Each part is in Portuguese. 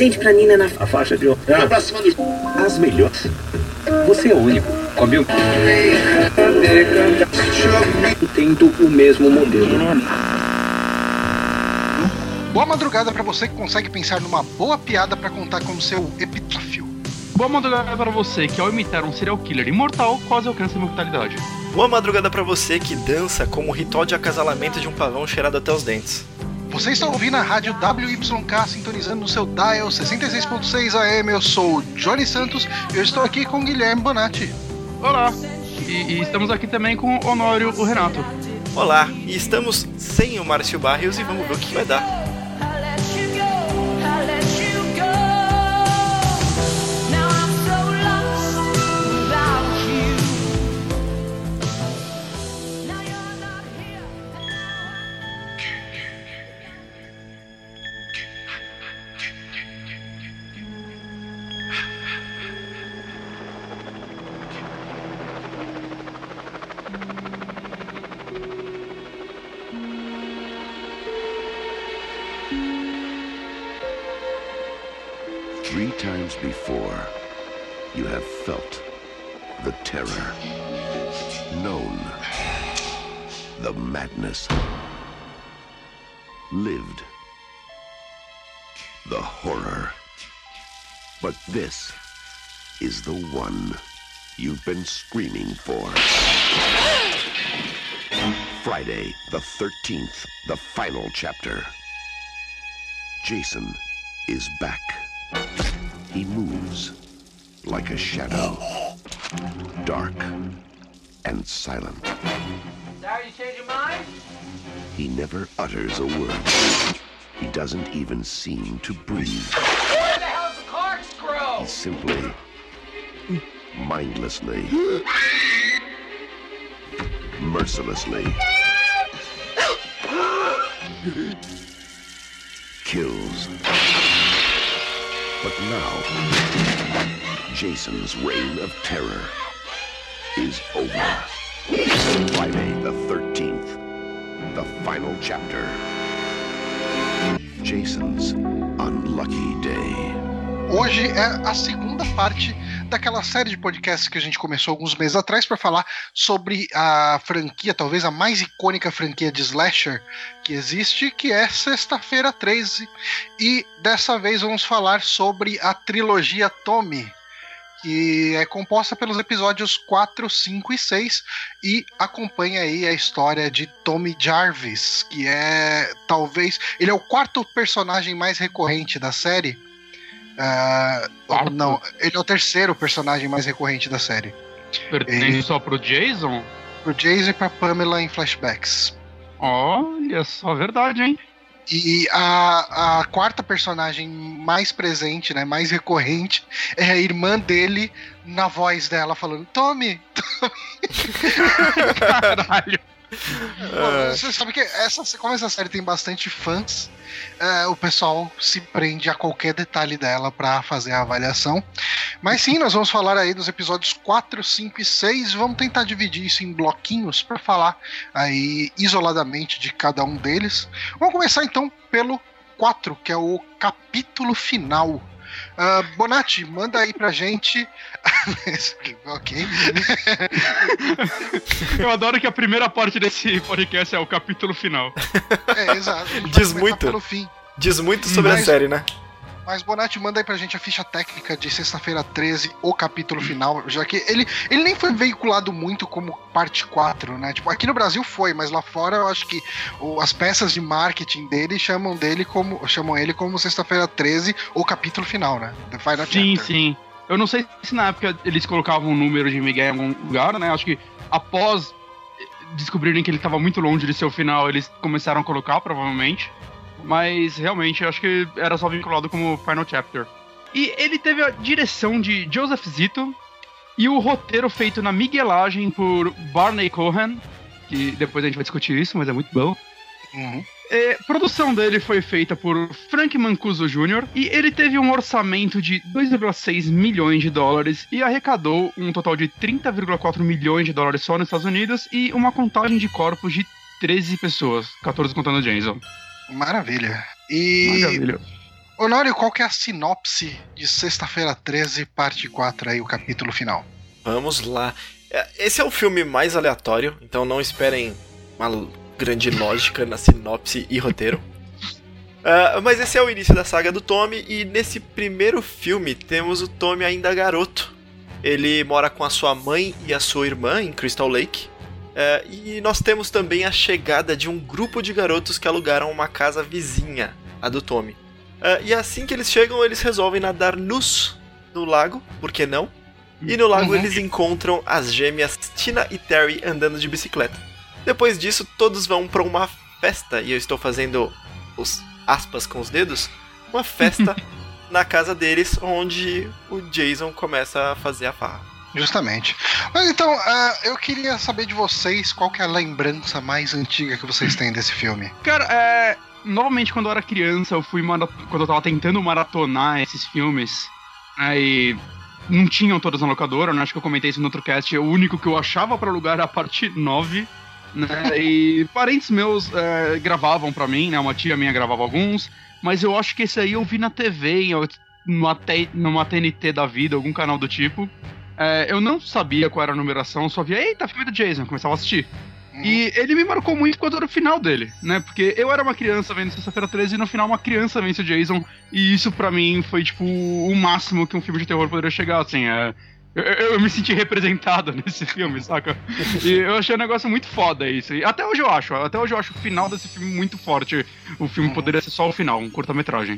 presente pra Nina na A faixa de Pra cima do... as melhores. Você é único. Comeu tendo o mesmo modelo. Boa madrugada pra você que consegue pensar numa boa piada pra contar como seu epitáfio. Boa madrugada para você que, ao imitar um serial killer imortal, quase alcança a imortalidade. Boa madrugada pra você que dança como o ritual de acasalamento de um pavão cheirado até os dentes. Você está ouvindo a rádio WYK, sintonizando no seu dial 66.6 AM. Eu sou o Johnny Santos e eu estou aqui com o Guilherme Bonatti. Olá! E estamos aqui também com o Honório, o Renato. Olá, e estamos sem o Márcio Barrios e vamos ver o que vai dar. Three times before, you have felt the terror, known the madness, lived the horror. But this is the one you've been screaming for. Friday the 13th, the final chapter. Jason is back. He moves like a shadow, dark and silent. Sorry, you changed your mind? He never utters a word. He doesn't even seem to breathe. Where the hell's the corkscrew? He simply, mindlessly, mercilessly kills. But now, Jason's reign of terror is over. Friday the 13th, the final chapter. Jason's Unlucky Day. Hoje é a segunda parte daquela série de podcasts que a gente começou alguns meses atrás para falar sobre a franquia, talvez a mais icônica franquia de slasher que existe, que é Sexta-feira 13. E dessa vez vamos falar sobre a trilogia Tommy, que é composta pelos episódios 4, 5 e 6 e acompanha aí a história de Tommy Jarvis, que é talvez... ele é o quarto personagem mais recorrente da série. Não, ele é o terceiro personagem mais recorrente da série. Pertence só pro Jason? Pro Jason e pra Pamela em flashbacks. Olha só, verdade, hein? E a quarta personagem mais presente, né, mais recorrente, é a irmã dele na voz dela falando Tommy, Tommy. Caralho. Bom, você sabe que como essa série tem bastante fãs, o pessoal se prende a qualquer detalhe dela pra fazer a avaliação. Mas sim, nós vamos falar aí dos episódios 4, 5 e 6. Vamos tentar dividir isso em bloquinhos pra falar aí isoladamente de cada um deles. Vamos começar então pelo 4, que é o capítulo final. Bonatti, manda aí pra gente. Ok. Eu adoro que a primeira parte desse podcast é o capítulo final. Exato. Diz muito sobre a série, né? Mas Bonatti, manda aí pra gente a ficha técnica de Sexta-feira 13, o capítulo final, já que ele nem foi veiculado muito como parte 4, né? Tipo, aqui no Brasil foi, mas lá fora eu acho que as peças de marketing dele chamam ele como Sexta-feira 13, o capítulo final, né? The Final Sim, Chapter. sim. Eu não sei se na época eles colocavam um número de Miguel em algum lugar, né? Acho que após descobrirem que ele estava muito longe de ser o final, eles começaram a colocar, provavelmente. Mas realmente acho que era só vinculado como Final Chapter. E ele teve a direção de Joseph Zito e o roteiro feito na miguelagem por Barney Cohen, que depois a gente vai discutir isso, mas é muito bom. Uhum. Produção dele foi feita por Frank Mancuso Jr. e ele teve um orçamento de 2,6 milhões de dólares e arrecadou um total de 30,4 milhões de dólares só nos Estados Unidos e uma contagem de corpos de 13 pessoas, 14 contando o Jason. Maravilha. Maravilha. Honório, qual que é a sinopse de Sexta-feira 13, parte 4, aí, o capítulo final? Vamos lá. Esse é o filme mais aleatório, então não esperem uma grande lógica na sinopse e roteiro. Mas esse é o início da saga do Tommy, e nesse primeiro filme temos o Tommy ainda garoto. Ele mora com a sua mãe e a sua irmã em Crystal Lake. E nós temos também a chegada de um grupo de garotos que alugaram uma casa vizinha, a do Tommy. E assim que eles chegam, eles resolvem nadar nus no lago, por que não? E no lago eles encontram as gêmeas Tina e Terry andando de bicicleta. Depois disso, todos vão para uma festa, e eu estou fazendo os aspas com os dedos, uma festa na casa deles, onde o Jason começa a fazer a farra. Justamente. Mas então, eu queria saber de vocês qual que é a lembrança mais antiga que vocês têm desse filme. Cara, normalmente quando eu era criança, quando eu tava tentando maratonar esses filmes, e não tinham todos na locadora, né? Acho que eu comentei isso no outro cast, o único que eu achava pra alugar era a parte 9, né? E parentes meus gravavam pra mim, né? Uma tia minha gravava alguns, mas eu acho que esse aí eu vi na TV, numa TNT da vida, algum canal do tipo. Eu não sabia qual era a numeração, só via, eita, filme do Jason, começava a assistir. E ele me marcou muito quando era o final dele, né? Porque eu era uma criança vendo Sexta-feira 13 e no final uma criança vence o Jason. E isso pra mim foi, tipo, o máximo que um filme de terror poderia chegar, assim. Eu me senti representado nesse filme, saca? E eu achei um negócio muito foda isso. E até hoje eu acho o final desse filme muito forte. O filme poderia ser só o final, um curta-metragem.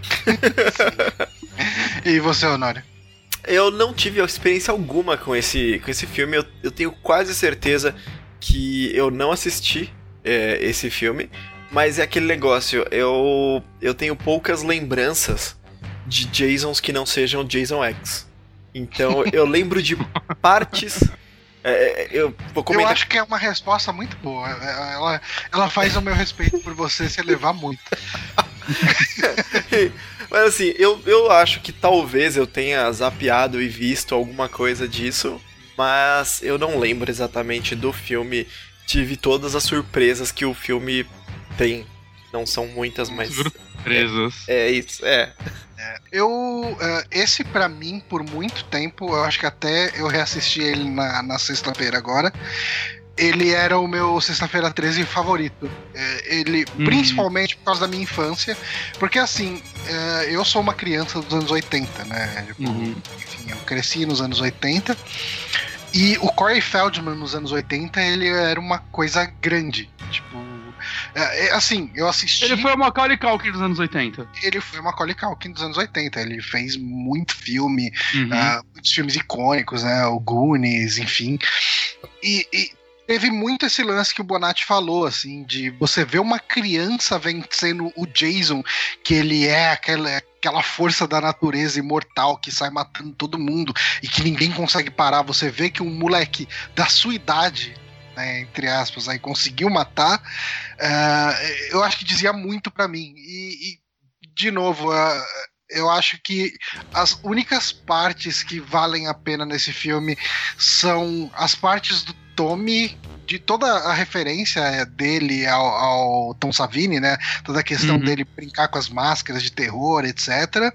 E você, Honório? Eu não tive experiência alguma com esse filme, eu tenho quase certeza que eu não assisti esse filme, mas é aquele negócio, eu tenho poucas lembranças de Jasons que não sejam Jason X. Então eu lembro de partes. Eu vou comentar. Eu acho que é uma resposta muito boa. Ela faz o meu respeito por você se elevar muito. Mas assim, eu acho que talvez eu tenha zapeado e visto alguma coisa disso, mas eu não lembro exatamente do filme. Tive todas as surpresas que o filme tem. Não são muitas, mas... Surpresas. Isso. Esse pra mim, por muito tempo, eu acho que até eu reassisti ele na sexta-feira agora, ele era o meu Sexta-feira 13 favorito. Principalmente por causa da minha infância, porque assim, eu sou uma criança dos anos 80, né? Enfim, eu cresci nos anos 80, e o Corey Feldman nos anos 80, ele era uma coisa grande, tipo... assim, eu assisti... Ele foi o Macaulay Culkin dos anos 80. Ele foi o Macaulay Culkin dos anos 80. Ele fez muito filme, muitos filmes icônicos, né? O Goonies, enfim. E teve muito esse lance que o Bonatti falou, assim, de você ver uma criança vencendo o Jason, que ele é aquela força da natureza imortal que sai matando todo mundo e que ninguém consegue parar. Você vê que um moleque da sua idade... né, entre aspas, aí conseguiu matar, eu acho que dizia muito pra mim. E de novo, eu acho que as únicas partes que valem a pena nesse filme são as partes do Tommy, de toda a referência dele ao Tom Savini, né? Toda a questão dele brincar com as máscaras de terror, etc.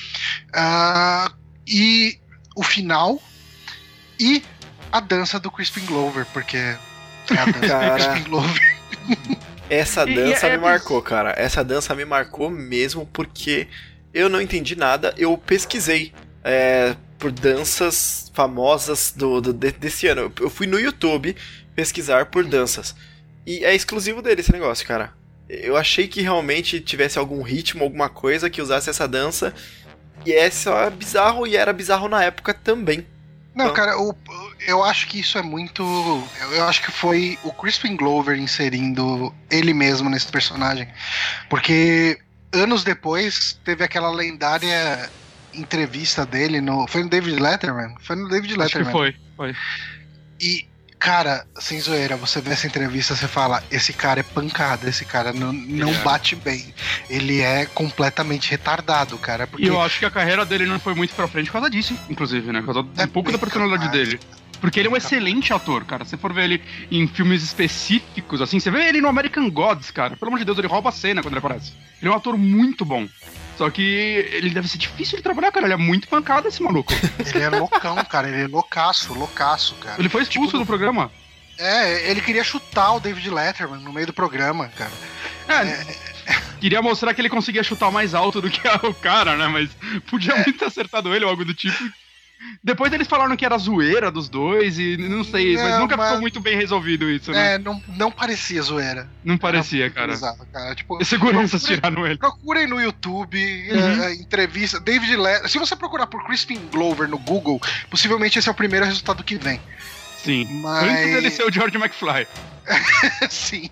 E o final e a dança do Crispin Glover, porque essa dança me marcou, cara. Essa dança me marcou mesmo porque eu não entendi nada. Eu pesquisei por danças famosas desse ano. Eu fui no YouTube pesquisar por danças. E é exclusivo dele esse negócio, cara. Eu achei que realmente tivesse algum ritmo, alguma coisa que usasse essa dança. E essa é bizarro, e era bizarro na época também. Não, cara, eu acho que isso é muito... Eu acho que foi o Crispin Glover inserindo ele mesmo nesse personagem. Porque anos depois teve aquela lendária entrevista dele Foi no David Letterman? Foi no David Letterman. Acho que foi. E, cara, sem zoeira, você vê essa entrevista, você fala, esse cara é pancada, esse cara não bate bem. Ele é completamente retardado, cara. Porque... E eu acho que a carreira dele não foi muito pra frente por causa disso, inclusive, né? Por causa um pouco da personalidade dele. Porque ele é um excelente ator, cara. Se for ver ele em filmes específicos, assim, você vê ele no American Gods, cara. Pelo amor de Deus, ele rouba a cena quando ele aparece. Ele é um ator muito bom. Só que ele deve ser difícil de trabalhar, cara. Ele é muito pancado, esse maluco. Ele é loucão, cara. Ele é loucaço, cara. Ele foi expulso do programa. Ele queria chutar o David Letterman no meio do programa, cara. Queria mostrar que ele conseguia chutar mais alto do que o cara, né? Mas podia muito ter acertado ele ou algo do tipo. Depois eles falaram que era zoeira dos dois e não sei, mas nunca ficou muito bem resolvido isso, né? Não parecia zoeira. Não parecia, cara. Exato, cara. Tipo, e seguranças tiraram ele. Procurem no YouTube, entrevista, David Letterman. Se você procurar por Crispin Glover no Google, possivelmente esse é o primeiro resultado que vem. Sim. Antes dele ser o George McFly. Sim.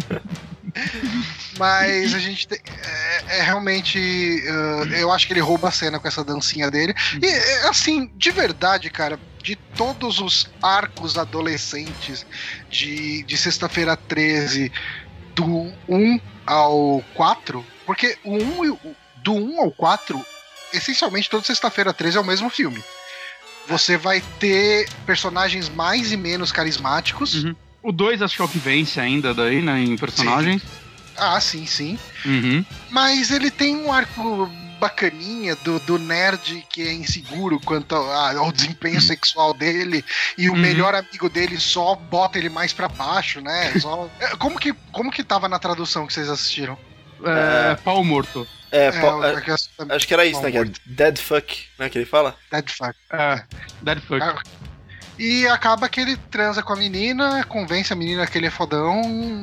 Mas a gente tem, realmente eu acho que ele rouba a cena com essa dancinha dele. E assim, de verdade, cara, de todos os arcos adolescentes de Sexta-feira 13, do 1 ao 4, porque do 1 ao 4, essencialmente toda Sexta-feira 13 é o mesmo filme. Você vai ter personagens mais e menos carismáticos. Uhum. O 2 acho que é o que vence ainda daí, né, em personagens. Sim. Sim. Uhum. Mas ele tem um arco bacaninha do nerd que é inseguro quanto ao desempenho sexual dele, e o melhor amigo dele só bota ele mais pra baixo, né? Como que tava na tradução que vocês assistiram? Pau morto. Acho que era isso, né? Que é dead fuck, né? Que ele fala? Dead fuck. Dead fuck. E acaba que ele transa com a menina, convence a menina que ele é fodão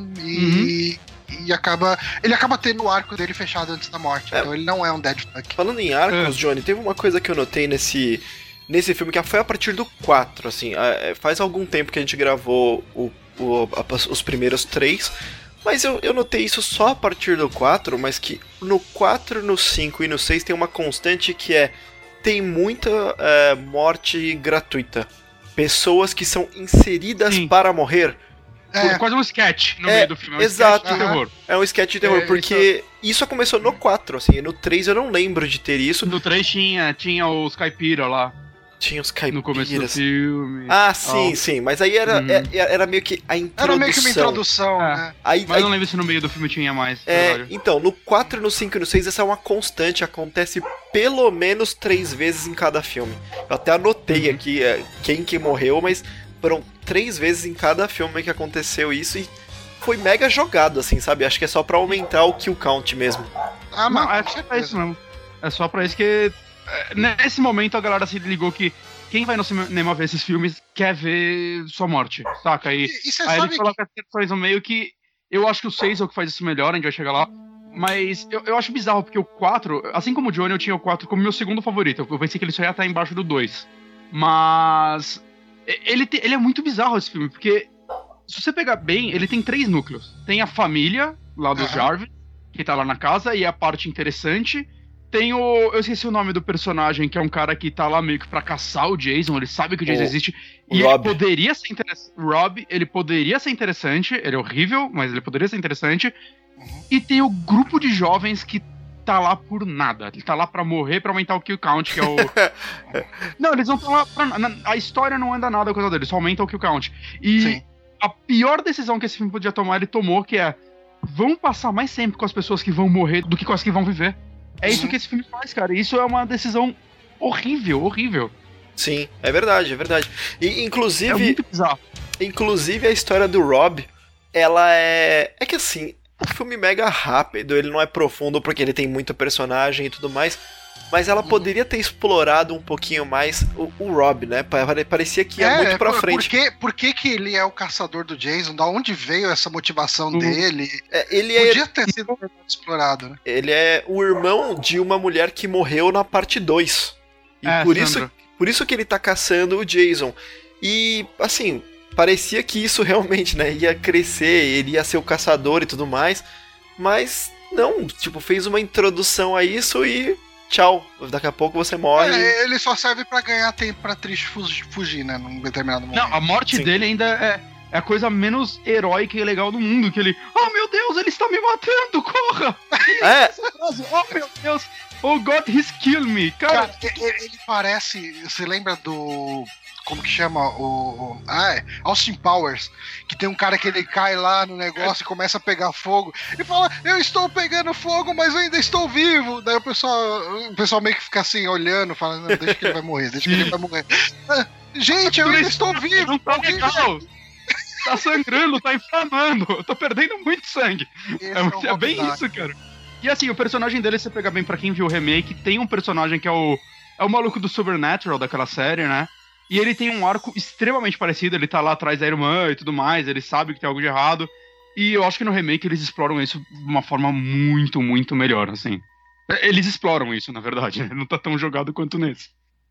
e ele acaba tendo o arco dele fechado antes da morte. Então ele não é um dead fuck. Falando em arcos, Johnny, teve uma coisa que eu notei nesse filme que foi a partir do 4, assim. Faz algum tempo que a gente gravou os primeiros 3, mas eu notei isso só a partir do 4, mas que no 4, no 5 e no 6 tem uma constante que tem muita morte gratuita. Pessoas que são inseridas para morrer. Quase um sketch no meio do filme. Exato. Sketch de terror. É um sketch de terror, porque isso começou no 4, assim. No 3 eu não lembro de ter isso. No 3 tinha os caipira lá. Tinha os caipiras. No começo do filme. Sim. Mas aí era meio que a introdução. Era meio que uma introdução, né? Mas eu não lembro se no meio do filme tinha mais. Então, no 4, no 5 e no 6, essa é uma constante. Acontece pelo menos 3 vezes em cada filme. Eu até anotei aqui quem que morreu, mas foram 3 vezes em cada filme que aconteceu isso e foi mega jogado, assim, sabe? Acho que é só pra aumentar o kill count mesmo. Mas acho que é isso mesmo. É só pra isso que... Nesse momento a galera se ligou que quem vai no cinema ver esses filmes quer ver sua morte, saca? E aí eles colocam as questões no meio que eu acho que o 6 é o que faz isso melhor, a gente vai chegar lá. Mas eu acho bizarro, porque o 4, assim como o Johnny, eu tinha o 4 como meu segundo favorito. Eu pensei que ele só ia estar embaixo do 2. Mas ele é muito bizarro esse filme, porque se você pegar bem, ele tem 3 núcleos. Tem a família lá do Jarvis, que tá lá na casa, e é a parte interessante. Tem eu esqueci o nome do personagem, que é um cara que tá lá meio que pra caçar o Jason, ele sabe que o Jason existe. E Rob. Ele poderia ser interessante. Rob, ele poderia ser interessante, ele é horrível, mas ele poderia ser interessante. E tem o grupo de jovens que tá lá por nada. Ele tá lá pra morrer, pra aumentar o kill count, que é o... Não, eles não estão lá pra... A história não anda nada com a deles, só aumenta o kill count. E a pior decisão que esse filme podia tomar, ele tomou, que é... Vão passar mais tempo com as pessoas que vão morrer do que com as que vão viver. É isso que esse filme faz, cara. Isso é uma decisão horrível. Sim, é verdade. E, inclusive... É muito bizarro. Inclusive, a história do Rob, ela é... É que assim, um filme mega rápido, ele não é profundo porque ele tem muito personagem e tudo mais, mas ela poderia ter explorado um pouquinho mais o Rob, né? Parecia que ia muito pra frente. Por que ele é o caçador do Jason? Da onde veio essa motivação dele? Podia ter sido explorado, né? Ele é o irmão de uma mulher que morreu na parte 2. E por isso que ele tá caçando o Jason. E, assim, parecia que isso realmente, né, ia crescer, ele ia ser o caçador e tudo mais. Mas não, tipo, fez uma introdução a isso e... Tchau, daqui a pouco você morre. Ele só serve pra ganhar tempo pra atriz fugir, né? Num determinado momento. Não, a morte dele ainda é a coisa menos heróica e legal do mundo. Que ele, oh meu Deus, ele está me matando, corra! Oh meu Deus, oh God, he's killed me. Cara, ele parece. Você lembra do como que chama? Austin Powers, que tem um cara que ele cai lá no negócio e começa a pegar fogo e fala, eu estou pegando fogo, mas eu ainda estou vivo. Daí o pessoal meio que fica assim, olhando, falando, não, deixa que ele vai morrer, deixa que ele vai morrer. Gente, eu ainda estou vivo! Não tá legal! Tá sangrando, tá inflamando, eu tô perdendo muito sangue. É bem isso, cara. E assim, o personagem dele, se você pegar bem pra quem viu o remake, tem um personagem que é o maluco do Supernatural, daquela série, né? E ele tem um arco extremamente parecido, ele tá lá atrás da irmã e tudo mais, ele sabe que tem algo de errado. E eu acho que no remake eles exploram isso de uma forma muito, muito melhor, assim. Eles exploram isso, na verdade, né? Não tá tão jogado quanto nesse.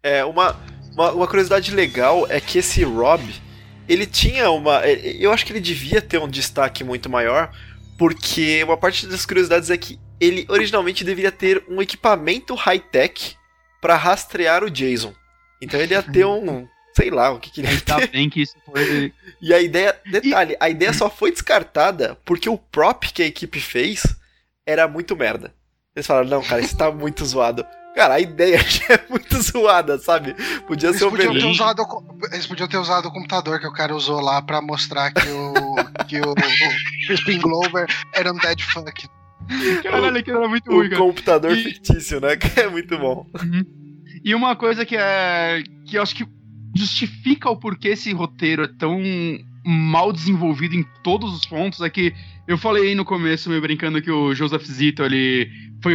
Uma curiosidade legal é que esse Rob, ele tinha eu acho que ele devia ter um destaque muito maior, porque uma parte das curiosidades é que ele originalmente deveria ter um equipamento high-tech pra rastrear o Jason. Então ele ia ter sei lá, o que ele ia ter. Ainda bem que isso foi... E a ideia, detalhe, a ideia só foi descartada porque o prop que a equipe fez era muito merda. Eles falaram, não, cara, isso tá muito zoado. Cara, a ideia já é muito zoada, sabe? Podia ser o melhor. Eles podiam ter usado o computador que o cara usou lá pra mostrar que o Crispin Glover era um dead fuck. Caralho, que era muito ruim, cara. O computador fictício, né? Que é muito bom. E uma coisa que eu acho que justifica o porquê esse roteiro é tão mal desenvolvido em todos os pontos é que eu falei aí no começo, meio brincando, que o Joseph Zito, ele foi,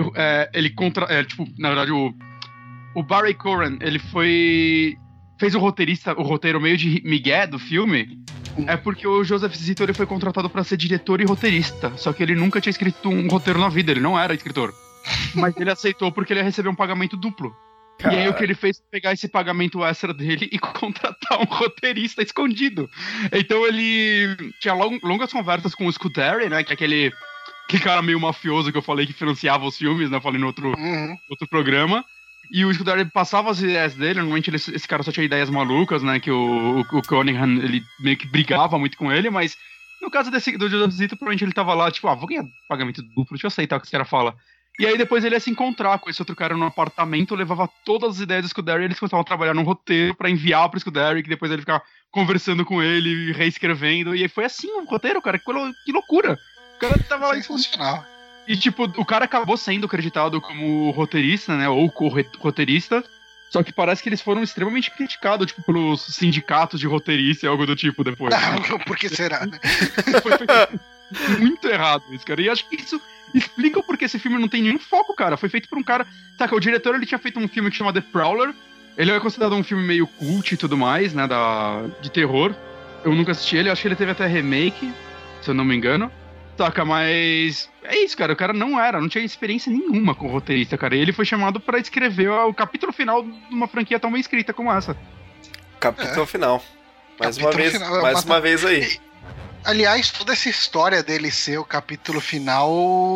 na verdade, o Barry Coran, ele fez o roteiro meio de migué do filme, é porque o Joseph Zito, ele foi contratado pra ser diretor e roteirista, só que ele nunca tinha escrito um roteiro na vida, ele não era escritor. Mas ele aceitou porque ele ia receber um pagamento duplo. E aí o que ele fez foi pegar esse pagamento extra dele e contratar um roteirista escondido. Então ele tinha longas conversas com o Scuderi, né? Que é aquele cara meio mafioso que eu falei que financiava os filmes, né? Eu falei no outro programa. E o Scuderi passava as ideias dele. Normalmente esse cara só tinha ideias malucas, né? Que o Cunningham, ele meio que brigava muito com ele, mas no caso do Joseph Zito, provavelmente ele tava lá, tipo, vou ganhar pagamento duplo, deixa eu aceitar o que esse cara fala. E aí depois ele ia se encontrar com esse outro cara no apartamento, levava todas as ideias do Scuderi e eles começavam a trabalhar num roteiro pra enviar pro Scuderi, que depois ele ficava conversando com ele, reescrevendo, e aí foi assim o roteiro, cara, que loucura. O cara tava lá funcional. E tipo, o cara acabou sendo acreditado como roteirista, né, ou co-roteirista, só que parece que eles foram extremamente criticados, tipo, pelos sindicatos de roteirista e algo do tipo depois. Não, por que será, né? Foi muito errado isso, cara, e acho que isso explica o porquê esse filme não tem nenhum foco, cara. Foi feito por um cara... Saca, o diretor, ele tinha feito um filme que chama The Prowler. Ele é considerado um filme meio cult e tudo mais, né, de terror. Eu nunca assisti ele, acho que ele teve até remake, se eu não me engano. Saca, mas... É isso, cara, o cara não tinha experiência nenhuma com o roteirista, cara. E ele foi chamado pra escrever o capítulo final de uma franquia tão bem escrita como essa. Capítulo final. Mais uma vez aí. Aliás, toda essa história dele ser o capítulo final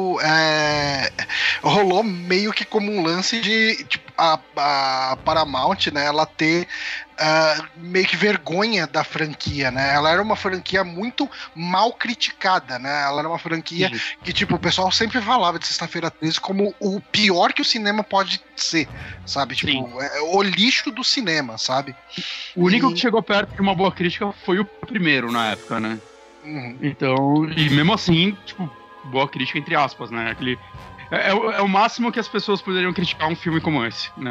rolou meio que como um lance de tipo, a Paramount, né, ela ter meio que vergonha da franquia, né? Ela era uma franquia muito mal criticada, né? Ela era uma franquia que, tipo, o pessoal sempre falava de Sexta-feira 13 como o pior que o cinema pode ser, sabe? Tipo, o lixo do cinema, sabe? O único que chegou perto de uma boa crítica foi o primeiro na época, né? Então, e mesmo assim, tipo, boa crítica entre aspas, né? É o máximo que as pessoas poderiam criticar um filme como esse, né?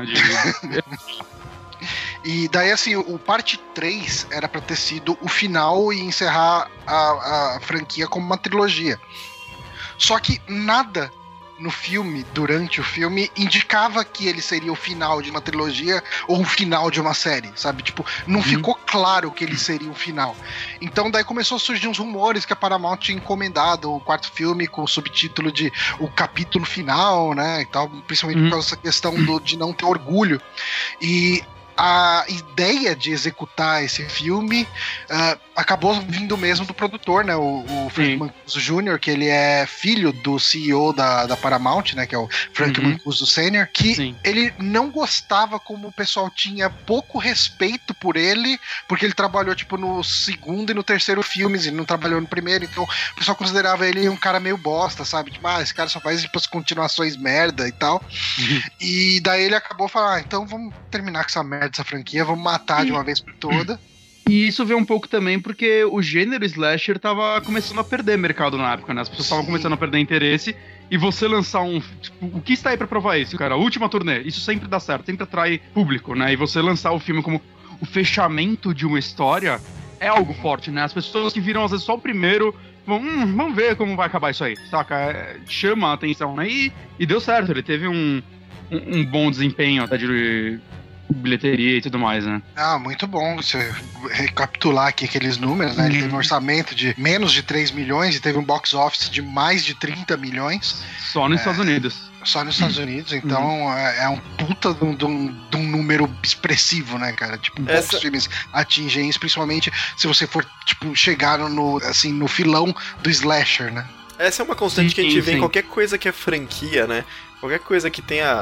E daí, assim, o parte 3 era pra ter sido o final e encerrar a franquia como uma trilogia. Só que nada no filme, durante o filme, indicava que ele seria o final de uma trilogia ou o final de uma série, sabe? Tipo, não ficou claro que ele seria o final. Então daí começou a surgir uns rumores que a Paramount tinha encomendado o quarto filme com o subtítulo de o capítulo final, né, e tal, principalmente por causa dessa questão de não ter orgulho. E a ideia de executar esse filme acabou vindo mesmo do produtor, né? O Frank Mancuso Jr., que ele é filho do CEO da Paramount, né? Que é o Frank Mancuso Sr., que ele não gostava como o pessoal tinha pouco respeito por ele, porque ele trabalhou, tipo, no segundo e no terceiro filmes, e não trabalhou no primeiro, então o pessoal considerava ele um cara meio bosta, sabe? Tipo, esse cara só faz, tipo, as continuações merda e tal. E daí ele acabou falando, então vamos terminar com essa merda merda essa franquia, vamos matar de uma vez por toda. E isso veio um pouco também porque o gênero slasher tava começando a perder mercado na época, né? As pessoas estavam começando a perder interesse. E você lançar tipo, o que está aí pra provar isso, cara? A última turnê, isso sempre dá certo, sempre atrai público, né? E você lançar o filme como o fechamento de uma história é algo forte, né? As pessoas que viram às vezes só o primeiro vão, vamos ver como vai acabar isso aí, saca? Chama a atenção, né? E deu certo, ele teve um bom desempenho até de bilheteria e tudo mais, né? Ah, muito bom você recapitular aqui aqueles números, né? Ele teve um orçamento de menos de 3 milhões e teve um box office de mais de 30 milhões. Só nos Estados Unidos. Só nos Estados Unidos, então é um puta de um número expressivo, né, cara? Tipo, poucos filmes atingem isso, principalmente se você for, tipo, chegar no filão do slasher, né? Essa é uma constante que a gente vê em qualquer coisa que é franquia, né? Qualquer coisa que tenha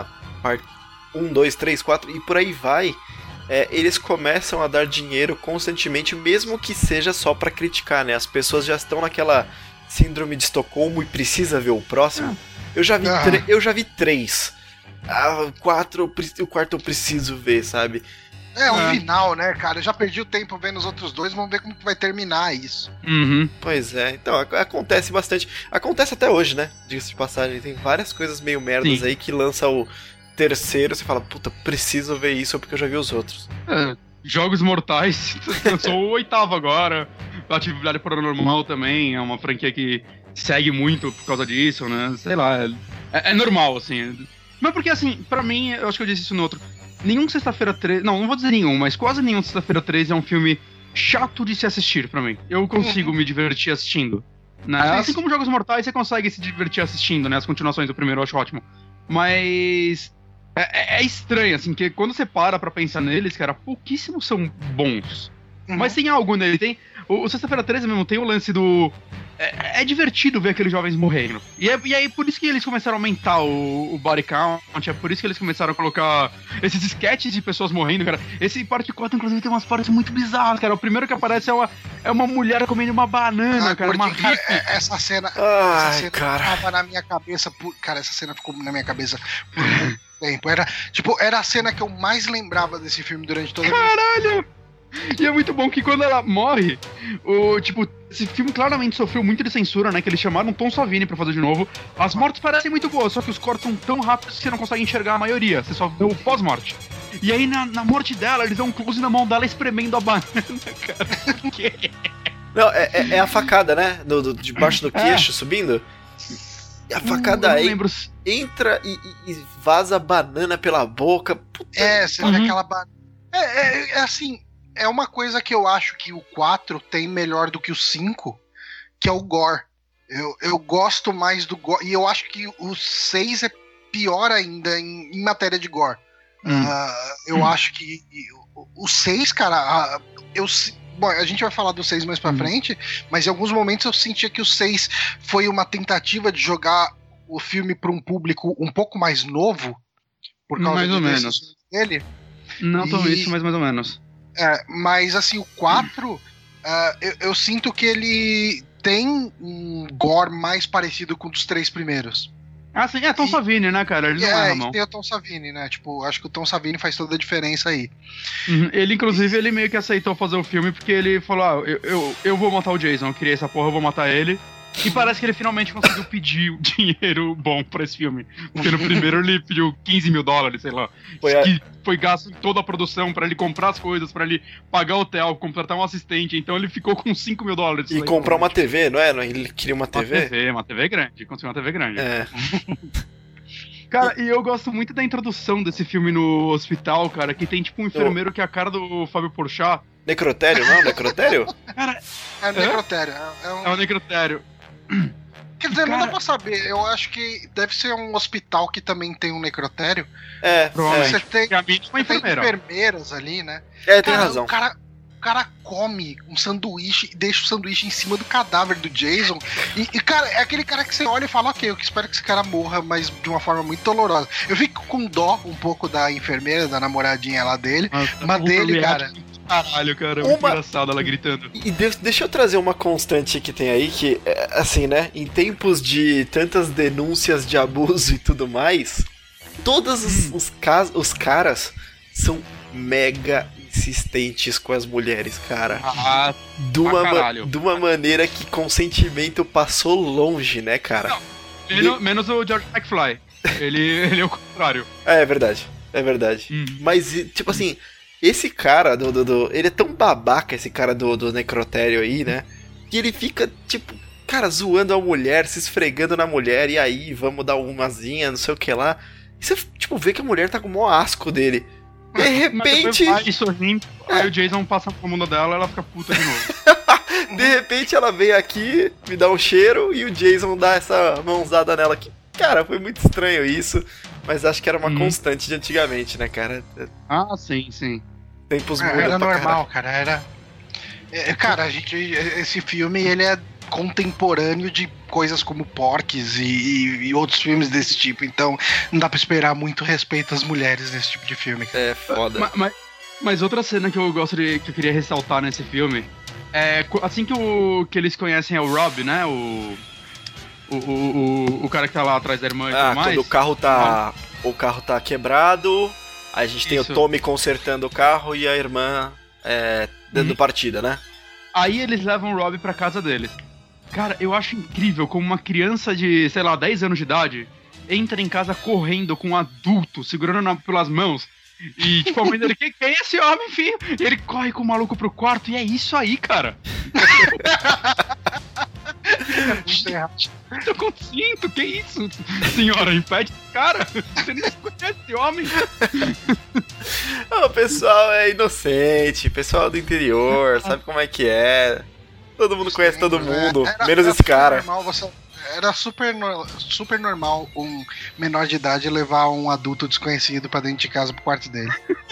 1, 2, 3, 4 e por aí vai, eles começam a dar dinheiro constantemente, mesmo que seja só pra criticar, né? As pessoas já estão naquela síndrome de Estocolmo e precisa ver o próximo. Eu já vi 3. O quarto eu preciso ver, sabe? É um final, né, cara? Eu já perdi o tempo vendo os outros dois, vamos ver como que vai terminar isso. Pois é, então acontece bastante. Acontece até hoje, né? Diga-se de passagem, tem várias coisas meio merdas aí que lança o terceiro, você fala, puta, preciso ver isso porque eu já vi os outros. Jogos Mortais, lançou o 8º agora. Atividade Paranormal também, é uma franquia que segue muito por causa disso, né? Sei lá, é normal, assim. Mas porque, assim, pra mim, eu acho que eu disse isso no outro, nenhum Sexta-feira 13... Não vou dizer nenhum, mas quase nenhum Sexta-feira 13 é um filme chato de se assistir pra mim. Eu consigo me divertir assistindo. Né? Assim como Jogos Mortais, você consegue se divertir assistindo, né? As continuações do primeiro eu acho ótimo. Mas... É estranho, assim, que quando você para pra pensar neles, cara, pouquíssimos são bons. Mas tem algo nele, tem... O Sexta-feira 13 mesmo tem o lance do... É divertido ver aqueles jovens morrendo. E aí por isso que eles começaram a aumentar o body count, é por isso que eles começaram a colocar esses sketches de pessoas morrendo, cara. Esse parte 4, inclusive, tem umas partes muito bizarras, cara. O primeiro que aparece é uma mulher comendo uma banana, cara. Uma cara, essa cena cara, tava na minha cabeça. Cara, essa cena ficou na minha cabeça por muito tempo. Era a cena que eu mais lembrava desse filme durante toda a vida. Caralho! E é muito bom que quando ela morre, esse filme claramente sofreu muito de censura, né? Que eles chamaram Tom Savini pra fazer de novo. As mortes parecem muito boas, só que os cortes são tão rápidos que você não consegue enxergar a maioria. Você só vê o pós-morte. E aí, na morte dela, eles dão um close na mão dela espremendo a banana, cara. Por quê? Não, é a facada, né? Debaixo do queixo, subindo. E a facada aí entra e vaza a banana pela boca. Puta. Você vê aquela banana. Assim... É uma coisa que eu acho que o 4 tem melhor do que o 5, que é o gore. Eu gosto mais do gore. E eu acho que o 6 é pior ainda em matéria de gore. Eu acho que o 6, cara... Bom, a gente vai falar do 6 mais pra frente, mas em alguns momentos eu sentia que o 6 foi uma tentativa de jogar o filme pra um público um pouco mais novo, por causa mais ou menos dele. Não tão isso, mas mais ou menos. Mas assim, o 4, eu sinto que ele tem um gore mais parecido com o dos 3 primeiros. Ah, sim, Tom Savini, né, cara? Ele não é a mão. Tem o Tom Savini, né? Tipo, acho que o Tom Savini faz toda a diferença aí. Ele, inclusive, ele meio que aceitou fazer o filme porque ele falou, eu vou matar o Jason, eu criei essa porra, eu vou matar ele. E parece que ele finalmente conseguiu pedir o dinheiro bom pra esse filme. Porque no primeiro ele pediu $15 mil, sei lá. Que foi gasto toda a produção pra ele comprar as coisas, pra ele pagar o hotel, contratar um assistente. Então ele ficou com $5 mil. E comprar uma TV, não é? Ele queria uma TV? Uma TV grande. Conseguiu uma TV grande. Cara, e eu gosto muito da introdução desse filme no hospital, cara, que tem tipo um enfermeiro que é a cara do Fábio Porchat. Necrotério, não? Necrotério? Cara, é um necrotério. É um necrotério. Quer dizer, não dá pra saber. Eu acho que deve ser um hospital que também tem um necrotério. Você tem enfermeiras ali, né? Tem razão. O cara come um sanduíche e deixa o sanduíche em cima do cadáver do Jason. E cara, é aquele cara que você olha e fala, ok, eu espero que esse cara morra, mas de uma forma muito dolorosa. Eu fico com dó um pouco da enfermeira, da namoradinha lá dele. Mas dele, cara... Caralho, cara, é muito engraçado ela gritando. E deixa eu trazer uma constante que tem aí, que, assim, né, em tempos de tantas denúncias de abuso e tudo mais, todos os caras são mega insistentes com as mulheres, cara. Caralho. De uma maneira que consentimento passou longe, né, cara? Não, menos o George McFly. Ele é o contrário. É verdade. Mas, tipo assim, esse cara ele é tão babaca, esse cara do necrotério aí, né? Que ele fica, tipo, cara, zoando a mulher, se esfregando na mulher, e aí, vamos dar umazinha, não sei o que lá. E você, tipo, vê que a mulher tá com o maior asco dele. De repente... Aí o Jason passa pra bunda dela, ela fica puta de novo. De repente ela vem aqui, me dá um cheiro, e o Jason dá essa mãozada nela aqui. Cara, foi muito estranho isso, mas acho que era uma constante de antigamente, né, cara? Ah, sim. Tempos mudam Era pra normal, cara. Cara, esse filme, ele é contemporâneo de coisas como Porky's e outros filmes desse tipo, então não dá pra esperar muito respeito às mulheres nesse tipo de filme. Cara. É foda. Mas outra cena que eu queria ressaltar nesse filme é assim que eles conhecem o Rob, né? O cara que tá lá atrás da irmã e tudo mais. Quando o carro tá quebrado, a gente tem o Tommy consertando o carro e a irmã dando partida, né? Aí eles levam o Rob pra casa deles. Cara, eu acho incrível como uma criança de, sei lá, 10 anos de idade entra em casa correndo com um adulto, segurando pelas mãos. E, tipo, a mãe dele, quem é esse homem, filho? E ele corre com o maluco pro quarto e é isso aí, cara. Eu consinto, que isso? Senhora, impede cara. Você nem conhece esse homem. O pessoal é inocente, pessoal do interior, sabe como é que é. Todo mundo conhece todo mundo, menos esse cara. Era super normal um menor de idade levar um adulto desconhecido pra dentro de casa pro quarto dele.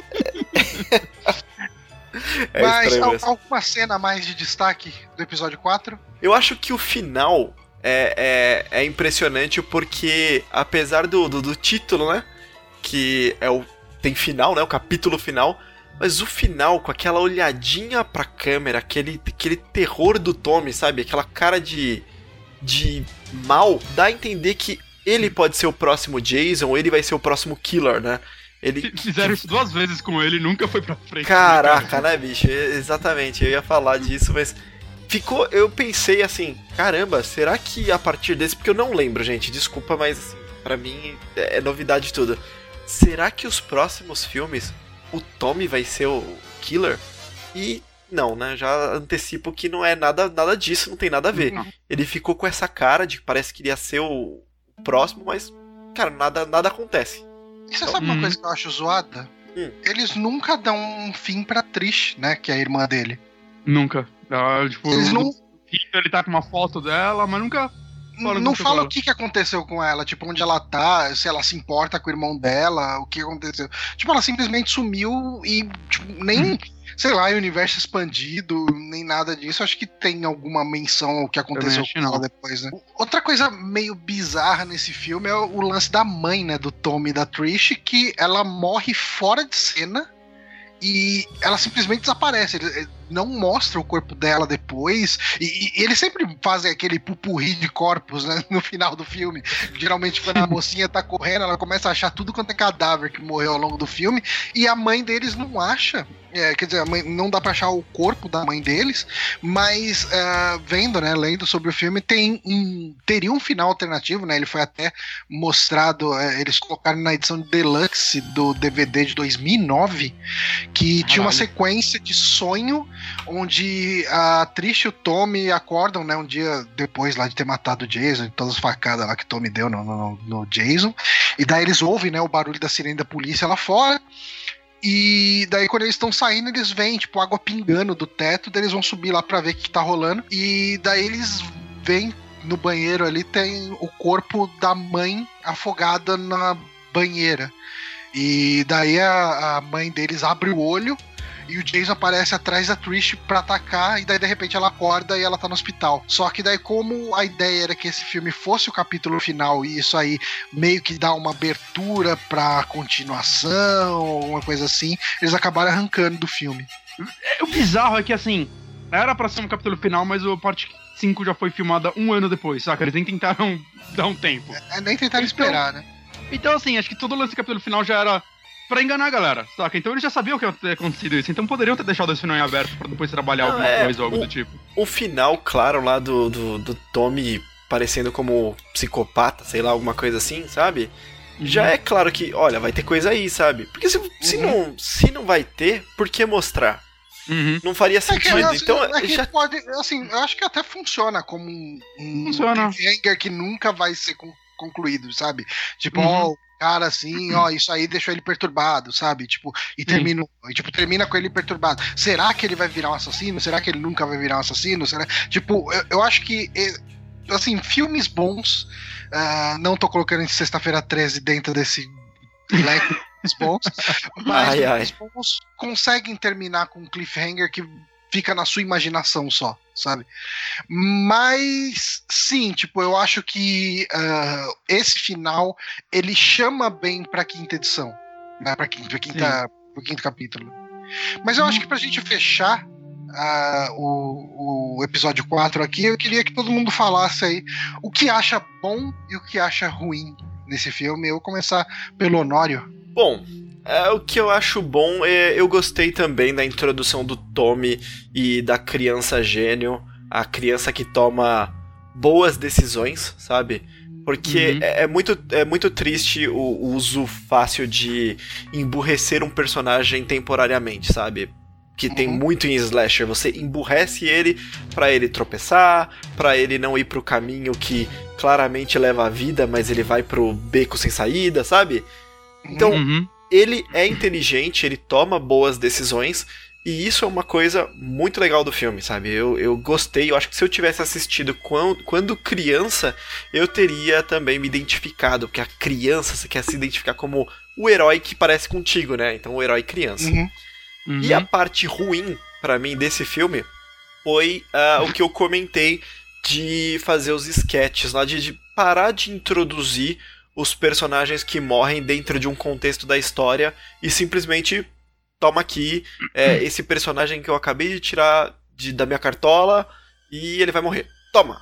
Mas alguma cena mais de destaque do episódio 4? Eu acho que o final é impressionante porque, apesar do título, né? Que tem final, né? O capítulo final. Mas o final, com aquela olhadinha pra câmera, aquele terror do Tommy, sabe? Aquela cara de mal, dá a entender que ele pode ser o próximo Jason, ele vai ser o próximo killer, né? Fizeram isso 2 vezes com ele e nunca foi pra frente. Caraca, né, bicho? Exatamente, eu ia falar disso, mas eu pensei assim, caramba, será que a partir desse, porque eu não lembro, gente, desculpa, mas assim, pra mim é novidade tudo. Será que os próximos filmes o Tommy vai ser o killer? E não, né? Já antecipo que não é nada disso, não tem nada a ver. Não. Ele ficou com essa cara de que parece que iria ser o próximo, mas, cara, nada acontece. E você sabe uma coisa que eu acho zoada? Eles nunca dão um fim pra Trish, né? Que é a irmã dele. Nunca. Tipo, eles não... Ele tá com uma foto dela, mas nunca... Não fala o que aconteceu com ela, tipo, onde ela tá, se ela se importa com o irmão dela, o que aconteceu. Tipo, ela simplesmente sumiu e, tipo, nem, sei lá, em universo expandido, nem nada disso. Acho que tem alguma menção ao que aconteceu com ela depois, né? Outra coisa meio bizarra nesse filme é o lance da mãe, né, do Tommy e da Trish, que ela morre fora de cena e ela simplesmente desaparece. Ele não mostra o corpo dela depois. E eles sempre fazem aquele pupurri de corpos, né, no final do filme. Geralmente, quando a mocinha tá correndo, ela começa a achar tudo quanto é cadáver que morreu ao longo do filme. E a mãe deles não acha. Quer dizer, não dá pra achar o corpo da mãe deles. Mas, vendo, né, lendo sobre o filme, teria um final alternativo, né? Ele foi até mostrado. Eles colocaram na edição de Deluxe do DVD de 2009. Que tinha uma sequência de sonho onde a Trish e o Tommy acordam, né, um dia depois lá de ter matado o Jason, todas as facadas lá que o Tommy deu no Jason, e daí eles ouvem, né, o barulho da sirene da polícia lá fora, e daí quando eles estão saindo, eles veem, tipo, água pingando do teto, daí eles vão subir lá pra ver o que tá rolando, e daí eles veem no banheiro ali, tem o corpo da mãe afogada na banheira, e daí a mãe deles abre o olho, e o Jason aparece atrás da Trish pra atacar, e daí de repente ela acorda e ela tá no hospital. Só que daí, como a ideia era que esse filme fosse o capítulo final, e isso aí meio que dá uma abertura pra continuação, alguma coisa assim, eles acabaram arrancando do filme. O bizarro é que, assim, era pra ser um capítulo final, mas a parte 5 já foi filmada 1 ano depois, saca? Eles nem tentaram dar um tempo. Nem tentaram esperar, né? Então, assim, acho que todo o lance do capítulo final já era pra enganar a galera, saca? Então eles já sabiam que ia ter acontecido isso, então poderiam ter deixado esse final em aberto pra depois trabalhar alguma coisa ou algo do tipo. O final, claro, lá do Tommy parecendo como psicopata, sei lá, alguma coisa assim, sabe? Já é claro que, olha, vai ter coisa aí, sabe? Porque se não vai ter, por que mostrar? Não faria sentido. Então, já... pode, assim, eu acho que até funciona como um cliffhanger que nunca vai ser concluído, sabe? Tipo, o cara assim, isso aí deixou ele perturbado, sabe? Tipo, e termina com ele perturbado. Será que ele vai virar um assassino? Será que ele nunca vai virar um assassino? Será? Tipo, eu acho que assim, filmes bons, não tô colocando em Sexta-feira 13 dentro desse leque bons, mas filmes bons conseguem terminar com um cliffhanger que fica na sua imaginação só, sabe? Mas sim, tipo, eu acho que esse final ele chama bem pra quinta edição, né? Pro quinto capítulo. Mas eu acho que pra gente fechar o episódio 4 aqui, eu queria que todo mundo falasse aí o que acha bom e o que acha ruim nesse filme. Eu vou começar pelo Honório. Bom, o que eu acho bom eu gostei também da introdução do Tommy e da criança gênio, a criança que toma boas decisões, sabe? Porque é muito triste o uso fácil de emburrecer um personagem temporariamente, sabe? Que tem muito em slasher, você emburrece ele pra ele tropeçar, pra ele não ir pro caminho que claramente leva à vida, mas ele vai pro beco sem saída, sabe? Então, ele é inteligente, ele toma boas decisões, e isso é uma coisa muito legal do filme, sabe? Eu gostei, eu acho que se eu tivesse assistido quando criança, eu teria também me identificado, porque a criança, você quer se identificar como o herói que parece contigo, né? Então, o herói criança. E a parte ruim, pra mim, desse filme, foi o que eu comentei de fazer os sketches lá, de parar de introduzir os personagens que morrem dentro de um contexto da história e simplesmente toma aqui esse personagem que eu acabei de tirar da minha cartola e ele vai morrer. Toma!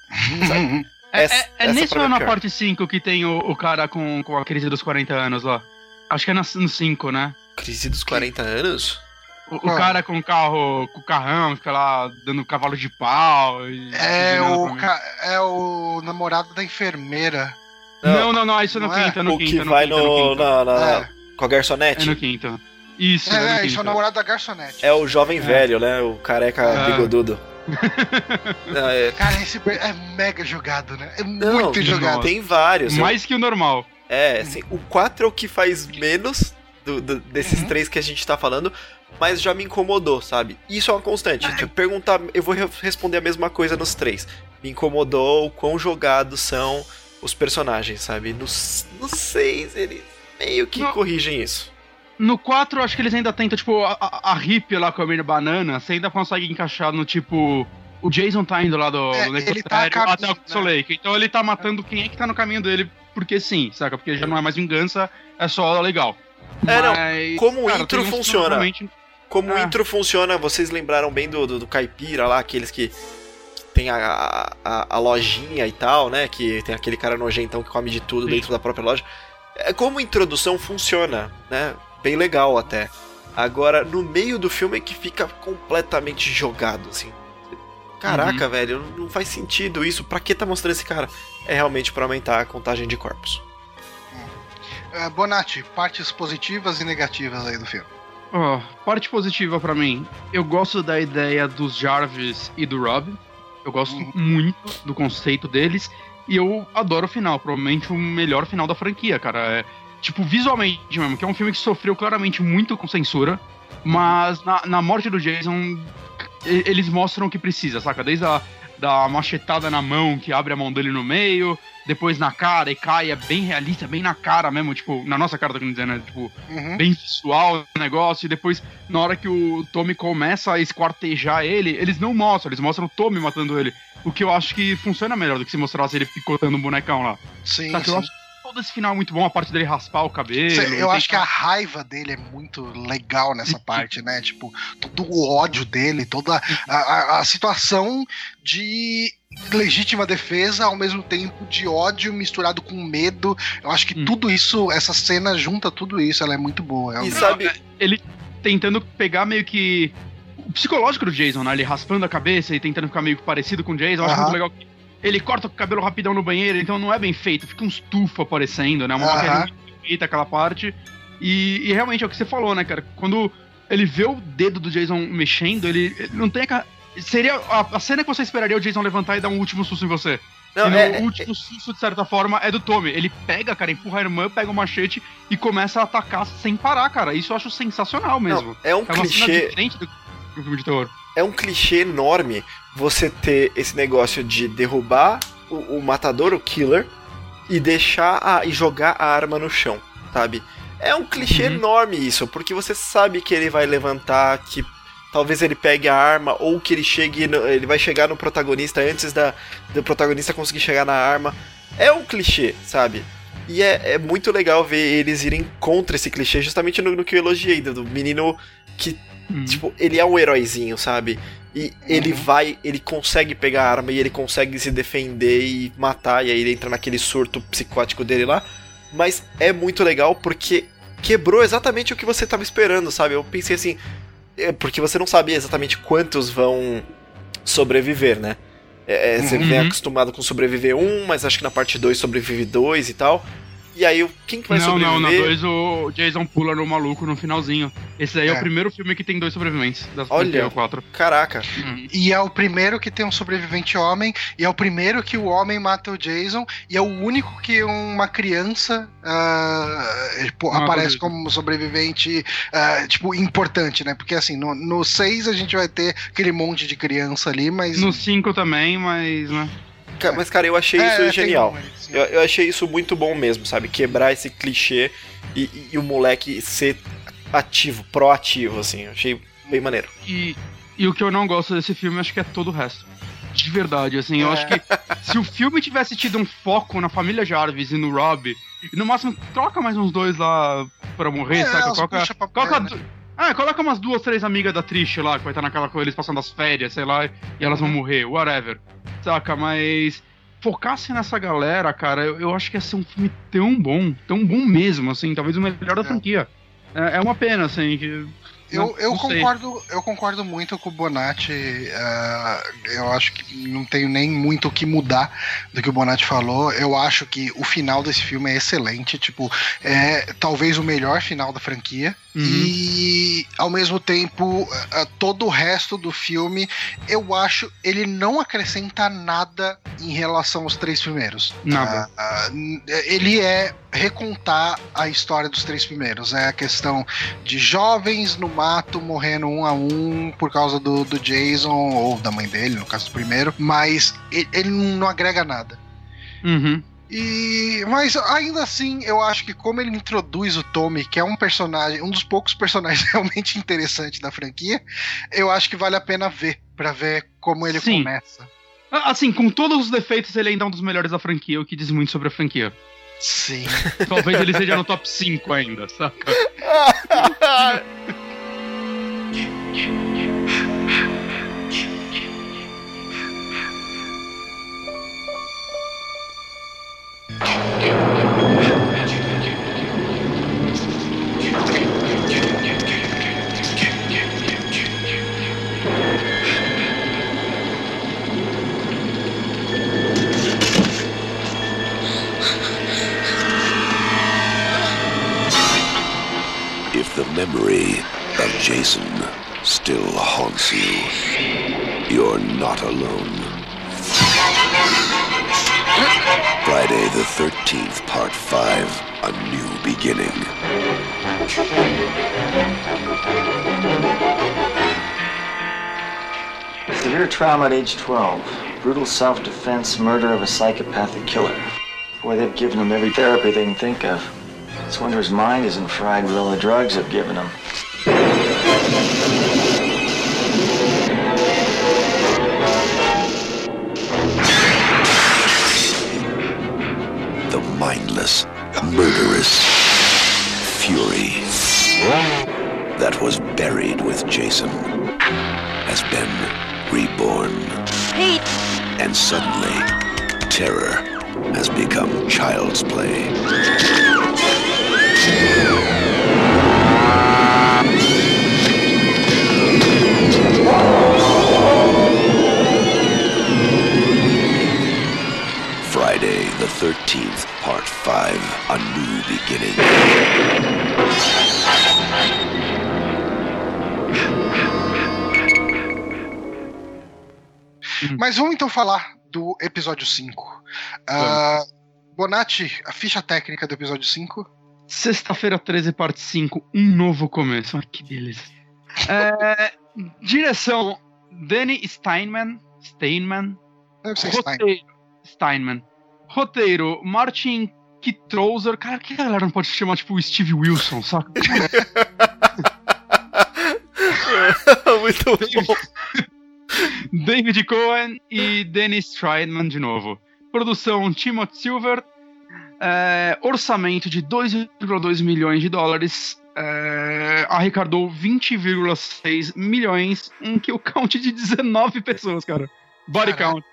É nesse ou na parte 5 que tem o cara com a crise dos 40 anos lá? Acho que é no 5, né? Crise dos 40 anos? O cara com o carrão, fica lá dando cavalo de pau. É o namorado da enfermeira. Não, isso é no quinto. É no o quinto, que vai com a garçonete? É no quinto. Isso, isso é o namorado da garçonete. É o jovem velho, né? O careca bigodudo. Cara, esse é mega jogado, né? É muito jogado. Tem vários. Mais que o normal. Assim, o 4 é o que faz menos desses três que a gente tá falando, mas já me incomodou, sabe? Isso é uma constante. Eu vou responder a mesma coisa nos 3. Me incomodou o quão jogados são os personagens, sabe? No 6, eles meio que corrigem isso. No 4, acho que eles ainda tentam, tipo, a hippie lá comendo banana, você ainda consegue encaixar no, tipo... O Jason tá indo lá do necrotério até o Soleil, então ele tá matando quem é que tá no caminho dele, porque sim, saca? Porque já não é mais vingança, é só legal. Não, como o intro funciona. Como o intro funciona, vocês lembraram bem do Caipira lá, aqueles que tem a lojinha e tal, né? Que tem aquele cara nojentão que come de tudo dentro da própria loja. Como introdução funciona, né? Bem legal até. Agora, no meio do filme é que fica completamente jogado, assim. Caraca, velho, não faz sentido isso. Pra que tá mostrando esse cara? É realmente pra aumentar a contagem de corpos. Bonatti, partes positivas e negativas aí do filme. Parte positiva pra mim. Eu gosto da ideia dos Jarvis e do Rob. Eu gosto muito do conceito deles. E eu adoro o final. Provavelmente o melhor final da franquia, cara. Tipo, visualmente mesmo. Que é um filme que sofreu claramente muito com censura. Mas na morte do Jason... Eles mostram o que precisa, saca? Desde da machetada na mão, que abre a mão dele no meio, depois na cara e cai, é bem realista, bem na cara mesmo, tipo, na nossa cara, tô querendo dizer, né? Tipo, bem visual o negócio, e depois, na hora que o Tommy começa a esquartejar ele, eles não mostram, eles mostram o Tommy matando ele. O que eu acho que funciona melhor do que se mostrasse ele picotando um bonecão lá. Sim, saca? sim. Eu acho todo esse final é muito bom, a parte dele raspar o cabelo. Eu acho que a raiva dele é muito legal nessa parte, né? Tipo, todo o ódio dele, toda a situação de legítima defesa, ao mesmo tempo de ódio misturado com medo. Eu acho que tudo isso, essa cena junta tudo isso, ela é muito boa. E sabe... Ele tentando pegar meio que o psicológico do Jason, né? Ele raspando a cabeça e tentando ficar meio parecido com o Jason. Eu acho muito legal que ele corta o cabelo rapidão no banheiro, então não é bem feito. Fica uns tufo aparecendo, né? Uma maquiagem muito feita aquela parte. E realmente é o que você falou, né, cara? Quando ele vê o dedo do Jason mexendo, ele não tem a... Seria a cena que você esperaria o Jason levantar e dar um último susto em você. Não, o último susto, de certa forma, é do Tommy. Ele pega, cara, empurra a irmã, pega o machete e começa a atacar sem parar, cara. Isso eu acho sensacional mesmo. Não, é um clichê... uma cena diferente do filme de terror. É um clichê enorme você ter esse negócio de derrubar o matador, o killer, e deixar e jogar a arma no chão, sabe? É um clichê enorme isso, porque você sabe que ele vai levantar, que talvez ele pegue a arma, ou que ele vai chegar no protagonista antes do protagonista conseguir chegar na arma. É um clichê, sabe? E é muito legal ver eles irem contra esse clichê, justamente no que eu elogiei, do menino que, tipo, ele é um heróizinho, sabe? E ele consegue pegar a arma e ele consegue se defender e matar, e aí ele entra naquele surto psicótico dele lá. Mas é muito legal porque quebrou exatamente o que você tava esperando, sabe? Eu pensei assim... Porque você não sabia exatamente quantos vão sobreviver, né? Você vem acostumado com sobreviver 1, mas acho que na parte 2 sobrevive 2 e tal. E aí, quem que vai sobreviver? Não, na 2 o Jason pula no maluco no finalzinho. Esse daí é o primeiro filme que tem 2 sobreviventes. Olha, 4. Caraca. E é o primeiro que tem um sobrevivente homem, e é o primeiro que o homem mata o Jason, e é o único que uma criança aparece como sobrevivente, tipo, importante, né? Porque assim, no 6 a gente vai ter aquele monte de criança ali, mas... No 5 também, mas, né? Mas, cara, eu achei isso genial. Eu achei isso muito bom mesmo, sabe? Quebrar esse clichê e o moleque ser ativo, proativo, assim. Eu achei bem maneiro. E o que eu não gosto desse filme, acho que é todo o resto. De verdade, assim. Eu acho que se o filme tivesse tido um foco na família Jarvis e no Rob, no máximo, coloca mais uns 2 lá pra morrer, sabe? Coloca umas 2, 3 amigas da Trish lá, que vai estar naquela coisa, eles passando as férias, sei lá, e elas vão morrer, whatever. Saca, mas focasse nessa galera, cara, eu acho que ia ser um filme tão bom mesmo, assim, talvez o melhor da franquia. É uma pena, assim, que... Eu concordo muito com o Bonatti. Eu acho que não tenho nem muito o que mudar do que o Bonatti falou. Eu acho que o final desse filme é excelente. Tipo, é talvez o melhor final da franquia. E ao mesmo tempo, todo o resto do filme, eu acho, ele não acrescenta nada em relação aos 3 primeiros. Nada. Ele é recontar a história dos 3 primeiros. É a questão de jovens no mato morrendo 1 a 1 por causa do Jason, ou da mãe dele, no caso do primeiro, mas ele não agrega nada. Mas ainda assim, eu acho que como ele introduz o Tommy, que é um personagem, um dos poucos personagens realmente interessantes da franquia, eu acho que vale a pena ver, pra ver como ele começa. Assim, com todos os defeitos, ele ainda é um dos melhores da franquia, o que diz muito sobre a franquia. Sim. Talvez ele seja no top 5 ainda, saca? If the memory of Jason still haunts you, you're not alone. Friday the 13th, Part 5, A New Beginning. Severe trauma at age 12. Brutal self-defense, murder of a psychopathic killer. Boy, they've given him every therapy they can think of. It's wonder his mind isn't fried with all the drugs they've given him. The mindless reborn. Pete! And suddenly, terror has become child's play. Friday the 13th, Part 5, A New Beginning. Mas vamos então falar do episódio 5. Bonatti, a ficha técnica do episódio 5. Sexta-feira 13, parte 5, um novo começo. Ah, que beleza. Direção, Danny Steinman. Deve ser Steinman. Roteiro, Martin Kitroser. Cara, que a galera não pode se chamar tipo Steve Wilson, saca? Muito bom. David Cohen e Dennis Steinman de novo. Produção, Timothy Silver. Orçamento de 2,2 milhões de dólares. Arrecadou 20,6 milhões. Um kill count de 19 pessoas, cara. Body count.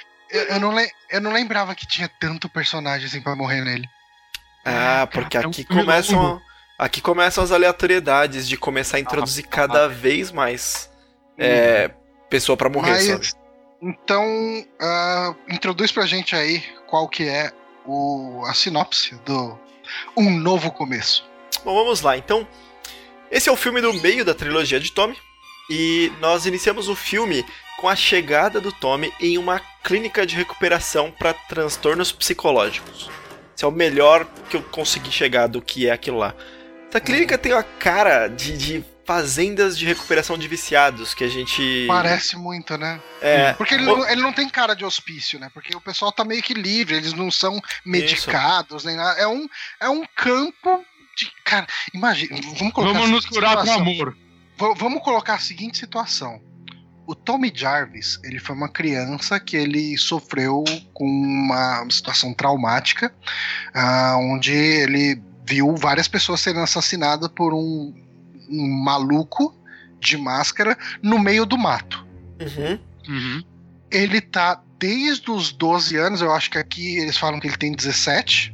Eu não lembrava que tinha tanto personagem assim pra morrer nele. Porque cara, aqui começam as aleatoriedades de começar a introduzir cada vez mais pessoa pra morrer, sabe? Então, introduz pra gente aí qual que é a sinopse do Um Novo Começo. Bom, vamos lá. Então, esse é o filme do meio da trilogia de Tommy. E nós iniciamos o filme com a chegada do Tommy em uma clínica de recuperação para transtornos psicológicos. Esse é o melhor que eu consegui chegar do que é aquilo lá. Essa clínica tem uma cara de fazendas de recuperação de viciados que a gente... Parece muito, né? Porque ele não tem cara de hospício, né? Porque o pessoal tá meio que livre, eles não são medicados, nem nada. É um campo de... Cara, imagina, vamos nos curar com amor. Vamos colocar a seguinte situação. O Tommy Jarvis, ele foi uma criança que ele sofreu com uma situação traumática, onde ele viu várias pessoas serem assassinadas por um maluco de máscara no meio do mato. Uhum. Ele tá desde os 12 anos, eu acho que aqui eles falam que ele tem 17,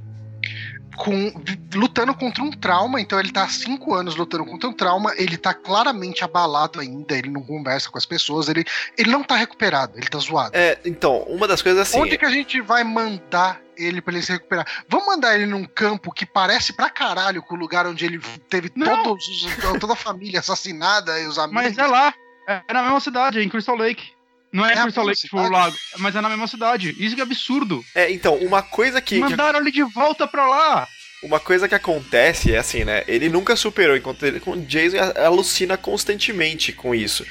lutando contra um trauma. Então ele tá há 5 anos lutando contra um trauma. Ele tá claramente abalado ainda, ele não conversa com as pessoas, ele não tá recuperado, ele tá zoado. Então, uma das coisas assim... Onde que a gente vai mandar ele pra ele se recuperar? Vamos mandar ele num campo que parece pra caralho com o lugar onde ele teve toda a família assassinada e os amigos. Mas é lá, é na mesma cidade, em Crystal Lake. Não é Crystal Lake, tipo o lago, mas é na mesma cidade. Isso que é absurdo. Então, uma coisa que... Mandaram ele de volta pra lá. Uma coisa que acontece é assim, né? Ele nunca superou, enquanto ele com o Jason alucina constantemente com isso.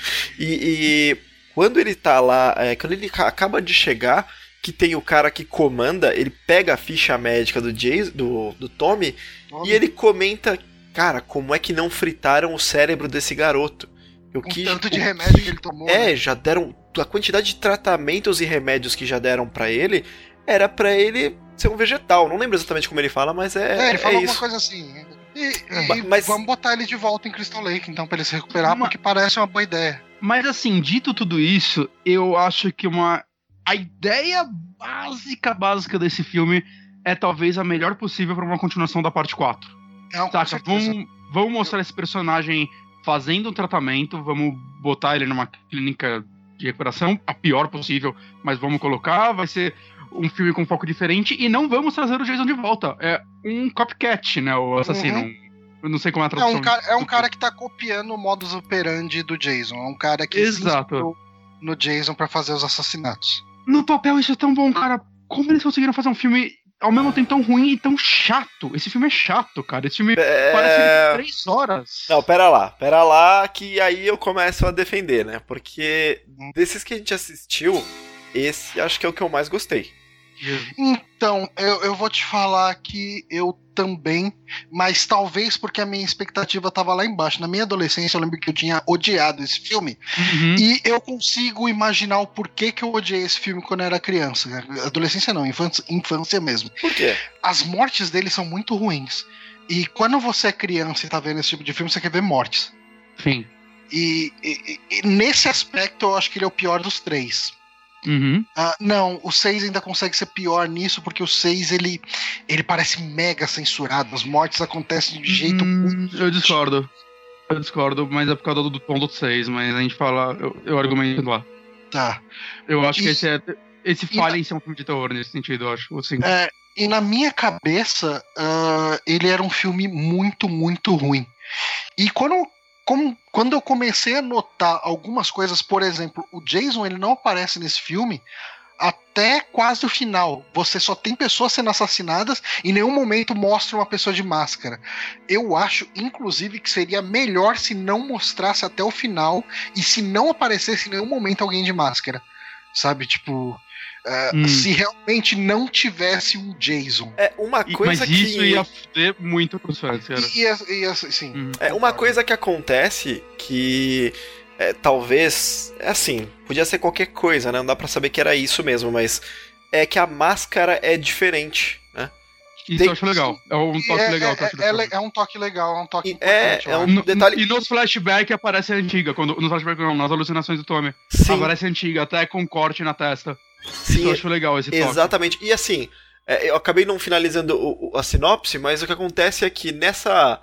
E quando ele tá lá, quando ele acaba de chegar, que tem o cara que comanda, ele pega a ficha médica do Jason, do Tommy, e ele comenta, cara, como é que não fritaram o cérebro desse garoto? Tanto de remédio que ele tomou. Né? Já deram... A quantidade de tratamentos e remédios que já deram pra ele, era pra ele ser um vegetal. Não lembro exatamente como ele fala, mas ele fala alguma isso. Coisa assim. Mas vamos botar ele de volta em Crystal Lake, então, pra ele se recuperar, porque parece uma boa ideia. Mas assim, dito tudo isso, eu acho que a ideia básica desse filme é talvez a melhor possível pra uma continuação da parte 4. Saca? Vamos mostrar esse personagem fazendo um tratamento, vamos botar ele numa clínica de recuperação, a pior possível, mas vamos colocar, vai ser um filme com foco diferente, e não vamos trazer o Jason de volta. É um copycat, né, o assassino. Eu não sei como é a tradução. É um cara que tá copiando o modus operandi do Jason. É um cara que se inspirou no Jason pra fazer os assassinatos. No papel isso é tão bom, cara. Como eles conseguiram fazer um filme ao mesmo tempo tão ruim e tão chato? Esse filme é chato, cara. Esse filme parece 3 horas. Não, pera lá, que aí eu começo a defender, né? Porque desses que a gente assistiu, esse acho que é o que eu mais gostei. Então, eu vou te falar que eu também, mas talvez porque a minha expectativa tava lá embaixo. Na minha adolescência eu lembro que eu tinha odiado esse filme, e eu consigo imaginar o porquê que eu odiei esse filme quando eu era criança. Adolescência não, infância mesmo. Por quê? As mortes dele são muito ruins, e quando você é criança e tá vendo esse tipo de filme, você quer ver mortes. Sim. E nesse aspecto eu acho que ele é o pior dos 3. Uhum. Não, o 6 ainda consegue ser pior nisso, porque o 6 ele parece mega censurado. As mortes acontecem de jeito muito. Eu discordo, mas é por causa do tom do 6, mas a gente fala, eu argumento lá. Tá. Eu acho que esse falha em ser um filme de terror nesse sentido, eu acho. Assim. E na minha cabeça, ele era um filme muito, muito ruim. E quando eu comecei a notar algumas coisas, por exemplo, o Jason ele não aparece nesse filme até quase o final. Você só tem pessoas sendo assassinadas e em nenhum momento mostra uma pessoa de máscara. Eu acho, inclusive, que seria melhor se não mostrasse até o final e se não aparecesse em nenhum momento alguém de máscara. Sabe, tipo... se realmente não tivesse um Jason. Uma coisa mas que... isso ia foder muito pros fãs, cara. Sim. Uma coisa que acontece que... talvez... assim, podia ser qualquer coisa, né? Não dá pra saber que era isso mesmo, mas... é que a máscara é diferente, né? Isso eu acho legal. É um toque legal. É um toque legal, é um toque importante. É um detalhe... E nos flashbacks aparece a antiga. Nos flashbacks não, nas alucinações do Tommy. Sim. Aparece a antiga, até com corte na testa. Sim, isso eu acho legal, esse toque. Exatamente. E assim, eu acabei não finalizando a sinopse, mas o que acontece é que nessa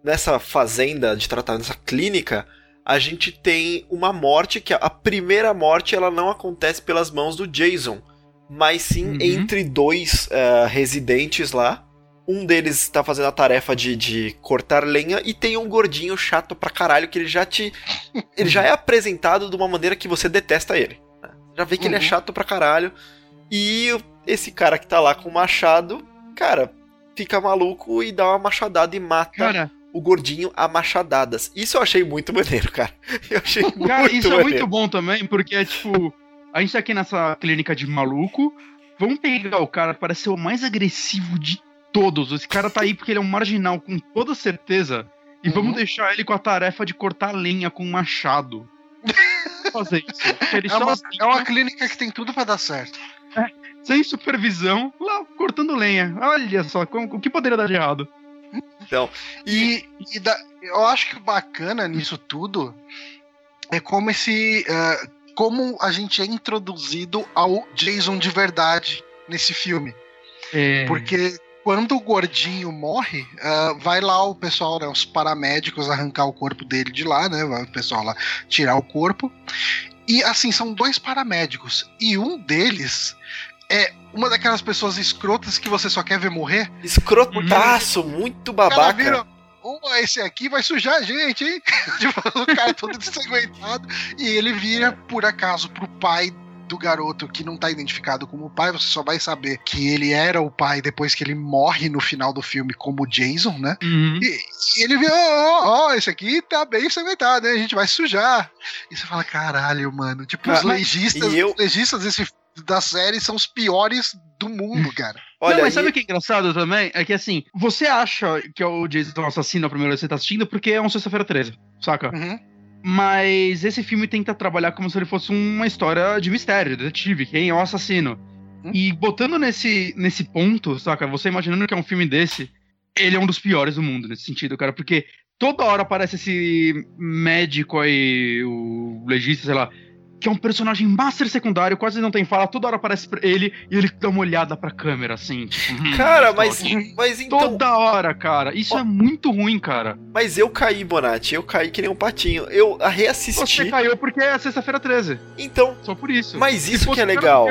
fazenda de tratamento, nessa clínica, a gente tem uma morte, que a primeira morte ela não acontece pelas mãos do Jason, mas sim entre dois residentes lá. Um deles tá fazendo a tarefa de cortar lenha e tem um gordinho chato pra caralho que ele já é apresentado de uma maneira que você detesta ele. Já vê que ele é chato pra caralho. E esse cara que tá lá com o machado, cara, fica maluco e dá uma machadada e mata o gordinho a machadadas. Isso eu achei muito maneiro, cara. Eu achei muito isso maneiro. É muito bom também, porque é tipo... a gente tá aqui nessa clínica de maluco. Vamos pegar o cara que parece ser o mais agressivo de todos. Esse cara tá aí porque ele é um marginal, com toda certeza. E vamos deixar ele com a tarefa de cortar lenha com um machado. Fazer isso. É uma clínica que tem tudo pra dar certo. Sem supervisão, lá cortando lenha. Olha só, o que poderia dar de errado? Então, eu acho que o bacana nisso tudo é como como a gente é introduzido ao Jason de verdade nesse filme. Porque quando o gordinho morre, vai lá o pessoal, né, os paramédicos arrancar o corpo dele de lá, né? Vai o pessoal lá tirar o corpo. E assim, são 2 paramédicos. E um deles é uma daquelas pessoas escrotas que você só quer ver morrer. Escrotaço, muito babaca. Esse aqui vai sujar a gente, hein? O cara todo desaguentado. E ele vira, por acaso, pro pai do garoto que não tá identificado como o pai. Você só vai saber que ele era o pai depois que ele morre no final do filme como Jason, né? E ele vê, esse aqui tá bem ensanguentado, né? A gente vai sujar. E você fala, caralho, mano. Tipo, os legistas da série são os piores do mundo, cara. Olha, mas sabe o que é engraçado também? É que assim, você acha que é o Jason assassino a primeira vez que você tá assistindo porque é um Sexta-feira 13, saca? Mas esse filme tenta trabalhar como se ele fosse uma história de mistério, detetive, quem é o assassino. E botando nesse ponto, saca? Você imaginando que é um filme desse, ele é um dos piores do mundo nesse sentido, cara, porque toda hora aparece esse médico aí, o legista, sei lá, que é um personagem master secundário, quase não tem fala, toda hora aparece ele e ele dá uma olhada pra câmera, assim, tipo... Cara, mas então... Toda hora, cara. Isso é muito ruim, cara. Mas eu caí, Bonatti, eu caí que nem um patinho. Eu reassisti... Você caiu porque é Sexta-feira 13. Então... Só por isso. Mas isso que é legal.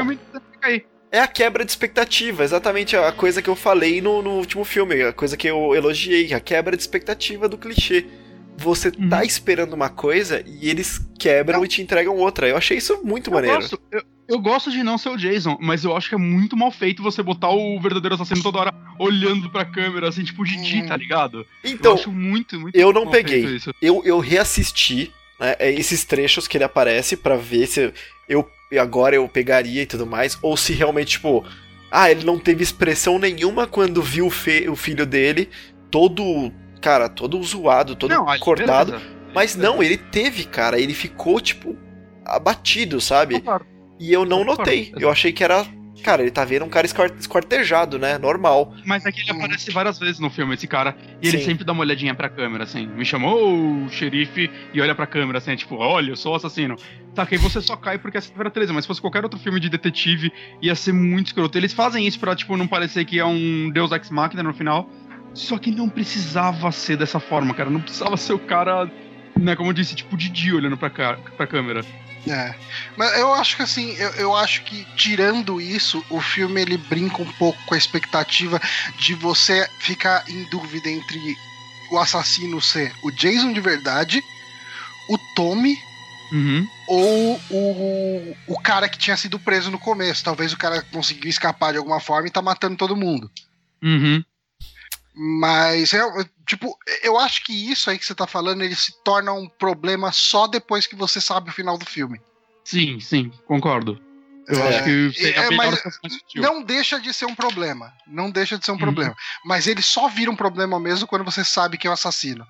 É a quebra de expectativa, exatamente a coisa que eu falei no último filme, a coisa que eu elogiei, a quebra de expectativa do clichê. Você tá esperando uma coisa e eles quebram e te entregam outra. Eu achei isso muito maneiro. Eu gosto de não ser o Jason, mas eu acho que é muito mal feito você botar o verdadeiro assassino toda hora olhando pra câmera, assim, tipo Didi, tá ligado? Então, eu acho muito eu não peguei. Isso. Eu reassisti, né, esses trechos que ele aparece pra ver se agora eu pegaria e tudo mais, ou se realmente, tipo, ele não teve expressão nenhuma quando viu o filho dele todo zoado, todo cortado. Mas não, ele teve, cara, ele ficou, tipo, abatido, sabe? E eu não notei. Eu achei que era cara, ele tá vendo um cara esquartejado, né? Normal. Mas é que ele aparece várias vezes no filme, esse cara, e ele Sim. sempre dá uma olhadinha pra câmera, assim. Me chamou o xerife e olha pra câmera, assim, tipo, olha, eu sou o assassino. Tá, que aí você só cai porque é sexta-feira 13, mas se fosse qualquer outro filme de detetive, ia ser muito escroto. Eles fazem isso pra, tipo, não parecer que é um Deus Ex Machina no final, só que não precisava ser dessa forma, cara. Não precisava ser o cara, né, como eu disse, tipo, Didi olhando pra câmera. É, mas eu acho que assim, eu acho que tirando isso, o filme ele brinca um pouco com a expectativa de você ficar em dúvida entre o assassino ser o Jason de verdade, o Tommy Uhum. ou o cara que tinha sido preso no começo. Talvez o cara conseguiu escapar de alguma forma e tá matando todo mundo. Uhum. Mas, eu acho que isso aí que você tá falando, ele se torna um problema só depois que você sabe o final do filme. Sim, concordo. Eu acho que seria melhor se fosse mais sutil. Não deixa de ser um problema. Não deixa de ser um problema. Mas ele só vira um problema mesmo quando você sabe que é o assassino.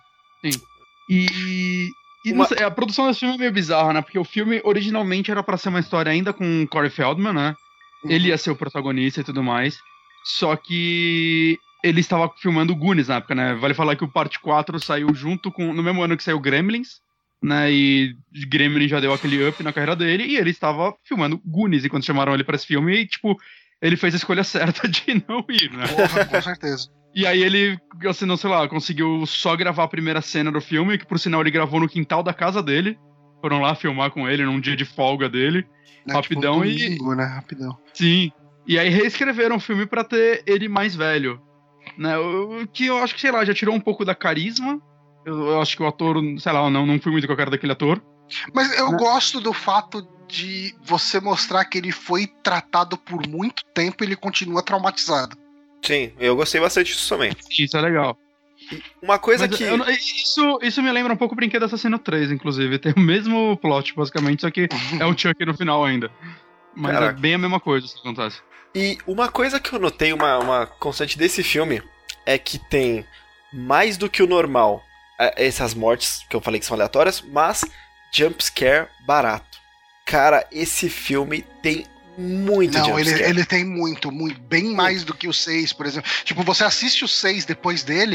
E não sei, a produção desse filme é meio bizarra, né? Porque o filme originalmente era pra ser uma história ainda com Corey Feldman, né? Ele ia ser o protagonista e tudo mais. Só que ele estava filmando Goonies na época, né? Vale falar que o parte 4 saiu junto com... no mesmo ano que saiu Gremlins, né? E Gremlins já deu aquele up na carreira dele, e ele estava filmando Goonies enquanto chamaram ele pra esse filme, e, tipo, ele fez a escolha certa de não ir, né? Porra, com certeza. E aí ele, assim, não sei lá, conseguiu só gravar a primeira cena do filme, que por sinal ele gravou no quintal da casa dele. Foram lá filmar com ele num dia de folga dele. Né, Rapidão tipo, domingo, né? Rapidão. Sim. E aí reescreveram o filme pra ter ele mais velho. Né? Que eu acho que, sei lá, já tirou um pouco da carisma. Eu acho que o ator, sei lá, não fui muito com a cara daquele ator. Mas eu gosto do fato de você mostrar que ele foi tratado por muito tempo e ele continua traumatizado. Sim, eu gostei bastante disso também. Isso é legal. Uma coisa Mas que... Isso me lembra um pouco o Brinquedo Assassino 3, inclusive. Tem o mesmo plot, basicamente, só que é o Chuck no final ainda. Mas Caraca. é bem a mesma coisa, se acontece. E uma coisa que eu notei, uma constante desse filme, é que tem mais do que o normal essas mortes que eu falei que são aleatórias, mas jumpscare barato. Cara, esse filme tem muito Não, jumpscare. ele tem muito, bem mais do que o 6, por exemplo. Tipo, você assiste o 6 depois dele,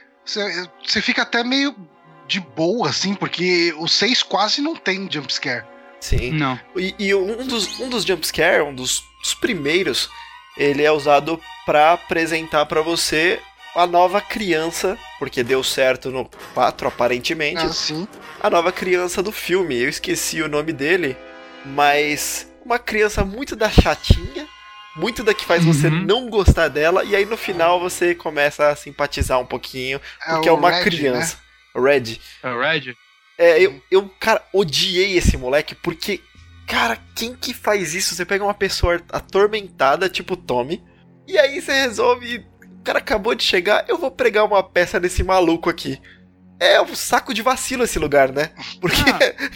você fica até meio de boa, assim, porque o 6 quase não tem jumpscare. Sim. Não. E um dos jumpscare, um dos primeiros, ele é usado pra apresentar pra você a nova criança, porque deu certo no 4, aparentemente. Assim. A nova criança do filme. Eu esqueci o nome dele, mas uma criança muito da chatinha, muito da que faz você não gostar dela, e aí no final você começa a simpatizar um pouquinho, porque é uma Red, criança. Né? Red. É o Red? Eu, cara, odiei esse moleque, porque, cara, quem que faz isso? Você pega uma pessoa atormentada, tipo Tommy, e aí você resolve, o cara acabou de chegar, eu vou pregar uma peça nesse maluco aqui. É um saco de vacilo esse lugar, né? Porque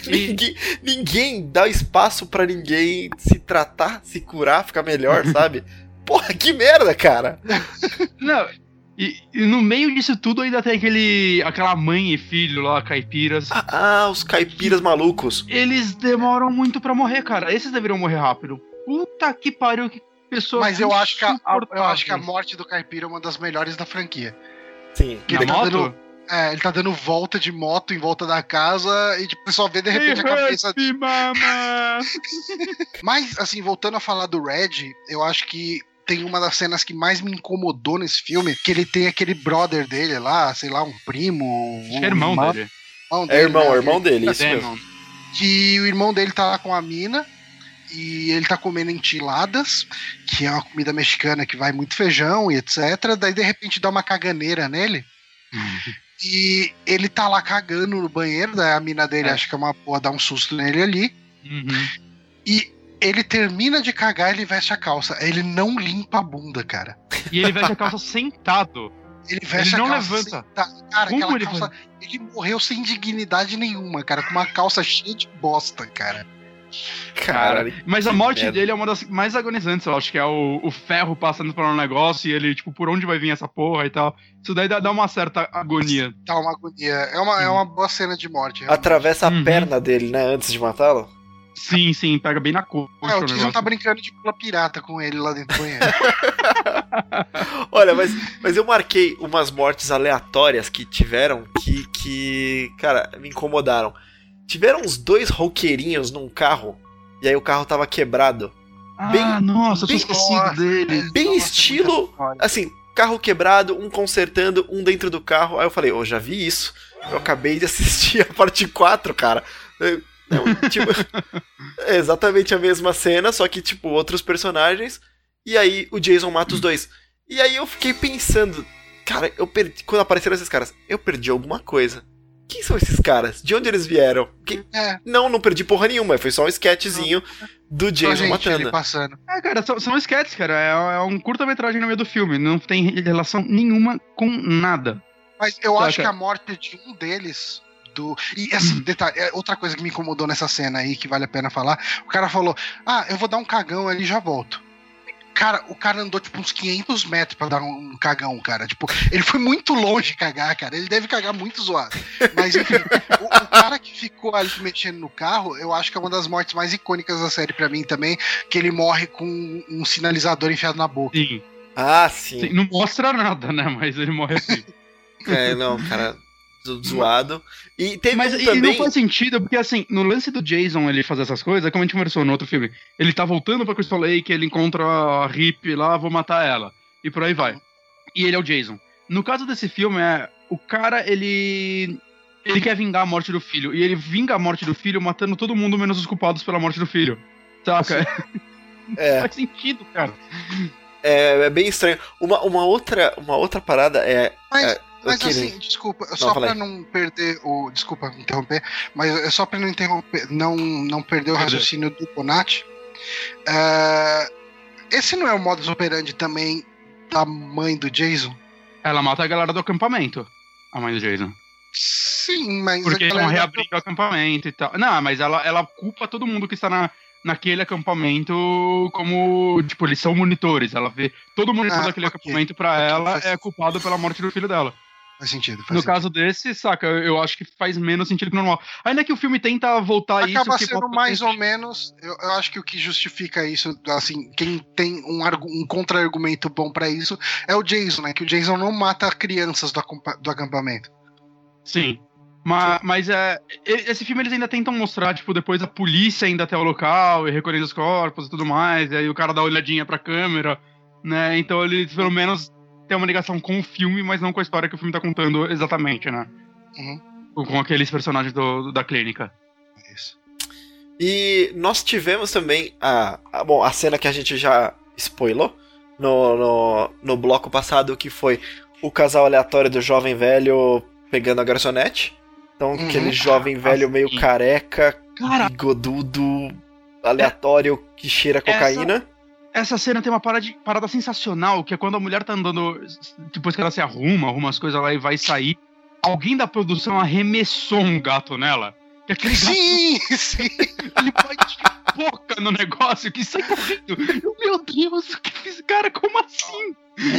ninguém dá espaço pra ninguém se tratar, se curar, ficar melhor, sabe? Porra, que merda, cara! Não, e no meio disso tudo ainda tem aquela mãe e filho lá, caipiras. Os caipiras malucos. Eles demoram muito pra morrer, cara. Esses deveriam morrer rápido. Puta que pariu, que pessoa. Mas eu acho que a morte do caipira é uma das melhores da franquia. Sim. Que ele tá dando volta de moto em volta da casa e tipo, você só vê de repente a cabeça. Mama. Mas, assim, voltando a falar do Red, eu acho que tem uma das cenas que mais me incomodou nesse filme, que ele tem aquele brother dele lá, sei lá, um primo. Irmão dele. Irmão dele, isso mesmo. Que o irmão dele tá lá com a mina e ele tá comendo enchiladas, que é uma comida mexicana que vai muito feijão e etc. Daí de repente dá uma caganeira nele. E ele tá lá cagando no banheiro, daí a mina dele acha que é uma porra, dá um susto nele ali. E ele termina de cagar e ele veste a calça. Ele não limpa a bunda, cara. E ele veste a calça sentado. Ele veste a calça levanta. Sentado. Cara, Como aquela ele calça. Ele morreu sem dignidade nenhuma, cara. Com uma calça cheia de bosta, cara. Cara, mas a morte dele é uma das mais agonizantes, eu acho, que é o ferro passando por um negócio e ele, tipo, por onde vai vir essa porra e tal. Isso daí dá uma certa agonia. Dá uma agonia. É uma boa cena de morte. Realmente. atravessa a perna dele, né, antes de matá-lo. Sim, pega bem na coxa. O Jason tá brincando de pula pirata com ele lá dentro do banheiro. Olha, mas eu marquei umas mortes aleatórias que tiveram que, cara, me incomodaram. Tiveram uns 2 roqueirinhos num carro, e aí o carro tava quebrado. Nossa, eu tinha esquecido dele. Bem estilo, assim, carro quebrado, um consertando, um dentro do carro. Aí eu falei, já vi isso. Eu acabei de assistir a parte 4, cara. Tipo, é exatamente a mesma cena, só que, tipo, outros personagens. E aí o Jason mata os 2. E aí eu fiquei pensando, cara, quando apareceram esses caras, eu perdi alguma coisa. Quem são esses caras? De onde eles vieram? Não perdi porra nenhuma, foi só um sketchzinho do Jason matando. Passando. Cara, são sketches, cara. É um curta-metragem no meio do filme. Não tem relação nenhuma com nada. Mas eu acho que a morte de um deles... E assim, detalhe, outra coisa que me incomodou nessa cena aí, que vale a pena falar, o cara falou, eu vou dar um cagão ali e já volto. Cara, o cara andou tipo uns 500 metros pra dar um cagão, cara. Tipo, ele foi muito longe de cagar, cara. Ele deve cagar muito zoado. Mas enfim, o cara que ficou ali mexendo no carro, eu acho que é uma das mortes mais icônicas da série pra mim também, que ele morre com um sinalizador enfiado na boca. Sim. Sim. Não mostra nada, né? Mas ele morre assim. Não, cara... zoado. E teve mas também... não faz sentido, porque assim, no lance do Jason ele fazer essas coisas, como a gente conversou no outro filme, ele tá voltando pra Crystal Lake, ele encontra a Rip lá, vou matar ela. E por aí vai. E ele é o Jason. No caso desse filme, o cara, ele quer vingar a morte do filho. E ele vinga a morte do filho matando todo mundo menos os culpados pela morte do filho. Saca? Não faz sentido, cara. É bem estranho. Uma outra parada Mas assim, desculpa, só pra não perder o... Desculpa interromper, mas é só pra não interromper, não perder o raciocínio do Bonatti. Esse não é o modus operandi também da mãe do Jason? Ela mata a galera do acampamento, a mãe do Jason. Sim, mas... Porque eles vão reabrir o acampamento e tal. Não, mas ela culpa todo mundo que está naquele acampamento como... Tipo, eles são monitores. Ela vê todo monitor daquele acampamento pra ela é culpado pela morte do filho dela. Faz sentido. No caso desse, saca, eu acho que faz menos sentido que normal. Ainda que o filme tenta voltar a isso... Acaba sendo mais ou menos... Eu acho que o que justifica isso, assim, quem tem um contra-argumento bom pra isso é o Jason, né? Que o Jason não mata crianças do acampamento. Sim. Mas esse filme eles ainda tentam mostrar, tipo, depois a polícia ainda até o local e recolhendo os corpos e tudo mais, e aí o cara dá uma olhadinha pra câmera, né? Então eles, pelo menos... tem uma ligação com o filme, mas não com a história que o filme tá contando exatamente, né? Com aqueles personagens da clínica. Isso. E nós tivemos também a cena que a gente já spoilou no bloco passado, que foi o casal aleatório do jovem velho pegando a garçonete. Então, aquele jovem velho meio careca, bigodudo, aleatório, que cheira cocaína. Essa cena tem uma parada sensacional, que é quando a mulher tá andando, depois que ela se arruma as coisas lá e vai sair, alguém da produção arremessou um gato nela. Que aquele gato, sim! Ele bate de boca no negócio, que sai correndo. Meu Deus, o que fiz? Cara, como assim?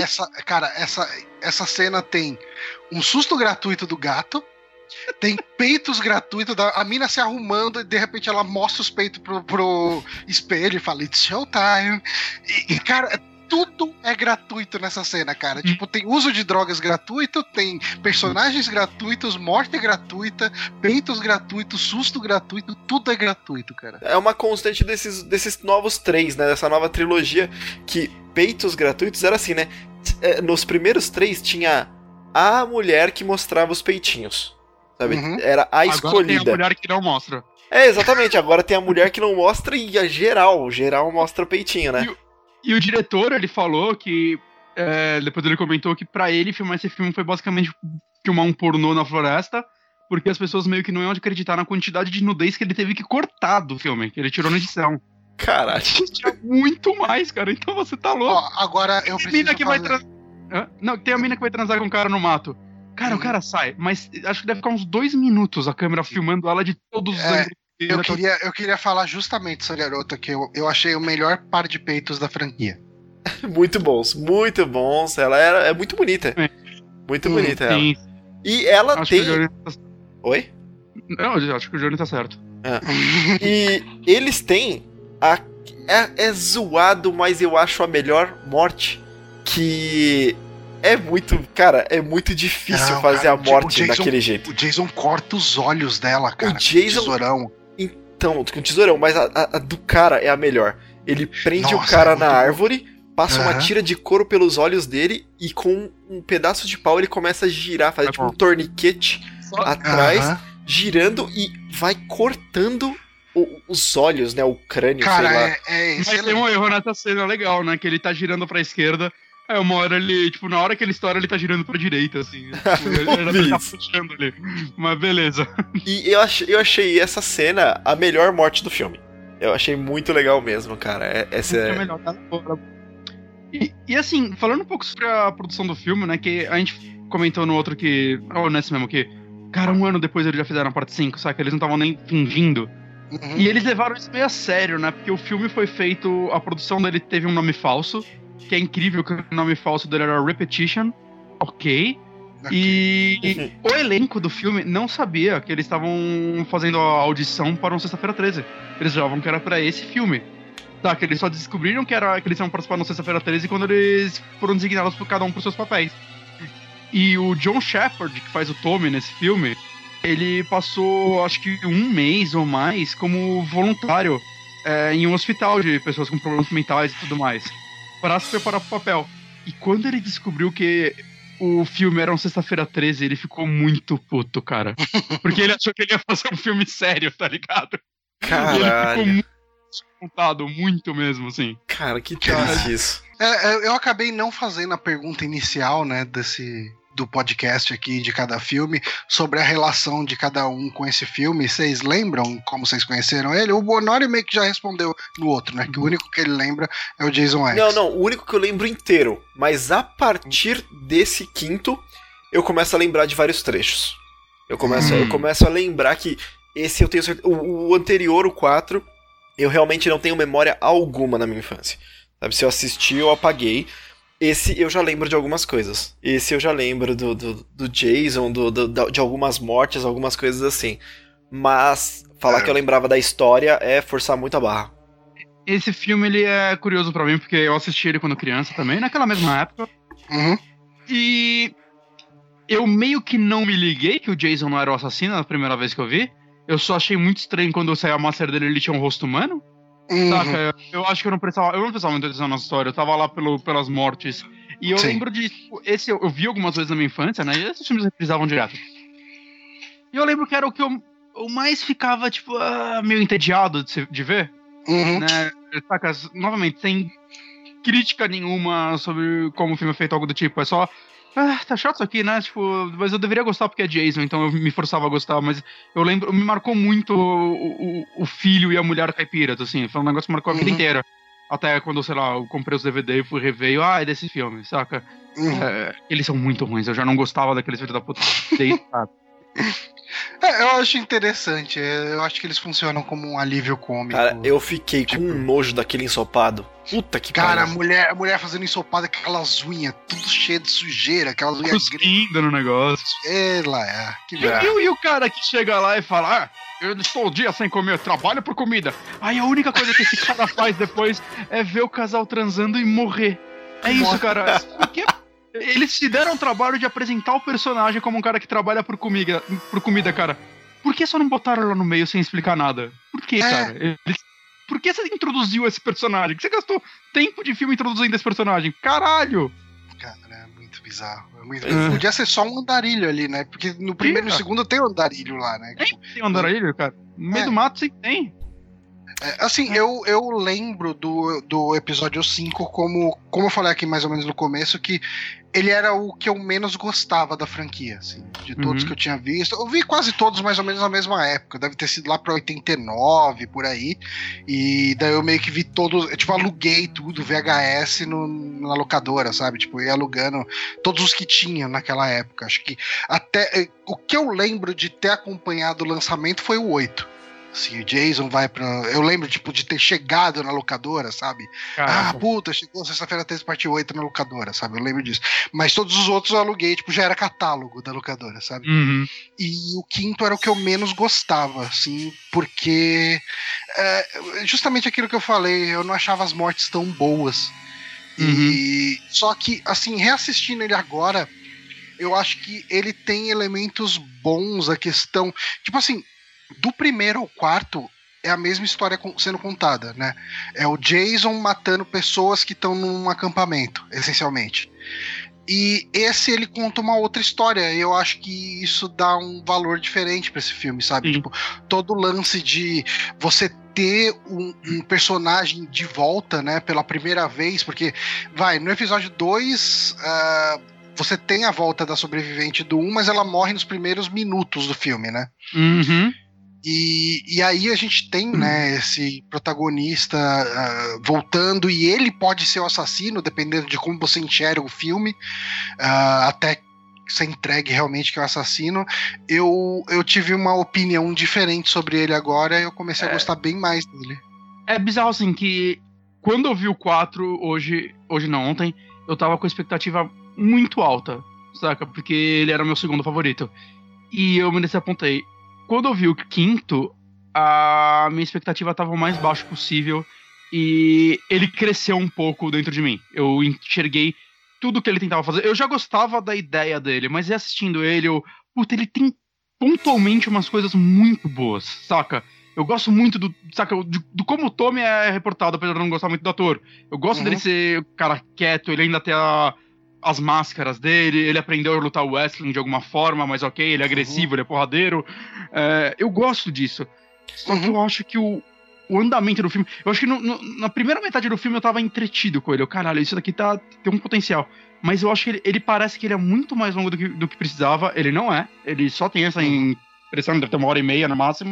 Essa cena tem um susto gratuito do gato, tem peitos gratuitos, a mina se arrumando e de repente ela mostra os peitos pro espelho e fala, it's showtime. E cara, tudo é gratuito nessa cena, cara. Tipo, tem uso de drogas gratuito, tem personagens gratuitos, morte gratuita, peitos gratuitos, susto gratuito, tudo é gratuito, cara. É uma constante desses novos 3, né? Dessa nova trilogia, que peitos gratuitos era assim, né? Nos primeiros 3 tinha a mulher que mostrava os peitinhos. Sabe? Era a escolhida. Agora tem a mulher que não mostra. Exatamente. Agora tem a mulher que não mostra e a geral mostra o peitinho, né? E o diretor, ele falou que... depois ele comentou que pra ele filmar esse filme foi basicamente filmar um pornô na floresta, porque as pessoas meio que não iam acreditar na quantidade de nudez que ele teve que cortar do filme, que ele tirou na edição. Caralho. Tinha muito mais, cara. Então você tá louco. Agora eu preciso Não, tem a mina que vai transar com um cara no mato. Cara, o cara sai, mas acho que deve ficar uns 2 minutos a câmera filmando ela de todos os ângulos. Eu queria falar justamente sobre a garota, que eu achei o melhor par de peitos da franquia. Muito bons, muito bons. Ela é muito bonita. Muito bonita ela. Sim. E ela acho tem... Que o Johnny... Oi? Não, eu acho que o Johnny tá certo. E eles têm é zoado, mas eu acho a melhor morte, que é muito, cara, é muito difícil fazer a morte daquele jeito. O Jason corta os olhos dela, cara. O Jason, com tesourão. Então, com tesourão, mas a do cara é a melhor. Ele prende o cara na árvore, passa uma tira de couro pelos olhos dele e com um pedaço de pau ele começa a girar, fazer tipo um torniquete atrás, girando e vai cortando os olhos, né? O crânio, cara, sei lá. Mas tem um erro nessa cena legal, né? Que ele tá girando pra esquerda. Aí uma hora ele, tipo, na hora que ele estoura, ele tá girando pra direita, assim. Tipo, ele tá puxando ali. Mas beleza. E eu achei essa cena a melhor morte do filme. Eu achei muito legal mesmo, cara. Essa é melhor, tá? E assim, falando um pouco sobre a produção do filme, né? Que a gente comentou no outro que. Ou nesse mesmo que. Cara, um ano depois eles já fizeram a parte 5, sabe? Eles não estavam nem fingindo. E eles levaram isso meio a sério, né? Porque o filme foi feito. A produção dele teve um nome falso. Que é incrível que o nome falso dele era Repetition. Ok. E o elenco do filme não sabia que eles estavam fazendo a audição para um Sexta-feira 13. Eles achavam que era pra esse filme. Tá, que eles só descobriram que eles iam participar no Sexta-feira 13 quando eles foram designados por cada um por seus papéis. E o John Shepard, que faz o Tommy nesse filme, ele passou, acho que 1 mês ou mais como voluntário em um hospital de pessoas com problemas mentais e tudo mais, para se preparar pro papel. E quando ele descobriu que o filme era um Sexta-feira 13, ele ficou muito puto, cara. Porque ele achou que ele ia fazer um filme sério, tá ligado? Caralho. E ele ficou muito descontado, muito mesmo, assim. Cara, que triste isso. Eu acabei não fazendo a pergunta inicial, né, do podcast aqui de cada filme, sobre a relação de cada um com esse filme. Vocês lembram como vocês conheceram ele? O Bonori meio que já respondeu no outro, né? Que o único que ele lembra é o Jason X. Não, o único que eu lembro inteiro. Mas a partir desse quinto, eu começo a lembrar de vários trechos. Eu começo a lembrar que esse eu tenho certeza. O anterior, o 4, eu realmente não tenho memória alguma na minha infância. Sabe? Se eu assisti, eu apaguei. Esse eu já lembro de algumas coisas. Esse eu já lembro do Jason, de algumas mortes, algumas coisas assim. Mas falar que eu lembrava da história é forçar muito a barra. Esse filme, ele é curioso pra mim, porque eu assisti ele quando criança também, naquela mesma época. E eu meio que não me liguei que o Jason não era o assassino na primeira vez que eu vi. Eu só achei muito estranho quando saiu a máscara dele, ele tinha um rosto humano. Saca? Eu acho que eu não prestava muito atenção na história. Eu tava lá pelas mortes. E eu lembro de. Esse eu vi algumas vezes na minha infância, né? E esses filmes reprisavam direto. E eu lembro que era o que eu mais ficava, tipo, meio entediado de ver. Né? Saca? Novamente, sem crítica nenhuma sobre como o filme é feito, algo do tipo. É só. Tá chato isso aqui, né? Tipo, mas eu deveria gostar porque é Jason, então eu me forçava a gostar, mas eu lembro, me marcou muito o filho e a mulher caipiras, assim, foi um negócio que marcou a vida inteira. Até quando, sei lá, eu comprei os DVD e fui rever, é desse filme, saca? Eles são muito ruins, eu já não gostava daqueles filhos da puta. Eu acho interessante, eu acho que eles funcionam como um alívio cômico. Cara, eu fiquei com um nojo daquele ensopado. Puta que pariu. Cara, a mulher fazendo ensopado com aquelas unhas, tudo cheio de sujeira, aquelas unhas cuspindo no negócio. Que bravo. E o cara que chega lá e fala, eu estou o dia sem comer, trabalho por comida. Aí a única coisa que esse cara faz depois é ver o casal transando e morrer. É isso, cara. Porque eles se deram o trabalho de apresentar o personagem como um cara que trabalha por comida, cara. Por que só não botaram lá no meio sem explicar nada? Por que, cara? Por que você introduziu esse personagem? Por que você gastou tempo de filme introduzindo esse personagem? Caralho! Cara, é muito bizarro. Podia ser só um andarilho ali, né? Porque no primeiro e no segundo tem um andarilho lá, né? Tem um andarilho, cara? No meio do mato sim tem. Assim, eu lembro do episódio 5 como eu falei aqui mais ou menos no começo, que ele era o que eu menos gostava da franquia, assim, de todos que eu tinha visto. Eu vi quase todos mais ou menos na mesma época, deve ter sido lá pra 89, por aí, e daí eu meio que vi todos, tipo, aluguei tudo, VHS na locadora, sabe, tipo, ia alugando todos os que tinha naquela época. Acho que até, o que eu lembro de ter acompanhado o lançamento foi o 8. Assim, o Jason vai pra... Eu lembro, tipo, de ter chegado na locadora, sabe? Caraca. Ah, puta, chegou Sexta-feira 13, parte 8 na locadora, sabe? Eu lembro disso. Mas todos os outros eu aluguei, tipo, já era catálogo da locadora, sabe? Uhum. E o quinto era o que eu menos gostava, assim, porque... justamente aquilo que eu falei, eu não achava as mortes tão boas. E só que, assim, reassistindo ele agora, eu acho que ele tem elementos bons, a questão... Tipo assim, do primeiro ao quarto é a mesma história sendo contada, né? É o Jason matando pessoas que estão num acampamento, essencialmente. E esse ele conta uma outra história, e eu acho que isso dá um valor diferente pra esse filme, sabe? Sim. Tipo, todo o lance de você ter um personagem de volta, né, pela primeira vez, porque, no episódio 2, você tem a volta da sobrevivente do 1, mas ela morre nos primeiros minutos do filme, né? Uhum. E aí a gente tem, né, esse protagonista voltando, e ele pode ser o assassino, dependendo de como você enxerga o filme, até você entregue realmente que é o assassino. Eu tive uma opinião diferente sobre ele agora, e eu comecei a gostar bem mais dele. É bizarro, assim, que quando eu vi o 4, hoje não, ontem, eu tava com a expectativa muito alta, saca? Porque ele era o meu segundo favorito. E eu me desapontei. Quando eu vi o quinto, a minha expectativa estava o mais baixo possível e ele cresceu um pouco dentro de mim. Eu enxerguei tudo que ele tentava fazer. Eu já gostava da ideia dele, mas assistindo ele, ele tem pontualmente umas coisas muito boas, saca? Eu gosto muito do como o Tommy é reportado, apesar de eu não gostar muito do ator. Eu gosto dele ser cara quieto, ele ainda tem as máscaras dele, ele aprendeu a lutar o wrestling de alguma forma, mas ok, ele é agressivo, ele é porradeiro. Eu gosto disso. Só que eu acho que o andamento do filme... Eu acho que na primeira metade do filme eu tava entretido com ele. Caralho, isso daqui tem um potencial. Mas eu acho que ele parece que ele é muito mais longo do que precisava. Ele não é. Ele só tem essa impressão, deve ter 1h30 no máximo.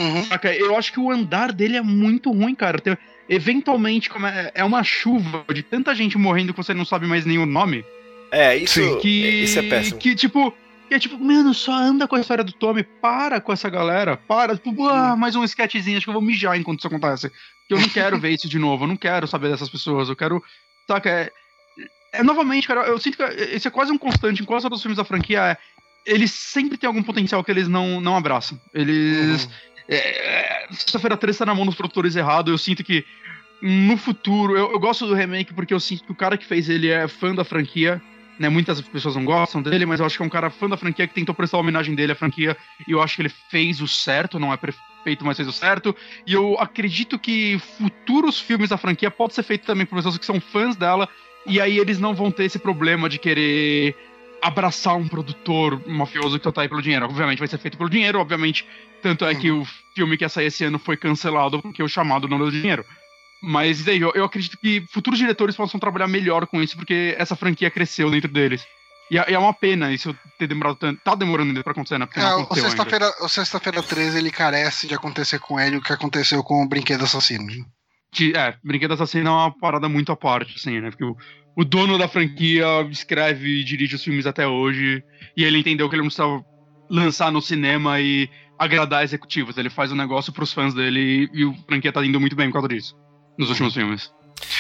Eu acho que o andar dele é muito ruim, cara. Eventualmente, é uma chuva de tanta gente morrendo que você não sabe mais nem o nome. Isso é péssimo. Que tipo, mano, só anda com a história do Tommy, para com essa galera, mais um sketchzinho, acho que eu vou mijar enquanto isso acontece. Porque eu não quero ver isso de novo, eu não quero saber dessas pessoas, eu quero, saca, novamente, cara, eu sinto que esse é quase um constante em quase todos os filmes da franquia, eles sempre têm algum potencial que eles não abraçam. Eles... Sexta-feira 13 tá na mão dos produtores errado. Eu sinto que no futuro... Eu gosto do remake porque eu sinto que o cara que fez ele é fã da franquia, né? Muitas pessoas não gostam dele, mas eu acho que é um cara fã da franquia que tentou prestar homenagem dele à franquia, e eu acho que ele fez o certo, não é perfeito, mas fez o certo. E eu acredito que futuros filmes da franquia podem ser feitos também por pessoas que são fãs dela, e aí eles não vão ter esse problema de querer abraçar um produtor mafioso que só tá aí pelo dinheiro. Obviamente vai ser feito pelo dinheiro, obviamente. Tanto é que o filme que ia sair esse ano foi cancelado porque o chamado não deu dinheiro. Mas daí, eu acredito que futuros diretores possam trabalhar melhor com isso, porque essa franquia cresceu dentro deles. E é uma pena isso ter demorado tanto. Tá demorando ainda pra acontecer, né? Porque não aconteceu ainda. O Sexta-feira 13, ele carece de acontecer com ele o que aconteceu com o Brinquedo Assassino. Brinquedo Assassino é uma parada muito à parte, assim, né? Porque o dono da franquia escreve e dirige os filmes até hoje, e ele entendeu que ele não precisava lançar no cinema e agradar executivos. Ele faz um negócio pros fãs dele e a franquia tá indo muito bem por causa disso, nos últimos filmes.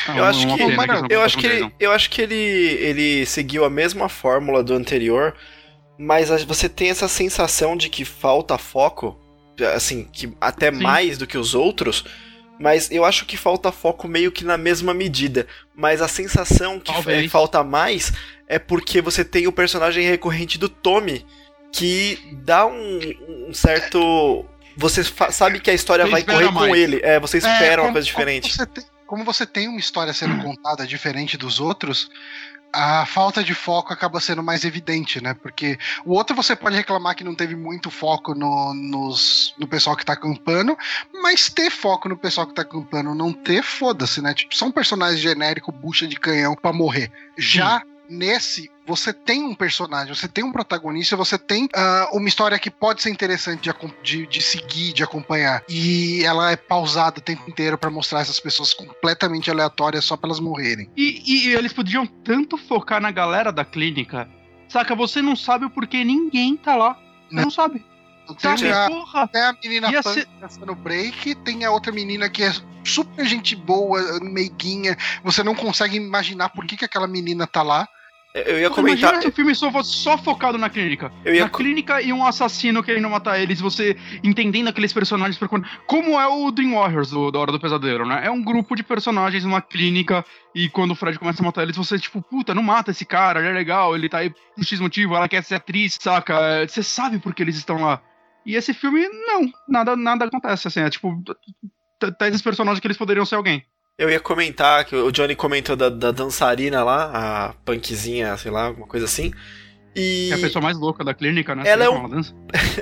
Eu acho que ele seguiu a mesma fórmula do anterior, mas você tem essa sensação de que falta foco, assim, que até mais do que os outros, mas eu acho que falta foco meio que na mesma medida. Mas a sensação que falta mais é porque você tem o personagem recorrente do Tommy, que dá um certo... Você sabe que a história vai correr com ele. Você espera uma coisa diferente. Como você tem uma história sendo contada diferente dos outros, a falta de foco acaba sendo mais evidente, né? Porque o outro você pode reclamar que não teve muito foco no pessoal que tá acampando, mas ter foco no pessoal que tá acampando, não ter, foda-se, né? Tipo, são personagens genéricos, bucha de canhão pra morrer. Já nesse, você tem um personagem, você tem um protagonista, você tem uma história que pode ser interessante de seguir, de acompanhar. E ela é pausada o tempo inteiro pra mostrar essas pessoas completamente aleatórias só pra elas morrerem. E eles podiam tanto focar na galera da clínica, saca? Você não sabe o porquê ninguém tá lá. Você não sabe. Sabe, Tem porra! Tem a menina Ia punk ser- dançando break, tem a outra menina que é super gente boa, meiguinha. Você não consegue imaginar por que aquela menina tá lá. Eu ia Pô, comentar. Imagina se o filme só fosse só focado na clínica. Eu ia Na clínica e um assassino querendo matar eles, você entendendo aqueles personagens. Como é o Dream Warriors da Hora do Pesadelo, né? É um grupo de personagens numa clínica e quando o Fred começa a matar eles, você tipo, puta, não mata esse cara, ele é legal, ele tá aí por X motivo, ela quer ser atriz, saca? Você sabe por que eles estão lá. E esse filme, não, nada acontece, assim, é tipo, tá esses personagens que eles poderiam ser alguém. Eu ia comentar que o Johnny comentou da dançarina lá, a punkzinha, sei lá, alguma coisa assim. E É a pessoa mais louca da clínica, né? Ela Você é vê um- como ela dança.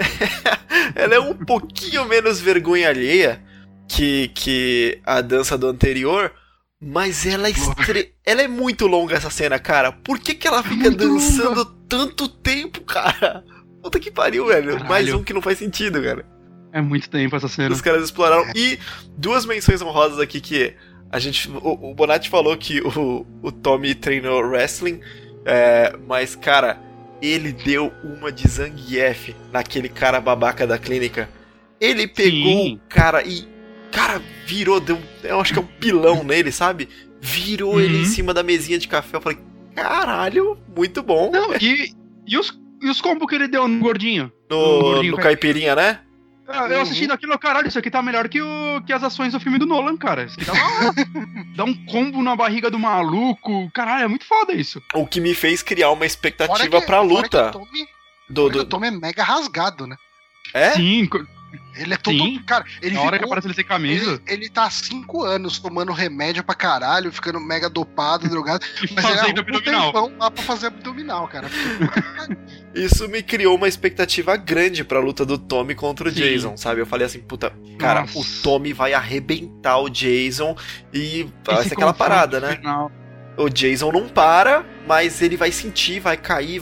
ela é um pouquinho menos vergonha alheia que a dança do anterior, mas ela ela é muito longa essa cena, cara. Por que ela fica Muito dançando tanto tempo, cara? Puta que pariu, velho. Caralho. Mais um que não faz sentido, cara. É muito tempo essa cena. Os caras exploraram. E duas menções honrosas aqui que o Bonatti falou que o Tommy treinou wrestling, mas, cara, ele deu uma de Zangief naquele cara babaca da clínica. Ele pegou Sim. o cara e, cara, virou, eu acho que é um pilão nele, sabe? Virou ele em cima da mesinha de café. Eu falei, caralho, muito bom. Não, e os combos que ele deu no gordinho? No Caipirinha, né? Eu assistindo aquilo, caralho, isso aqui tá melhor que as ações do filme do Nolan, cara. Isso aqui dá um combo na barriga do maluco. Caralho, é muito foda isso. O que me fez criar uma expectativa Fora que- pra fora que luta. o Tommy- Do, fora que do- o Tommy é mega rasgado, né? É? Sim, Ele é todo. Sim. Cara, ele na hora que ficou. aparece ele sem camisa Ele tá há 5 anos tomando remédio pra caralho, ficando mega dopado, drogado. e Mas ele fazendo arruma um abdominal. tempão lá pra fazer abdominal, cara. Isso me criou uma expectativa grande pra luta do Tommy contra o Sim. Jason, sabe? Eu falei assim, puta, cara, Nossa. o Tommy vai arrebentar o Jason e vai Esse ser aquela confronto parada, né? final. O Jason não para, mas ele vai sentir, vai cair.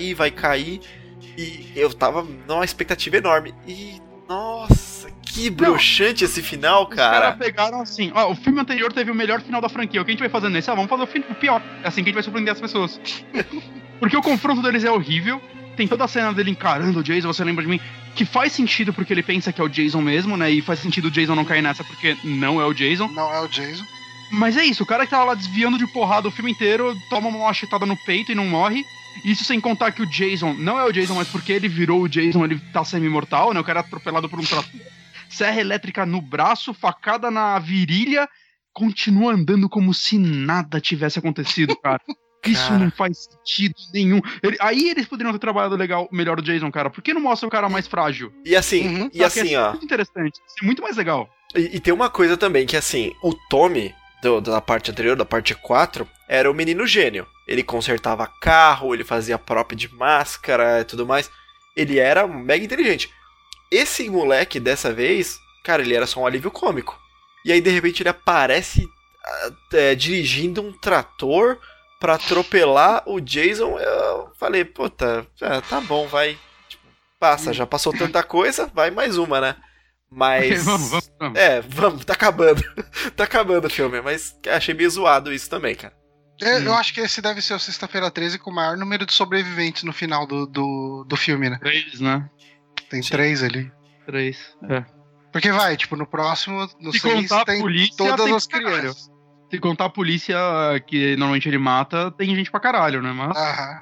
E eu tava numa expectativa enorme. E, nossa, que broxante esse final, Os caras cara. pegaram assim, ó, o filme anterior teve o melhor final da franquia. O que a gente vai fazer nesse? Vamos fazer o pior. É assim que a gente vai surpreender as pessoas. Porque o confronto deles é horrível. Tem toda a cena dele encarando o Jason, você lembra de mim? Que faz sentido porque ele pensa que é o Jason mesmo, né? E faz sentido o Jason não cair nessa porque não é o Jason. Não é o Jason. Mas é isso, o cara que tava lá desviando de porrada o filme inteiro, toma uma machetada no peito e não morre. Isso sem contar que o Jason não é o Jason, mas porque ele virou o Jason, ele tá semi-mortal, né? O cara é atropelado por um trator. Serra elétrica no braço, facada na virilha, continua andando como se nada tivesse acontecido, cara. Isso Cara. não faz sentido nenhum. Aí eles poderiam ter trabalhado melhor o Jason, cara. Por que não mostra o cara mais frágil? E assim, Uhum. e Saca? assim, É ó. muito interessante, isso é muito mais legal. E tem uma coisa também, que assim, o Tommy, da parte anterior, da parte 4, era o menino gênio. Ele consertava carro, ele fazia prop de máscara e tudo mais. Ele era mega inteligente. Esse moleque, dessa vez, cara, ele era só um alívio cômico. E aí, de repente, ele aparece dirigindo um trator pra atropelar o Jason. Eu falei, puta, tá bom, vai. Tipo, passa, já passou tanta coisa, vai mais uma, né? Mas. Ok, vamos. Vamos, tá acabando. Tá acabando o filme, mas achei meio zoado isso também, cara. Eu acho que esse deve ser o Sexta-feira 13 com o maior número de sobreviventes no final do filme, né? 3, né? Tem 3 ali. 3, é. Porque vai, tipo, no próximo, no Se 6, contar a tem polícia, todas tem as pra caralho. crianças. Se contar a polícia que normalmente ele mata, tem gente pra caralho, né? Mas. Aham.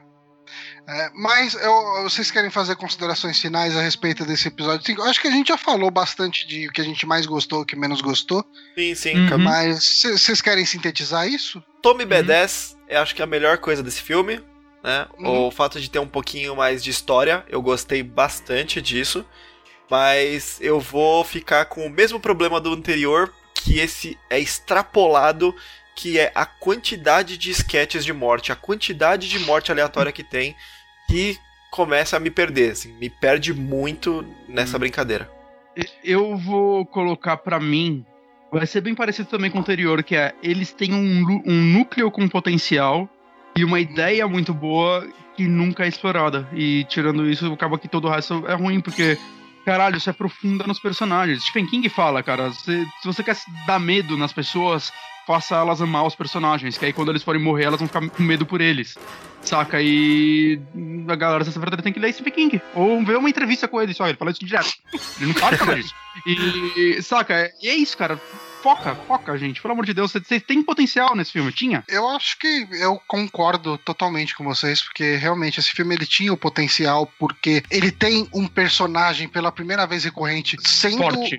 Mas vocês querem fazer considerações finais a respeito desse episódio 5? Eu acho que a gente já falou bastante de o que a gente mais gostou, o que menos gostou. Sim, sim. Uhum. Mas vocês querem sintetizar isso? Tommy B10, eu acho que é a melhor coisa desse filme, né? Uhum. O fato de ter um pouquinho mais de história, eu gostei bastante disso. Mas eu vou ficar com o mesmo problema do anterior, que esse é extrapolado, que é a quantidade de sketches de morte, a quantidade de morte aleatória que tem, que começa a me perder, assim, me perde muito nessa brincadeira. Eu vou colocar pra mim. Vai ser bem parecido também com o anterior, que é eles têm um núcleo com potencial e uma ideia muito boa que nunca é explorada. E tirando isso, acaba que todo o resto é ruim, porque caralho, você aprofunda nos personagens. Stephen King fala, cara, se você quer dar medo nas pessoas, faça elas amar os personagens, que aí quando eles forem morrer, elas vão ficar com medo por eles. Saca? E a galera dessa verdade tem que ler Stephen King. Ou ver uma entrevista com ele, só ele fala isso direto. Ele não para de falar disso. E, saca? E é isso, cara. Foca, gente. Pelo amor de Deus, vocês têm potencial nesse filme, tinha? Eu acho que eu concordo totalmente com vocês, porque realmente esse filme ele tinha o potencial, porque ele tem um personagem pela primeira vez recorrente sendo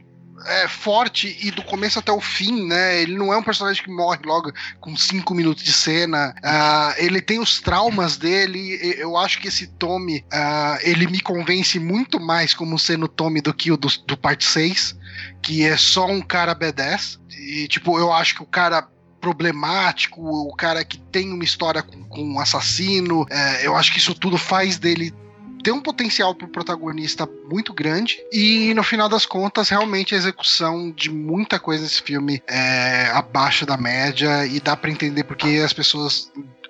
forte e do começo até o fim, né? Ele não é um personagem que morre logo com 5 minutos de cena. Ele tem os traumas dele. Eu acho que esse Tommy, ele me convence muito mais como sendo Tommy do que o do parte 6, que é só um cara badass. E, tipo, eu acho que o cara problemático, o cara que tem uma história com um assassino, eu acho que isso tudo faz dele ter um potencial pro protagonista muito grande, e no final das contas, realmente a execução de muita coisa desse filme é abaixo da média, e dá pra entender porque as pessoas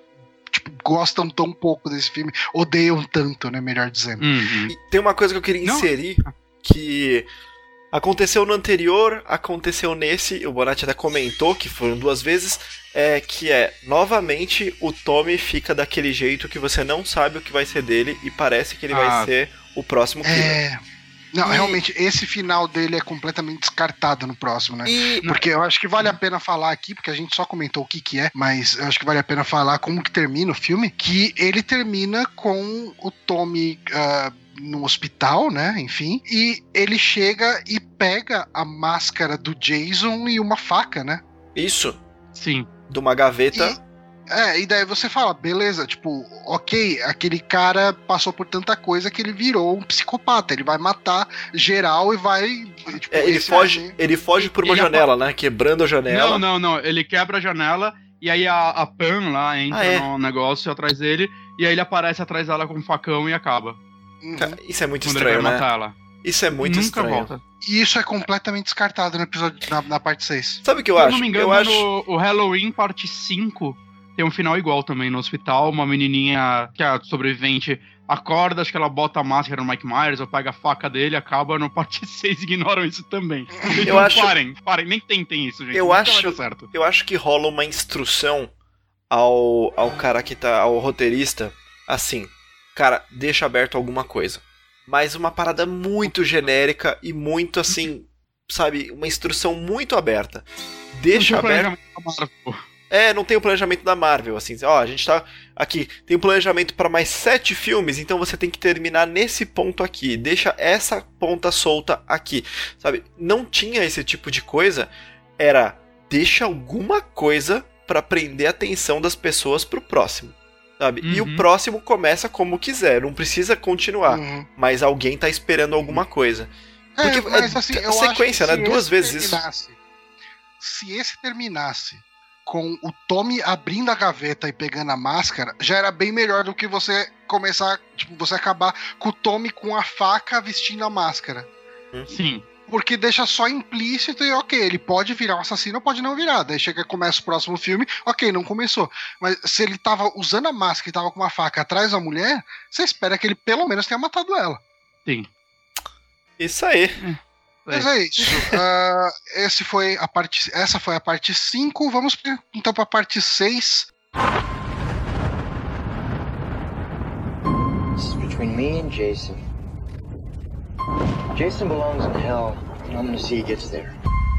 gostam tão pouco desse filme, odeiam tanto, né, melhor dizendo. E tem uma coisa que eu queria inserir, que aconteceu no anterior, aconteceu nesse, o Bonatti até comentou que foram 2 vezes, que novamente, o Tommy fica daquele jeito que você não sabe o que vai ser dele e parece que ele vai ser o próximo killer. Não, realmente, esse final dele é completamente descartado no próximo, né? Porque eu acho que vale a pena falar aqui, porque a gente só comentou o que é, mas eu acho que vale a pena falar como que termina o filme, que ele termina com o Tommy no hospital, né, enfim, e ele chega e pega a máscara do Jason e uma faca, né? Isso. Sim. De uma gaveta. E daí você fala, beleza, tipo, ok, aquele cara passou por tanta coisa que ele virou um psicopata, ele vai matar geral e vai... Tipo, ele foge por uma janela, né, quebrando a janela. Não, ele quebra a janela e aí a Pam lá entra no negócio atrás dele e aí ele aparece atrás dela com um facão e acaba. Cara, isso é muito Quando estranho, ele vai né? matar ela. Isso é muito Nunca estranho. volta. E isso é completamente descartado no episódio, na parte 6. Sabe o que eu Se acho? eu não me engano, o Halloween parte 5 tem um final igual também no hospital. Uma menininha que é sobrevivente acorda, acho que ela bota a máscara no Mike Myers ou pega a faca dele, acaba no parte 6, ignoram isso também. Então, parem, nem tentem isso, gente. Eu acho que rola uma instrução ao cara que tá, ao roteirista, assim, cara, deixa aberto alguma coisa. Mas uma parada muito genérica e muito assim, sabe, uma instrução muito aberta. Deixa aberto. Não tem o planejamento da Marvel, assim, a gente tá aqui, tem um planejamento para mais 7 filmes, então você tem que terminar nesse ponto aqui, deixa essa ponta solta aqui, sabe? Não tinha esse tipo de coisa, deixa alguma coisa para prender a atenção das pessoas pro próximo, sabe? E o próximo começa como quiser, não precisa continuar, mas alguém tá esperando alguma coisa. Porque mas assim, eu sequência, acho que né? 2 vezes isso. Se esse terminasse com o Tommy abrindo a gaveta e pegando a máscara, já era bem melhor do que você começar, tipo, você acabar com o Tommy com a faca vestindo a máscara. Sim. Porque deixa só implícito e ok, ele pode virar um assassino ou pode não virar. Daí chega e começa o próximo filme, ok, não começou. Mas se ele tava usando a máscara e tava com uma faca atrás da mulher, você espera que ele pelo menos tenha matado ela. Sim. Isso aí. Mas é isso. Essa foi a parte 5. Vamos então pra parte 6. This is between me and Jason. Jason belongs in hell, and I'm gonna see he gets there.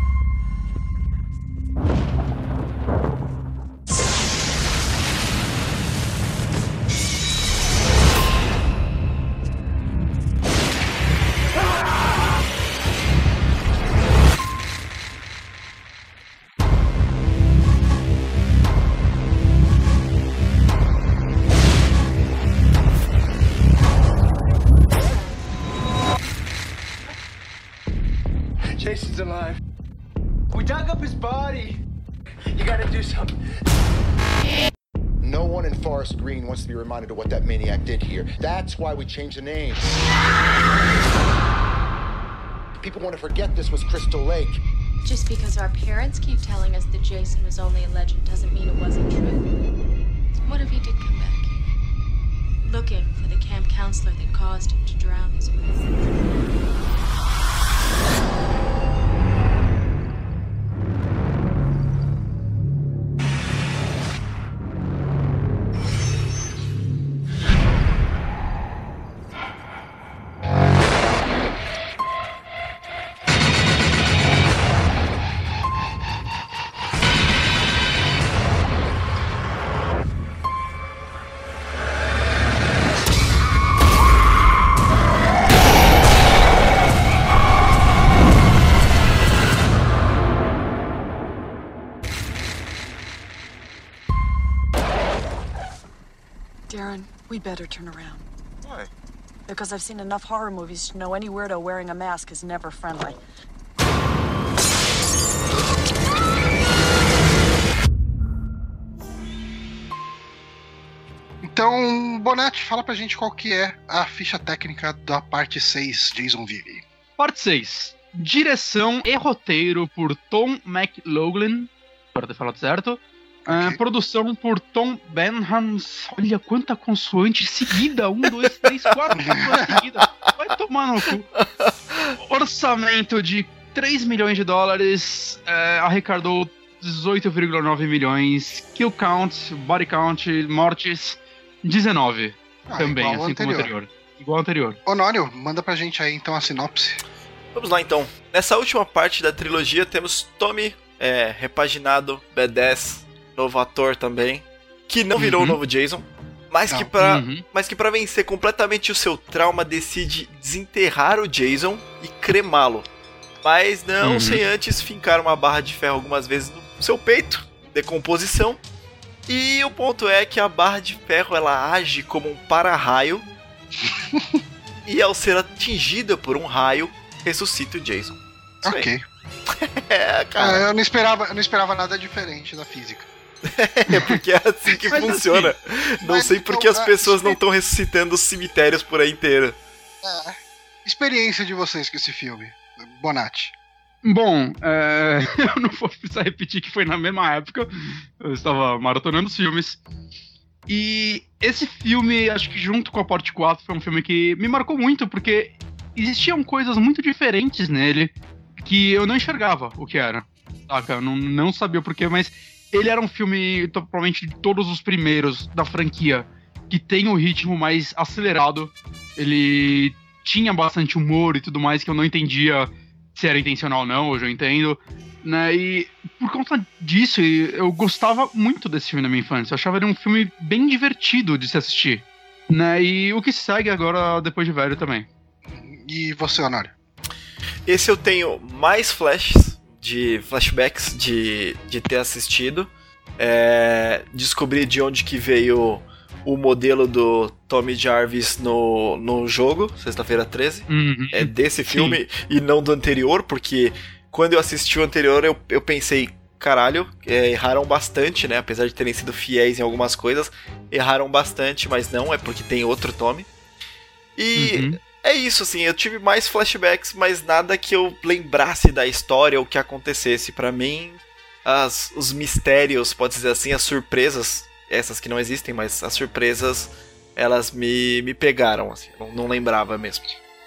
Jason's alive. We dug up his body. You gotta do something. No one in Forest Green wants to be reminded of what that maniac did here. That's why we changed the name. People want to forget this was Crystal Lake. Just because our parents keep telling us that Jason was only a legend doesn't mean it wasn't true. What if he did come back here? Looking for the camp counselor that caused him to drown his wife. Darren, we better turn around. Why? Because I've seen enough horror movies to know any weirdo wearing a mask is never friendly. Então, Bonatti, fala pra gente qual que é a ficha técnica da parte 6, Jason Vive. Parte 6. Direção e roteiro por Tom McLaughlin, para ter falado certo. Produção por Tom Benhams. Olha quanta consoante seguida. 1, 2, 3, 4 consoantes seguidas. Vai tomar no cu. Orçamento de $3 milhões. Arrecadou 18,9 milhões. Kill count, body count, mortes, 19. Também, assim como o anterior. Igual ao anterior. Honório, manda pra gente aí então a sinopse. Vamos lá então. Nessa última parte da trilogia temos Tommy, repaginado, B10, novo ator também, que não virou o novo Jason, mas que pra vencer completamente o seu trauma decide desenterrar o Jason e cremá-lo. Mas não sem antes fincar uma barra de ferro algumas vezes no seu peito, decomposição. E o ponto é que a barra de ferro ela age como um para-raio e ao ser atingida por um raio, ressuscita o Jason. Isso ok. Cara. Eu não esperava nada diferente da física. É porque é assim que funciona. Assim, não sei porque as pessoas não estão ressuscitando os cemitérios por aí inteiro. Experiência de vocês com esse filme, Bonatti. Bom, eu não vou precisar repetir que foi na mesma época. Eu estava maratonando os filmes. E esse filme, acho que junto com a parte 4, foi um filme que me marcou muito, porque existiam coisas muito diferentes nele que eu não enxergava o que era. Saca? Eu não sabia o porquê, mas ele era um filme, provavelmente de todos os primeiros da franquia, que tem o ritmo mais acelerado. Ele tinha bastante humor e tudo mais, que eu não entendia se era intencional ou não, hoje eu entendo. Né? E por conta disso, eu gostava muito desse filme na minha infância. Eu achava ele um filme bem divertido de se assistir. Né? E o que segue agora, depois de velho, também. E você, Honório? Esse eu tenho mais flashbacks de ter assistido. Descobri de onde que veio o modelo do Tommy Jarvis no jogo, Sexta-feira 13. É desse filme e não do anterior, porque quando eu assisti o anterior eu pensei, caralho, erraram bastante, né? Apesar de terem sido fiéis em algumas coisas, erraram bastante, mas não, é porque tem outro Tommy. E é isso, assim, eu tive mais flashbacks, mas nada que eu lembrasse da história ou que acontecesse. Pra mim, os mistérios, pode dizer assim, as surpresas, essas que não existem, mas as surpresas, elas me pegaram, assim, não lembrava mesmo.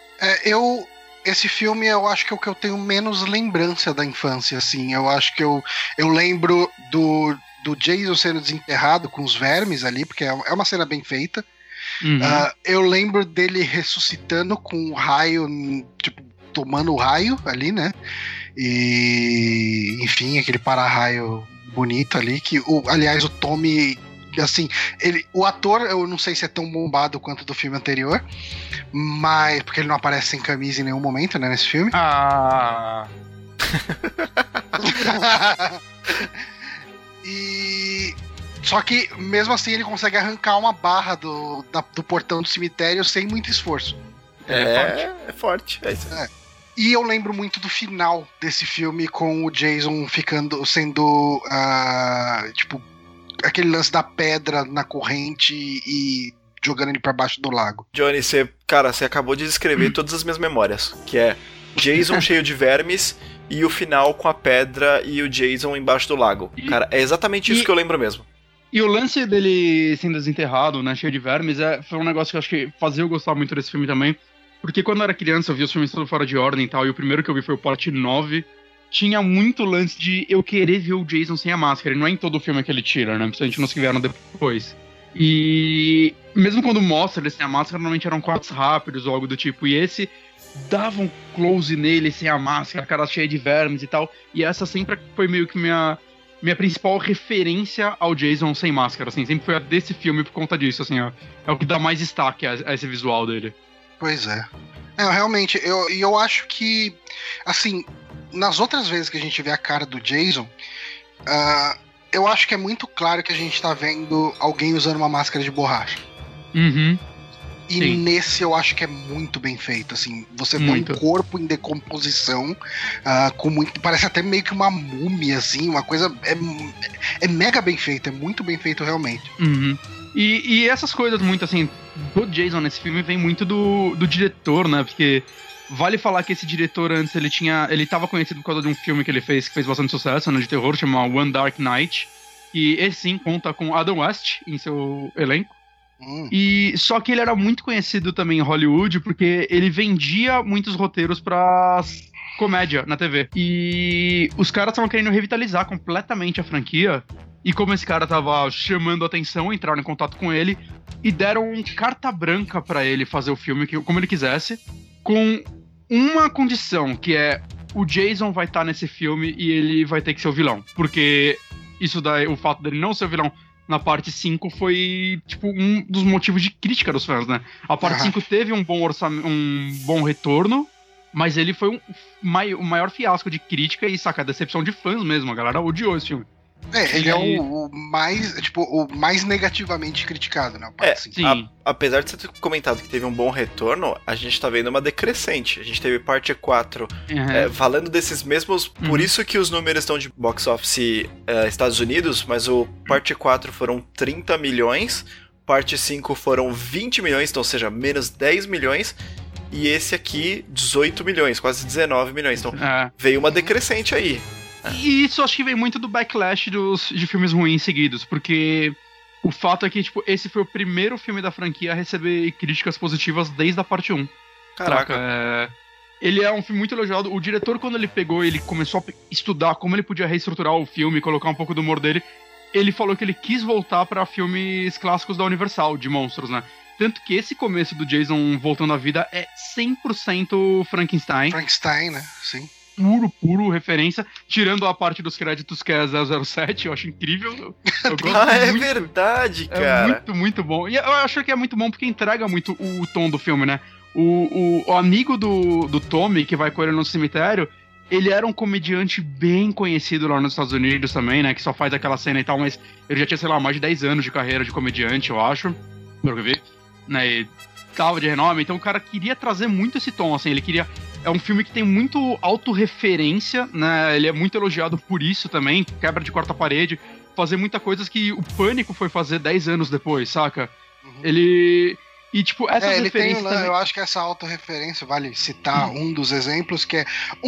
Esse filme eu acho que é o que eu tenho menos lembrança da infância, assim. Eu acho que eu lembro do Jason sendo desenterrado com os vermes ali, porque é uma cena bem feita. Eu lembro dele ressuscitando com um raio, tipo, tomando o raio ali, né? E, enfim, aquele para-raio bonito ali, que, aliás, o Tommy, assim, o ator, eu não sei se é tão bombado quanto do filme anterior, mas, porque ele não aparece sem camisa em nenhum momento, né, nesse filme. Só que, mesmo assim, ele consegue arrancar uma barra do portão do cemitério sem muito esforço. É forte. É isso. E eu lembro muito do final desse filme, com o Jason sendo tipo, aquele lance da pedra na corrente e jogando ele pra baixo do lago. Johnny, você acabou de descrever todas as minhas memórias, que é Jason cheio de vermes e o final com a pedra e o Jason embaixo do lago. Cara, é exatamente isso que eu lembro mesmo. E o lance dele sendo desenterrado, né, cheio de vermes, foi um negócio que eu acho que fazia eu gostar muito desse filme também. Porque quando eu era criança, eu vi os filmes todos fora de ordem e tal, e o primeiro que eu vi foi o Parte 9. Tinha muito lance de eu querer ver o Jason sem a máscara. E não é em todo o filme que ele tira, né? Principalmente nos que vieram depois. E mesmo quando mostra ele sem a máscara, normalmente eram cortes rápidos ou algo do tipo. E esse dava um close nele sem a máscara, a cara cheia de vermes e tal. E essa sempre foi meio que minha principal referência ao Jason sem máscara, assim. Sempre foi a desse filme por conta disso, assim, ó. É o que dá mais destaque a esse visual dele. Pois é. Realmente, eu acho que, assim, nas outras vezes que a gente vê a cara do Jason, eu acho que é muito claro que a gente tá vendo alguém usando uma máscara de borracha. Uhum. E Sim. nesse eu acho que é muito bem feito, assim. Você vê Muito. um corpo em decomposição, parece até meio que uma múmia, assim, uma coisa... É mega bem feito, é muito bem feito realmente. Uhum. E essas coisas muito, assim, do Jason nesse filme vem muito do diretor, né? Porque vale falar que esse diretor antes, ele tava conhecido por causa de um filme que ele fez bastante sucesso, né, de terror, chama One Dark Night. E esse sim conta com Adam West em seu elenco. E só que ele era muito conhecido também em Hollywood porque ele vendia muitos roteiros pra comédia na TV. E os caras estavam querendo revitalizar completamente a franquia. E como esse cara tava chamando a atenção, entraram em contato com ele e deram carta branca pra ele fazer o filme como ele quisesse, com uma condição, que é o Jason vai estar nesse filme e ele vai ter que ser o vilão. Porque isso daí, o fato dele não ser o vilão na parte 5 foi, tipo, um dos motivos de crítica dos fãs, né? A parte 5 teve um bom orçamento, um bom retorno, mas ele foi o maior fiasco de crítica e, saca, decepção de fãs mesmo. A galera odiou esse filme. Ele é o mais negativamente criticado, né? Sim. Apesar de você ter comentado que teve um bom retorno, a gente tá vendo uma decrescente. A gente teve parte 4 falando desses mesmos... Por isso que os números estão de box office Estados Unidos, mas o parte 4 foram 30 milhões, parte 5 foram 20 milhões, então, ou seja, menos 10 milhões, e esse aqui 18 milhões, quase 19 milhões. Então veio uma decrescente aí. E isso acho que vem muito do backlash de filmes ruins seguidos, porque o fato é que, tipo, esse foi o primeiro filme da franquia a receber críticas positivas desde a parte 1. Caraca. Ele é um filme muito elogiado. O diretor, quando ele pegou, ele começou a estudar como ele podia reestruturar o filme, colocar um pouco do humor dele, ele falou que ele quis voltar pra filmes clássicos da Universal, de monstros, né? Tanto que esse começo do Jason voltando à vida é 100% Frankenstein. Frankenstein, né? Sim. Puro referência, tirando a parte dos créditos que é 007, eu acho incrível. Eu gosto é muito, verdade, cara. É muito, muito bom. E eu acho que é muito bom porque entrega muito o tom do filme, né? O amigo do Tommy, que vai com ele no cemitério, ele era um comediante bem conhecido lá nos Estados Unidos também, né? Que só faz aquela cena e tal, mas ele já tinha, sei lá, mais de 10 anos de carreira de comediante, eu acho, pelo que eu vi, né? E tava de renome, então o cara queria trazer muito esse tom, assim, ele queria... É um filme que tem muito autorreferência, né? Ele é muito elogiado por isso também, quebra de quarta parede, fazer muitas coisas que o Pânico foi fazer 10 anos depois, saca? Ele... E, tipo, essas referências também... Eu acho que essa autorreferência, vale citar um dos exemplos, que é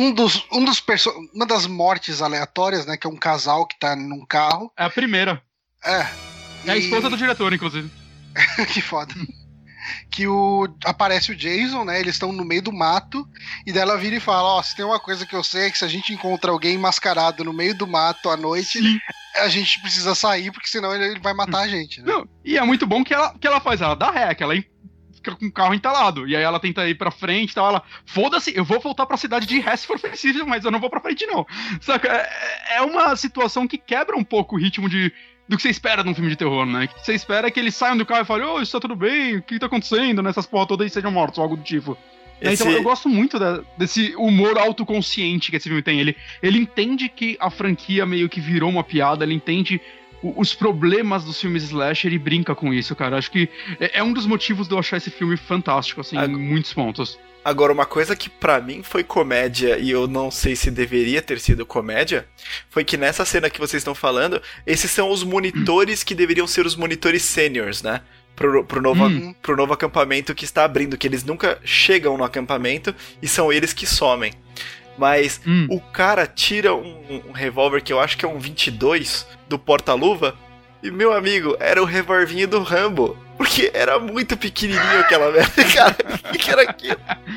uma das mortes aleatórias, né? Que é um casal que tá num carro. É a primeira. É a esposa do diretor, inclusive. Que foda. Que aparece o Jason, né? Eles estão no meio do mato, e daí ela vira e fala: se tem uma coisa que eu sei é que se a gente encontra alguém mascarado no meio do mato à noite, a gente precisa sair, porque senão ele vai matar a gente, né? Não, e é muito bom que ela faz, ela dá ré, que ela fica com o carro entalado, e aí ela tenta ir pra frente e tal, ela, foda-se, eu vou voltar pra cidade de ré se for preciso, mas eu não vou pra frente não. Saca? É uma situação que quebra um pouco o ritmo do que você espera num filme de terror, né? O que você espera é que eles saiam do carro e falem, isso tá tudo bem, o que tá acontecendo, nessas porra todas e sejam mortos, ou algo do tipo. Então eu gosto muito desse humor autoconsciente que esse filme tem. Ele entende que a franquia meio que virou uma piada, ele entende os problemas dos filmes slasher e brinca com isso, cara. Acho que é um dos motivos de eu achar esse filme fantástico, assim, em muitos pontos. Agora, uma coisa que pra mim foi comédia, e eu não sei se deveria ter sido comédia, foi que nessa cena que vocês estão falando, esses são os monitores que deveriam ser os monitores seniors, né? Pro novo acampamento que está abrindo, que eles nunca chegam no acampamento e são eles que somem. Mas o cara tira um revólver que eu acho que é um 22 do porta-luva, e, meu amigo, era o revolvinho do Rambo. Porque era muito pequenininho aquela merda, cara. O que era aquilo?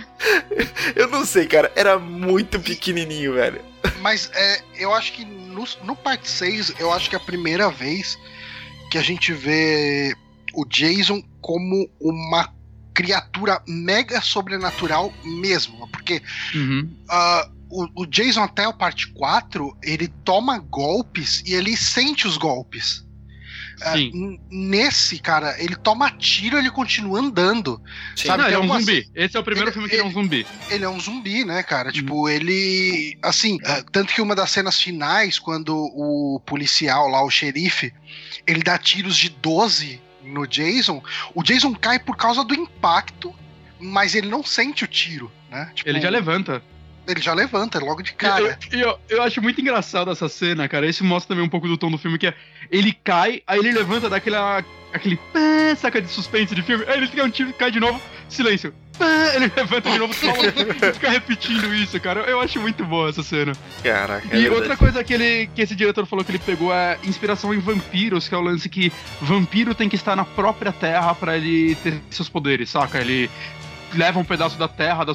Eu não sei, cara. Era muito pequenininho, velho. Mas eu acho que no parte 6, eu acho que é a primeira vez que a gente vê o Jason como uma criatura mega sobrenatural mesmo. Porque o Jason até o parte 4, ele toma golpes e ele sente os golpes. Nesse, cara, ele toma tiro e ele continua andando. Sabe? Não, ele é um zumbi. Esse é o primeiro filme que ele é um zumbi. Ele é um zumbi, né, cara? Tipo, ele... Assim, tanto que uma das cenas finais, quando o policial lá, o xerife, ele dá tiros de 12 no Jason, o Jason cai por causa do impacto, mas ele não sente o tiro, né? Tipo, Ele já levanta. Ele já levanta logo de cara. Eu acho muito engraçado essa cena, cara. Isso mostra também um pouco do tom do filme, que é ele cai, aí ele levanta aquele pé, saca de suspense de filme, aí ele fica um tiro, cai de novo, silêncio. Pé, ele levanta de novo, fica repetindo isso, cara. Eu acho muito boa essa cena. Caraca. E outra coisa que esse diretor falou que ele pegou é inspiração em vampiros, que é o lance que vampiro tem que estar na própria terra pra ele ter seus poderes, saca? Ele leva um pedaço da terra da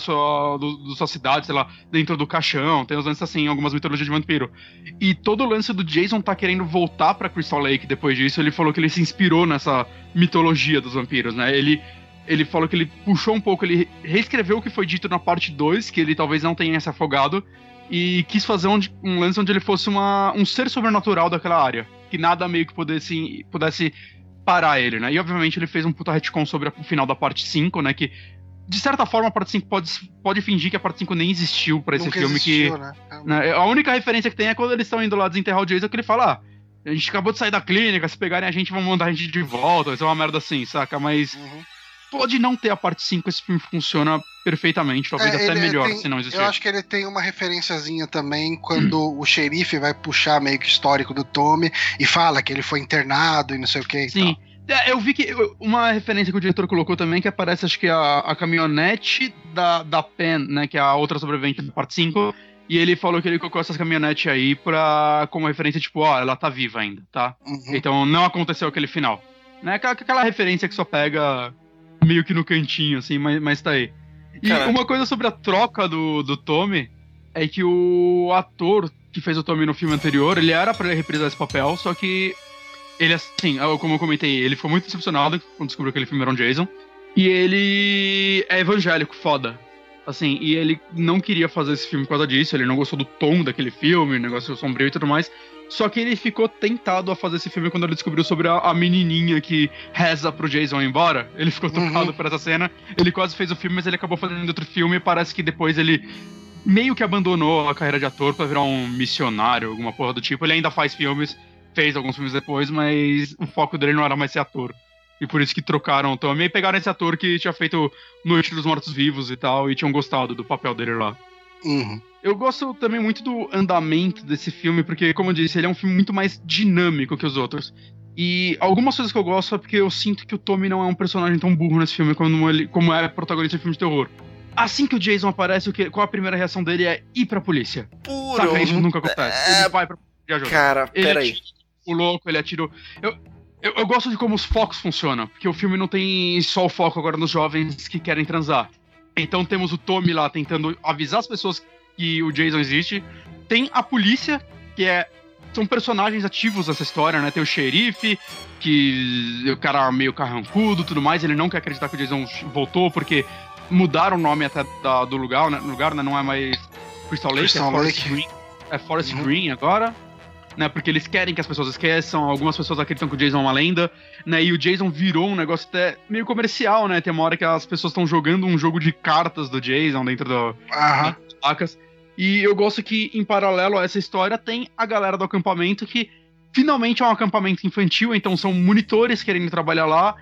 sua cidade, sei lá, dentro do caixão. Tem os lances assim, em algumas mitologias de vampiro. E todo o lance do Jason tá querendo voltar pra Crystal Lake depois disso. Ele falou que ele se inspirou nessa mitologia dos vampiros, né? Ele falou que ele puxou um pouco, ele reescreveu o que foi dito na parte 2, que ele talvez não tenha se afogado, e quis fazer um lance onde ele fosse um ser sobrenatural daquela área, que nada meio que pudesse parar ele, né? E obviamente ele fez um puta retcon sobre o final da parte 5, né? Que de certa forma a parte 5 pode fingir que a parte 5 nem existiu pra esse Nunca filme. existiu, né? A única referência que tem é quando eles estão indo lá desenterrar o Jason, que ele fala: a gente acabou de sair da clínica, se pegarem a gente vão mandar a gente de volta, vai ser uma merda assim, saca? Mas pode não ter a parte 5, esse filme funciona perfeitamente, talvez até melhor se não existir. Eu acho que ele tem uma referenciazinha também quando o xerife vai puxar meio que o histórico do Tommy e fala que ele foi internado e não sei o que. Sim. Eu vi que uma referência que o diretor colocou também, que aparece, acho que a caminhonete da Pen, né, que é a outra sobrevivente da parte 5, e ele falou que ele colocou essas caminhonetes aí como referência, tipo, ela tá viva ainda, tá? Então não aconteceu aquele final. Né? Aquela referência que só pega meio que no cantinho, assim, mas tá aí. E Caraca. Uma coisa sobre a troca do Tommy é que o ator que fez o Tommy no filme anterior, ele era pra ele reprisar esse papel, só que ele, assim, como eu comentei, ele foi muito decepcionado quando descobriu que aquele filme era um Jason. E ele é evangélico, foda. Assim, e ele não queria fazer esse filme por causa disso, ele não gostou do tom daquele filme, negócio sombrio e tudo mais. Só que ele ficou tentado a fazer esse filme quando ele descobriu sobre a menininha que reza pro Jason ir embora. Ele ficou tocado por essa cena. Ele quase fez o filme, mas ele acabou fazendo outro filme e parece que depois ele meio que abandonou a carreira de ator pra virar um missionário, alguma porra do tipo. Ele ainda faz filmes, fez alguns filmes depois, mas o foco dele não era mais ser ator. E por isso que trocaram o Tommy e pegaram esse ator que tinha feito Noite dos Mortos-Vivos e tal, e tinham gostado do papel dele lá. Eu gosto também muito do andamento desse filme, porque, como eu disse, ele é um filme muito mais dinâmico que os outros. E algumas coisas que eu gosto é porque eu sinto que o Tommy não é um personagem tão burro nesse filme como é protagonista de filme de terror. Assim que o Jason aparece, qual a primeira reação dele é ir pra polícia. Saca, isso nunca acontece. Ele vai pra polícia. Cara, peraí. O louco, ele atirou. Eu gosto de como os focos funcionam, porque o filme não tem só o foco agora nos jovens que querem transar. Então temos o Tommy lá tentando avisar as pessoas que o Jason existe. Tem a polícia, que são personagens ativos dessa história, né? Tem o xerife, que o cara meio carrancudo e tudo mais, ele não quer acreditar que o Jason voltou, porque mudaram o nome até do lugar, né? Não é mais Crystal Lake, é Forest Green. É Forest Green agora. Né, porque eles querem que as pessoas esqueçam, algumas pessoas acreditam que o Jason é uma lenda, né, e o Jason virou um negócio até meio comercial, né, tem uma hora que as pessoas estão jogando um jogo de cartas do Jason dentro das placas, e eu gosto que, em paralelo a essa história, tem a galera do acampamento que finalmente é um acampamento infantil, então são monitores querendo trabalhar lá.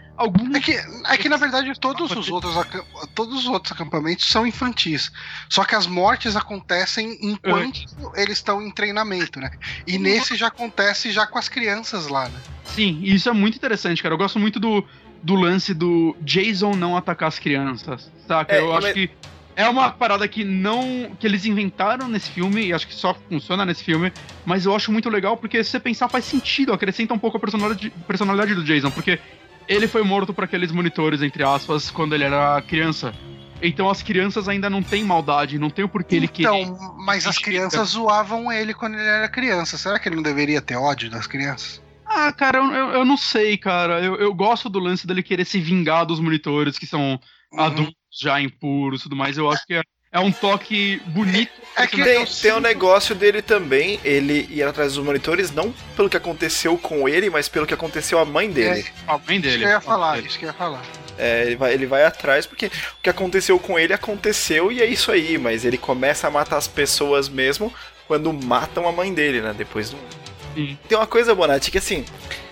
É que na verdade todos os outros acampamentos são infantis. Só que as mortes acontecem enquanto eles estão em treinamento, né? E nesse já acontece já com as crianças lá, né? Sim, e isso é muito interessante, cara. Eu gosto muito do lance do Jason não atacar as crianças, saca? Eu acho que é uma parada que eles inventaram nesse filme, e acho que só funciona nesse filme, mas eu acho muito legal porque, se você pensar, faz sentido, acrescenta um pouco a personalidade do Jason, porque ele foi morto por aqueles monitores, entre aspas, quando ele era criança. Então as crianças ainda não têm maldade, não tem o porquê ele querer. Então, mas as crianças zoavam ele quando ele era criança. Será que ele não deveria ter ódio das crianças? Ah, cara, eu não sei, cara. Eu gosto do lance dele querer se vingar dos monitores que são adultos, já impuros e tudo mais. Eu acho que é um toque bonito. Tem um negócio dele também, ele ir atrás dos monitores, não pelo que aconteceu com ele, mas pelo que aconteceu à mãe dele. A mãe dele. Isso que eu ia falar. Ele vai atrás porque o que aconteceu com ele aconteceu e é isso aí, mas ele começa a matar as pessoas mesmo quando matam a mãe dele, né? Depois do... Sim. Tem uma coisa, Bonatti, que assim...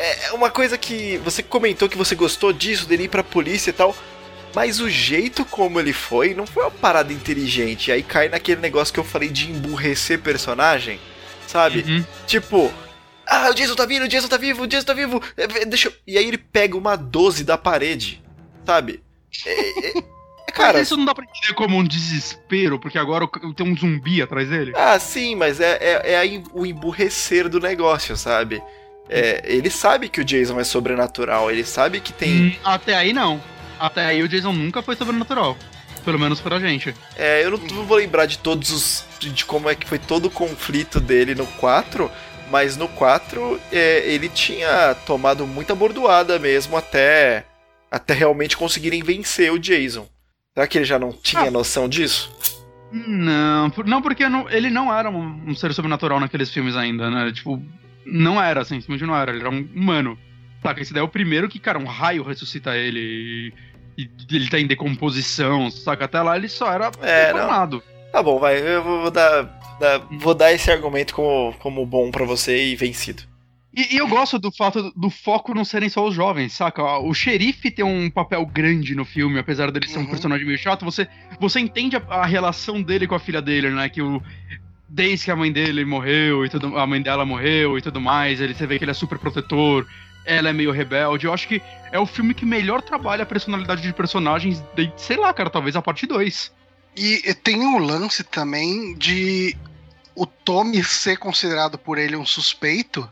é uma coisa que você comentou que você gostou disso, dele ir pra polícia e tal, mas o jeito como ele foi não foi uma parada inteligente. Aí cai naquele negócio que eu falei de emburrecer personagem, sabe? Tipo, o Jason tá vindo, o Jason tá vivo, o Jason tá vivo, deixa eu... E aí ele pega uma 12 da parede, sabe? Cara, mas isso não dá pra entender como um desespero, porque agora tem um zumbi atrás dele? Sim, mas o emburrecer do negócio, sabe? Ele sabe que o Jason é sobrenatural, ele sabe que tem... Até aí não. Até aí o Jason nunca foi sobrenatural. Pelo menos pra gente. Eu não vou lembrar de de como é que foi todo o conflito dele no 4, mas no 4 ele tinha tomado muita bordoada mesmo até realmente conseguirem vencer o Jason. Será que ele já não tinha noção disso? Não, porque ele não era um ser sobrenatural naqueles filmes ainda, né? Tipo, não era, assim, simplesmente não era. Ele era um humano. Saca, esse daí é o primeiro que, cara, um raio ressuscita ele e ele tá em decomposição, saca? Até lá ele só era deformado. Tá bom, vai, eu vou dar esse argumento como bom pra você e vencido. E eu gosto do fato do foco não serem só os jovens, saca? O xerife tem um papel grande no filme, apesar dele ser um personagem meio chato, você entende a relação dele com a filha dele, né? Que desde que a mãe dele morreu, a mãe dela morreu e tudo mais, você vê que ele é super protetor, ela é meio rebelde. Eu acho que é o filme que melhor trabalha a personalidade de personagens, sei lá, cara, talvez a parte 2. E tem um lance também de o Tommy ser considerado por ele um suspeito.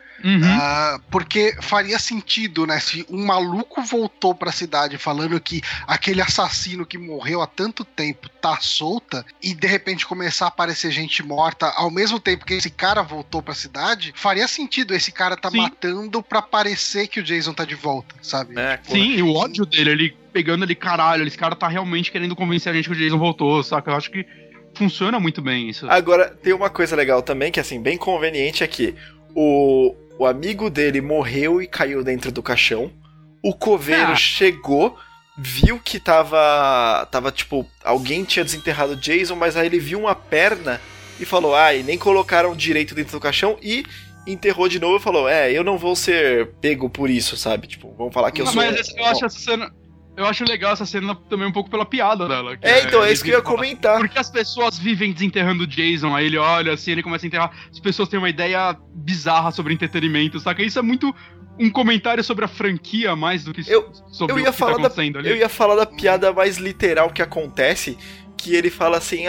Porque faria sentido, né? Se um maluco voltou pra cidade falando que aquele assassino que morreu há tanto tempo tá solta e de repente começar a aparecer gente morta ao mesmo tempo que esse cara voltou pra cidade, faria sentido esse cara tá matando pra parecer que o Jason tá de volta, sabe? Sim, e o ódio dele, ele pegando ele, caralho, esse cara tá realmente querendo convencer a gente que o Jason voltou, saca? Eu acho que funciona muito bem isso. Agora, tem uma coisa legal também, que assim, bem conveniente, é que o amigo dele morreu e caiu dentro do caixão. O coveiro chegou, viu que tava tipo, alguém tinha desenterrado o Jason, mas aí ele viu uma perna e falou, e nem colocaram direito dentro do caixão, e enterrou de novo e falou, eu não vou ser pego por isso, sabe? Tipo, vamos falar que eu sou... Mas eu acho essa cena... Eu acho legal essa cena também um pouco pela piada dela. Então, é isso que eu ia comentar. Porque as pessoas vivem desenterrando o Jason, aí ele olha assim, ele começa a enterrar. As pessoas têm uma ideia bizarra sobre entretenimento, saca? Isso é muito um comentário sobre a franquia, mais do que sobre o que tá acontecendo ali. Eu ia falar da piada mais literal que acontece, que ele fala assim,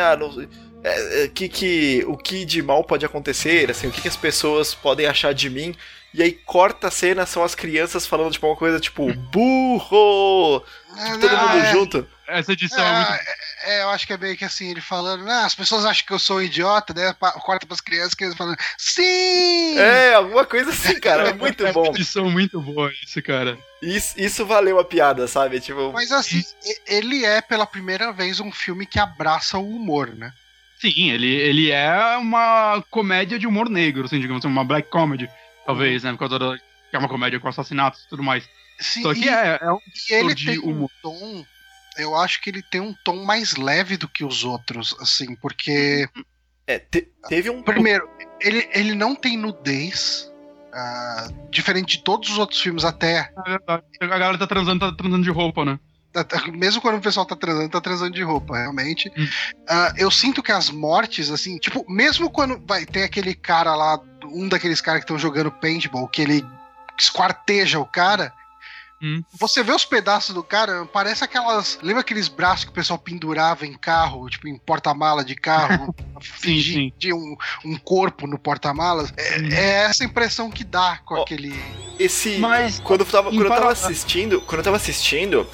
o que de mal pode acontecer, assim, o que as pessoas podem achar de mim. E aí corta a cena, são as crianças falando tipo uma coisa tipo burro! Tipo, todo mundo junto. Essa edição é muito... eu acho que é meio que assim, ele falando, as pessoas acham que eu sou um idiota, daí corta pras crianças que eles falando, sim! Alguma coisa assim, cara, é muito bom. É uma edição muito boa isso, cara. Isso valeu a piada, sabe? Tipo... Mas assim, ele é pela primeira vez um filme que abraça o humor, né? Sim, ele é uma comédia de humor negro, assim, digamos assim, uma black comedy. Talvez, né? Por causa que é uma comédia com assassinatos e tudo mais. Sim, só que é um ele de humor. Eu acho que ele tem um tom mais leve do que os outros, assim, porque... Teve um... Primeiro, ele não tem nudez, diferente de todos os outros filmes até... É verdade. A galera tá transando de roupa, né? Mesmo quando o pessoal tá transando de roupa, realmente. Eu sinto que as mortes, assim, tipo, mesmo quando tem aquele cara lá, um daqueles caras que estão jogando paintball, que ele esquarteja o cara, você vê os pedaços do cara, parece aquelas... Lembra aqueles braços que o pessoal pendurava em carro, tipo, em porta-mala de carro? Fingir de um corpo no porta-malas? É essa impressão que dá com aquele... Mas quando eu tava assistindo,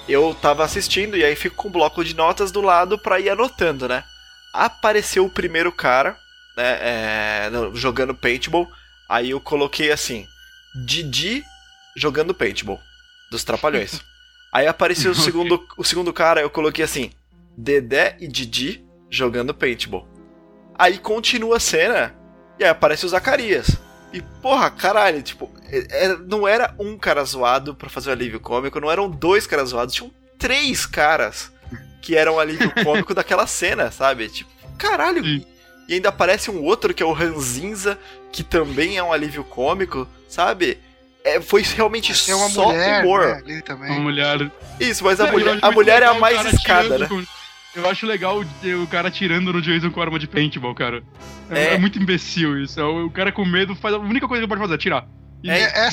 e aí fico com um bloco de notas do lado pra ir anotando, né? Apareceu o primeiro cara, né, jogando paintball, aí eu coloquei assim, Didi jogando paintball, dos Trapalhões. Aí apareceu o segundo cara, eu coloquei assim, Dedé e Didi jogando paintball. Aí continua a cena, e aí aparece o Zacarias. E porra, caralho, tipo, não era um cara zoado pra fazer o alívio cômico, não eram 2 caras zoados, tinham 3 caras que eram alívio cômico daquela cena, sabe? Tipo, caralho. Sim. E ainda aparece um outro que é o Ranzinza, que também é um alívio cômico, sabe? foi realmente Tem uma só mulher, humor. né, ali também. Uma mulher. Isso, mas Não, a mulher é a legal o mais cara escada, né? atirando eu acho legal o cara atirando no Jason com arma de paintball, cara. É. É muito imbecil isso. O cara com medo faz a única coisa que ele pode fazer é atirar. E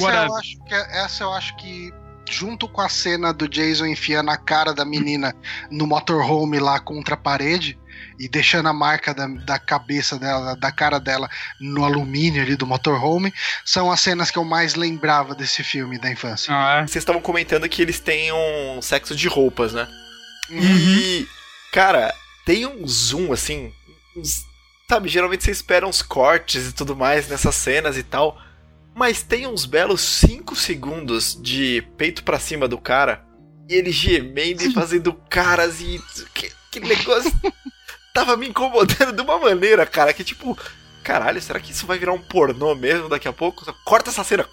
Essa eu acho que junto com a cena do Jason enfiando a cara da menina no motorhome lá contra a parede e deixando a marca da cabeça dela, da cara dela no alumínio ali do motorhome, são as cenas que eu mais lembrava desse filme da infância. Vocês estavam comentando que eles têm um sexo de roupas, né? E, cara, tem um zoom, assim, sabe, geralmente você espera uns cortes e tudo mais nessas cenas e tal, mas tem uns belos 5 segundos de peito pra cima do cara, e ele gemendo e fazendo caras e... Que negócio... Tava me incomodando de uma maneira, cara, que tipo... Caralho, será que isso vai virar um pornô mesmo daqui a pouco? Corta essa cena!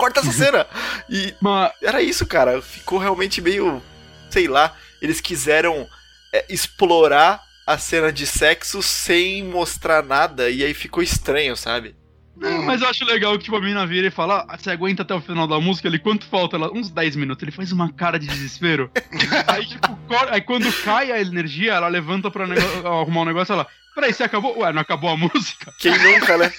E era isso, cara. Ficou realmente meio... Sei lá, eles quiseram explorar a cena de sexo sem mostrar nada, e aí ficou estranho, sabe? Mas eu acho legal que tipo, a menina vira e fala, você aguenta até o final da música? Ele, quanto falta? Ela, uns 10 minutos. Ele faz uma cara de desespero. Aí, tipo, aí quando cai a energia, ela levanta pra arrumar um negócio, ela, peraí, você acabou? Ué, não acabou a música? Quem nunca, né?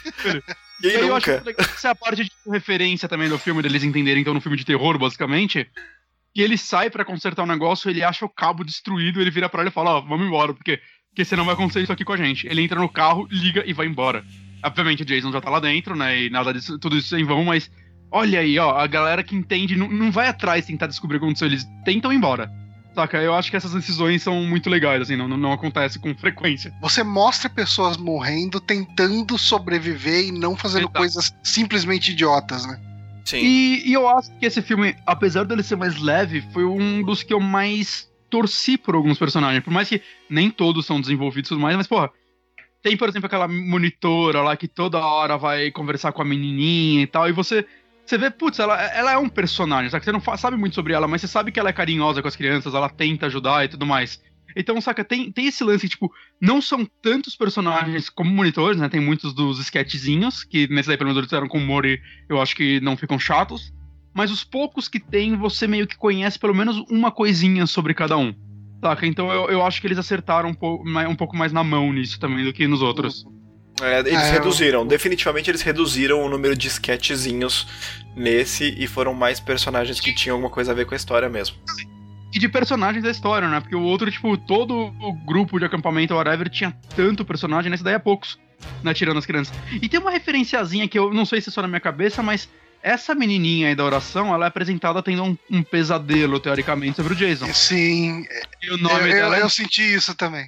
Quem eu nunca? acho que essa é a parte de referência também do filme, deles entenderem, então, no filme de terror, basicamente, que ele sai pra consertar um negócio, ele acha o cabo destruído, ele vira pra ela e fala, vamos embora, porque senão vai acontecer isso aqui com a gente. Ele entra no carro, liga e vai embora. Obviamente o Jason já tá lá dentro, né, e nada disso, tudo isso em vão, mas olha aí, ó, a galera que entende não vai atrás tentar descobrir o que aconteceu, eles tentam ir embora. Saca? Eu acho que essas decisões são muito legais, assim, não acontece com frequência. Você mostra pessoas morrendo, tentando sobreviver e não fazendo coisas simplesmente idiotas, né? Sim. E eu acho que esse filme, apesar dele ser mais leve, foi um dos que eu mais torci por alguns personagens. Por mais que nem todos são desenvolvidos e tudo mais, mas, porra, tem, por exemplo, aquela monitora lá que toda hora vai conversar com a menininha e tal, e você vê, putz, ela é um personagem, sabe? Você não sabe muito sobre ela, mas você sabe que ela é carinhosa com as crianças, ela tenta ajudar e tudo mais. Então, saca, tem esse lance, tipo, não são tantos personagens como monitores, né? Tem muitos dos sketchzinhos, que nesse daí, pelo menos, eles fizeram com humor e eu acho que não ficam chatos. Mas os poucos que tem, você meio que conhece pelo menos uma coisinha sobre cada um. Saca? Então eu acho que eles acertaram um pouco mais na mão nisso também do que nos outros. Eles reduziram, definitivamente eles reduziram o número de sketchzinhos nesse e foram mais personagens que tinham alguma coisa a ver com a história mesmo. E de personagens da história, né? Porque o outro, tipo, todo o grupo de acampamento, whatever, tinha tanto personagem, nesse daí é poucos, né? Tirando as crianças. E tem uma referenciazinha que eu não sei se é só na minha cabeça, mas essa menininha aí da oração, ela é apresentada tendo um pesadelo, teoricamente, sobre o Jason. Sim, e o nome dela eu senti isso também.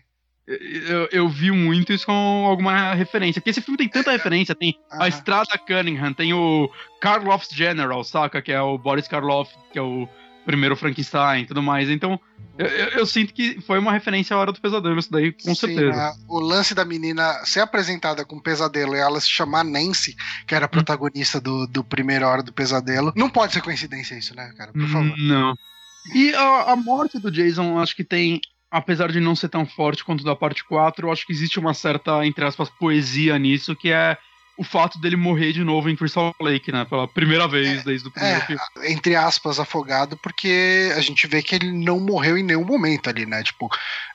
Eu vi muito isso com alguma referência. Porque esse filme tem tanta referência. Tem a Estrada Cunningham, tem o Karloff's General, saca? Que é o Boris Karloff, que é o primeiro Frankenstein e tudo mais. Então, eu sinto que foi uma referência à Hora do Pesadelo, isso daí, com certeza. O lance da menina ser apresentada com pesadelo e ela se chamar Nancy, que era a protagonista do primeiro Hora do Pesadelo, não pode ser coincidência isso, né, cara? Por favor. Não. E a morte do Jason, acho que tem, apesar de não ser tão forte quanto da parte 4, eu acho que existe uma certa, entre aspas, poesia nisso, que é o fato dele morrer de novo em Crystal Lake, né? Pela primeira vez desde o primeiro filme. Entre aspas, afogado, porque a gente vê que ele não morreu em nenhum momento ali, né? Tipo,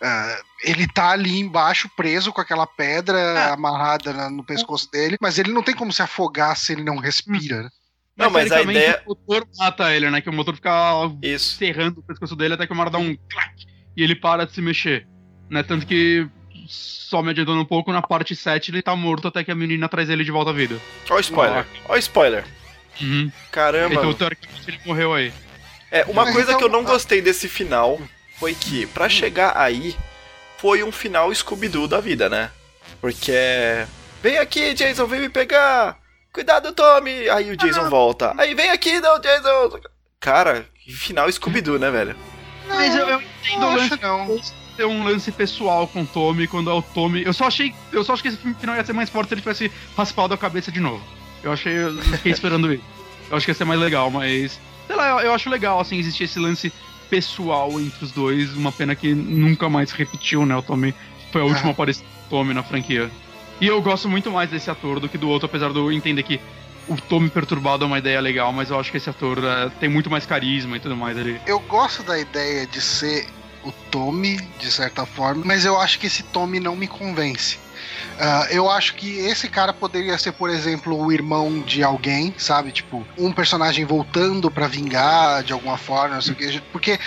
ele tá ali embaixo, preso com aquela pedra amarrada no pescoço dele, mas ele não tem como se afogar se ele não respira, né? Não, mas a ideia... O motor mata ele, né? Que o motor fica serrando o pescoço dele até que uma hora dá um clac e ele para de se mexer, né? Tanto que, só me adiantando um pouco, na parte 7 ele tá morto até que a menina traz ele de volta à vida. Ó o spoiler, ó o spoiler. Uhum. Caramba. Então, teoricamente, ele morreu aí. Uma coisa que eu não gostei desse final foi que, pra chegar aí, foi um final Scooby-Doo da vida, né? Porque vem aqui, Jason, vem me pegar. Cuidado, Tommy. Aí o Jason volta. Aí vem aqui, não, Jason. Cara, que final Scooby-Doo, né, velho? Mas eu entendo o lance ter um lance pessoal com o Tommy, quando é o Tommy. Eu só acho que esse filme final ia ser mais forte se ele tivesse raspado a cabeça de novo. Eu fiquei esperando isso. Eu acho que ia ser mais legal, mas sei lá, eu acho legal, assim, existir esse lance pessoal entre os dois. Uma pena que nunca mais repetiu, né? O Tommy foi a última aparição do Tommy na franquia. E eu gosto muito mais desse ator do que do outro, apesar de eu entender que o Tommy perturbado é uma ideia legal, mas eu acho que esse ator tem muito mais carisma e tudo mais ali. Eu gosto da ideia de ser o Tommy, de certa forma, mas eu acho que esse Tommy não me convence. Eu acho que esse cara poderia ser, por exemplo, o irmão de alguém, sabe? Tipo, um personagem voltando pra vingar de alguma forma, não sei o que. Porque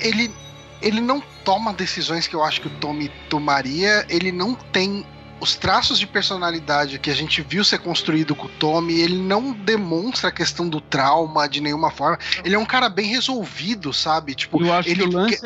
ele não toma decisões que eu acho que o Tommy tomaria, ele não tem os traços de personalidade que a gente viu ser construído com o Tommy, ele não demonstra a questão do trauma de nenhuma forma. Ele é um cara bem resolvido, sabe? Tipo, eu acho que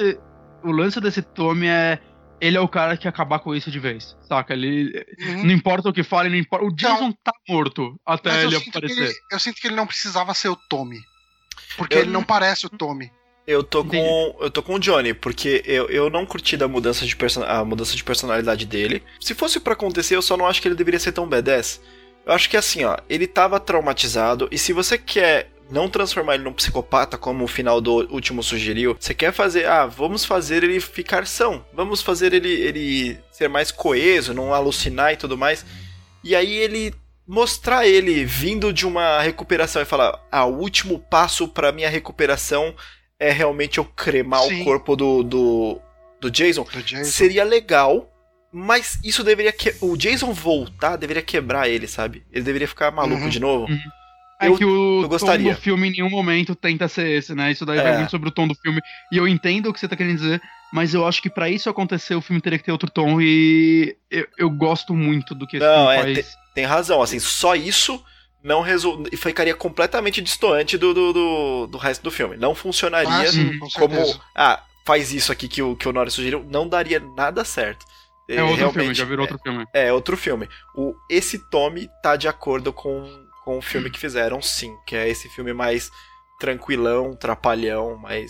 o lance desse Tommy ele é o cara que acabar com isso de vez, saca? Ele não importa o que fale, não importa. O Jason tá morto até ele aparecer. Eu sinto que ele não precisava ser o Tommy, porque ele não parece o Tommy. Eu tô com o Johnny, porque eu não curti a mudança de personalidade dele. Se fosse pra acontecer, eu só não acho que ele deveria ser tão badass. Eu acho que assim, ó, ele tava traumatizado, e se você quer não transformar ele num psicopata, como o final do último sugeriu, você quer fazer, vamos fazer ele ficar são, vamos fazer ele ser mais coeso, não alucinar e tudo mais, e aí ele mostrar ele vindo de uma recuperação e falar, o último passo pra minha recuperação é realmente eu cremar o corpo do Jason, seria legal, mas isso deveria o Jason voltar deveria quebrar ele, sabe? Ele deveria ficar maluco de novo. Que o tom do filme em nenhum momento tenta ser esse, né? Isso daí vai muito sobre o tom do filme. E eu entendo o que você tá querendo dizer, mas eu acho que pra isso acontecer, o filme teria que ter outro tom. E eu gosto muito do que esse filme faz. Tem razão, assim, só isso não ficaria completamente distoante do resto do filme. Não funcionaria como... faz isso aqui que o Nori sugeriu. Não daria nada certo. É outro filme, já virou outro filme. É outro filme. Esse Tommy tá de acordo com o filme que fizeram, sim. Que é esse filme mais tranquilão, trapalhão, mas...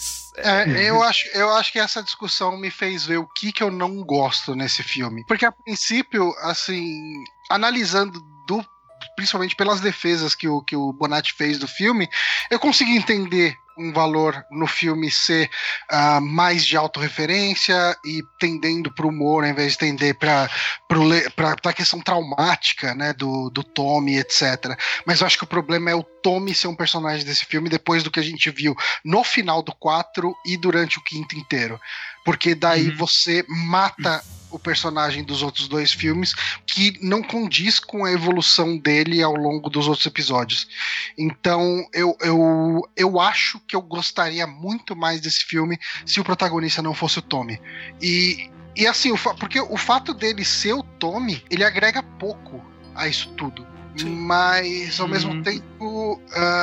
Eu acho que essa discussão me fez ver o que eu não gosto nesse filme. Porque, a princípio, assim, analisando principalmente pelas defesas que o Bonatti fez do filme, eu consegui entender um valor no filme ser mais de autorreferência e tendendo pro humor, ao invés de tender pra questão traumática, né, do Tommy, etc. Mas eu acho que o problema é o Tommy ser um personagem desse filme depois do que a gente viu no final do 4 e durante o 5º inteiro. Porque daí você mata o personagem dos outros dois filmes, que não condiz com a evolução dele ao longo dos outros episódios. Então, eu acho que eu gostaria muito mais desse filme se o protagonista não fosse o Tommy. E assim, porque o fato dele ser o Tommy, ele agrega pouco a isso tudo. Sim. Mas, ao mesmo tempo,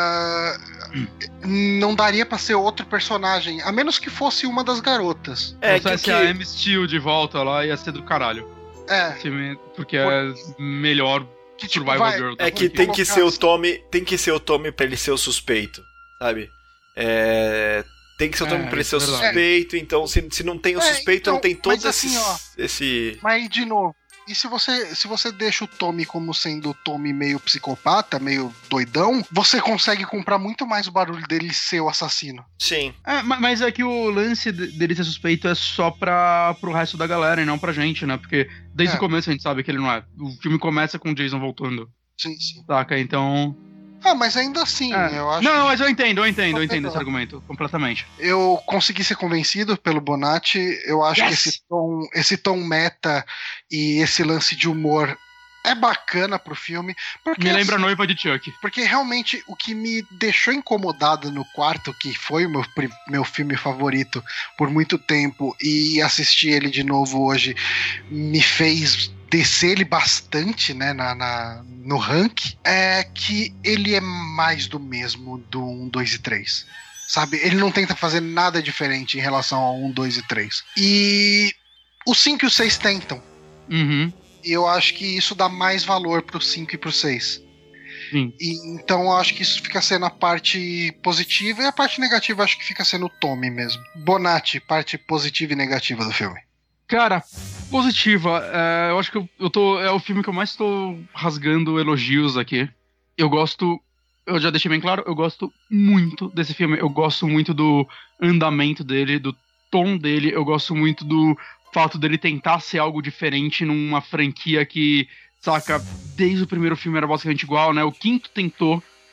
não daria pra ser outro personagem, a menos que fosse uma das garotas. Se a Amy Steel de volta lá, ia ser do caralho. Porque é melhor que Survival Girl. É que tem que ser o Tommy pra ele ser o suspeito, sabe? Tem que ser o Tommy pra ele ser o suspeito, então se não tem o suspeito, não tem todo esse... Mas, de novo, e se você deixa o Tommy como sendo o Tommy meio psicopata, meio doidão, você consegue comprar muito mais o barulho dele ser o assassino. Sim. Mas é que o lance dele ser suspeito é só pro resto da galera e não pra gente, né? Porque desde o começo a gente sabe que ele não é. O filme começa com o Jason voltando. Sim. Saca? Então... mas ainda assim, eu acho... Não, mas eu entendo esse argumento, completamente. Eu consegui ser convencido pelo Bonatti, eu acho que esse tom meta e esse lance de humor é bacana pro filme. Porque, me lembra a Noiva de Chuck. Porque realmente o que me deixou incomodado no quarto, que foi o meu filme favorito por muito tempo, e assistir ele de novo hoje me fez descer ele bastante, né, no ranking, é que ele é mais do mesmo do 1, 2 e 3. Sabe? Ele não tenta fazer nada diferente em relação ao 1, 2 e 3. E o 5 e o 6 tentam. E eu acho que isso dá mais valor pro 5 e pro 6. Sim. Então eu acho que isso fica sendo a parte positiva, e a parte negativa acho que fica sendo o Tommy mesmo. Bonatti, parte positiva e negativa do filme. Cara, positiva. Eu acho que é o filme que eu mais tô rasgando elogios aqui. Eu já deixei bem claro, eu gosto muito desse filme. Eu gosto muito do andamento dele, do tom dele. Eu gosto muito do fato dele tentar ser algo diferente numa franquia que, saca, desde o primeiro filme era basicamente igual, né? O 5º tentou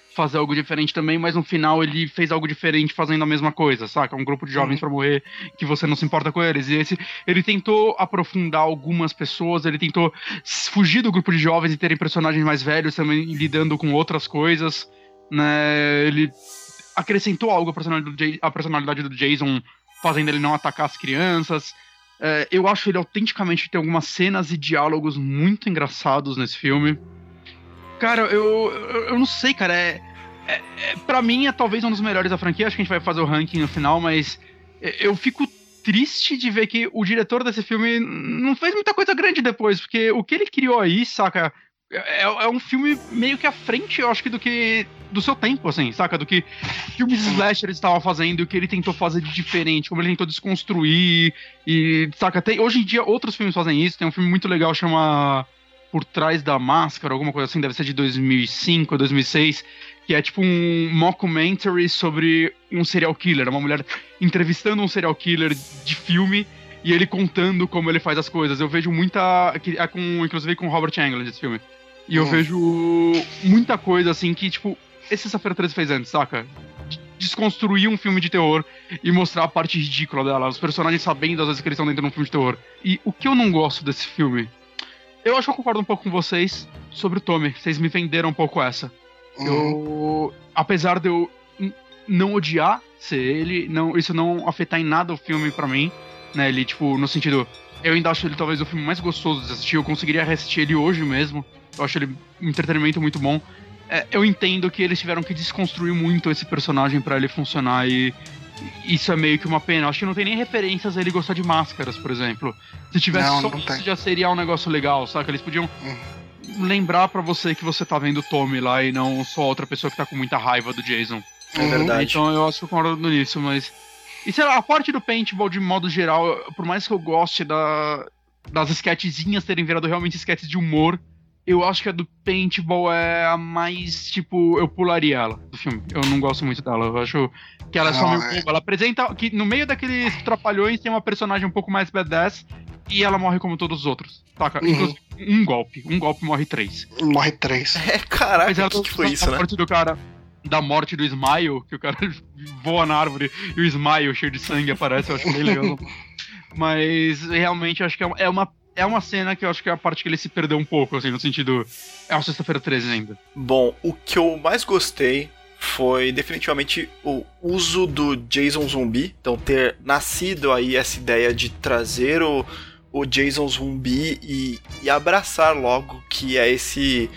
fazer algo diferente também, mas no final ele fez algo diferente fazendo a mesma coisa, saca? Um grupo de jovens pra morrer que você não se importa com eles. E ele tentou aprofundar algumas pessoas, ele tentou fugir do grupo de jovens e terem personagens mais velhos também lidando com outras coisas, né? Ele acrescentou algo à personalidade do Jason, fazendo ele não atacar as crianças. Eu acho ele autenticamente tem algumas cenas e diálogos muito engraçados nesse filme. Cara, eu não sei, cara. Pra mim é talvez um dos melhores da franquia. Acho que a gente vai fazer o ranking no final, mas eu fico triste de ver que o diretor desse filme não fez muita coisa grande depois, porque o que ele criou aí, saca, é um filme meio que à frente, eu acho que do seu tempo, assim, saca, do que filmes slasher estavam fazendo e o que ele tentou fazer de diferente, como ele tentou desconstruir e, saca, hoje em dia outros filmes fazem isso. Tem um filme muito legal, chama Por Trás da Máscara, alguma coisa assim, deve ser de 2005 ou 2006, que é tipo um mockumentary sobre um serial killer, uma mulher entrevistando um serial killer de filme e ele contando como ele faz as coisas. Eu vejo muita... inclusive com o Robert Englund esse filme. E eu vejo muita coisa assim que, tipo, esse Sexta-feira 13 fez antes, saca? Desconstruir um filme de terror e mostrar a parte ridícula dela, os personagens sabendo às vezes que eles estão dentro de um filme de terror. E o que eu não gosto desse filme... Eu acho que eu concordo um pouco com vocês sobre o Tommy. Vocês me venderam um pouco essa. Apesar de eu não odiar ser ele, isso não afetar em nada o filme pra mim, né? Ele, tipo, no sentido... Eu ainda acho ele talvez o filme mais gostoso de assistir. Eu conseguiria reassistir ele hoje mesmo. Eu acho ele um entretenimento muito bom. Eu entendo que eles tiveram que desconstruir muito esse personagem pra ele funcionar e... Isso é meio que uma pena. Acho que não tem nem referências a ele gostar de máscaras, por exemplo. Se tivesse só isso, já seria um negócio legal, saca? Eles podiam lembrar pra você que você tá vendo o Tommy lá e não só outra pessoa que tá com muita raiva do Jason. É verdade. Então eu acho que eu concordo nisso, mas... E sei lá, a parte do paintball, de modo geral, por mais que eu goste das sketchzinhas terem virado realmente sketches de humor, eu acho que a do paintball é a mais, tipo, eu pularia ela do filme. Eu não gosto muito dela. Eu acho que ela é só meio boba. Ela apresenta que no meio daqueles trapalhões tem uma personagem um pouco mais badass e ela morre como todos os outros. Taca? Inclusive, um golpe morre 3. Morre 3. Caraca, o que foi isso, né? Da morte do Smile, que o cara voa na árvore e o Smile cheio de sangue aparece, eu acho bem legal. Mas realmente eu acho que é uma cena que eu acho que é a parte que ele se perdeu um pouco, assim, no sentido... É uma Sexta-feira 13 ainda. Bom, o que eu mais gostei foi definitivamente o uso do Jason zumbi. Então, ter nascido aí essa ideia de trazer o Jason zumbi e abraçar logo que é esse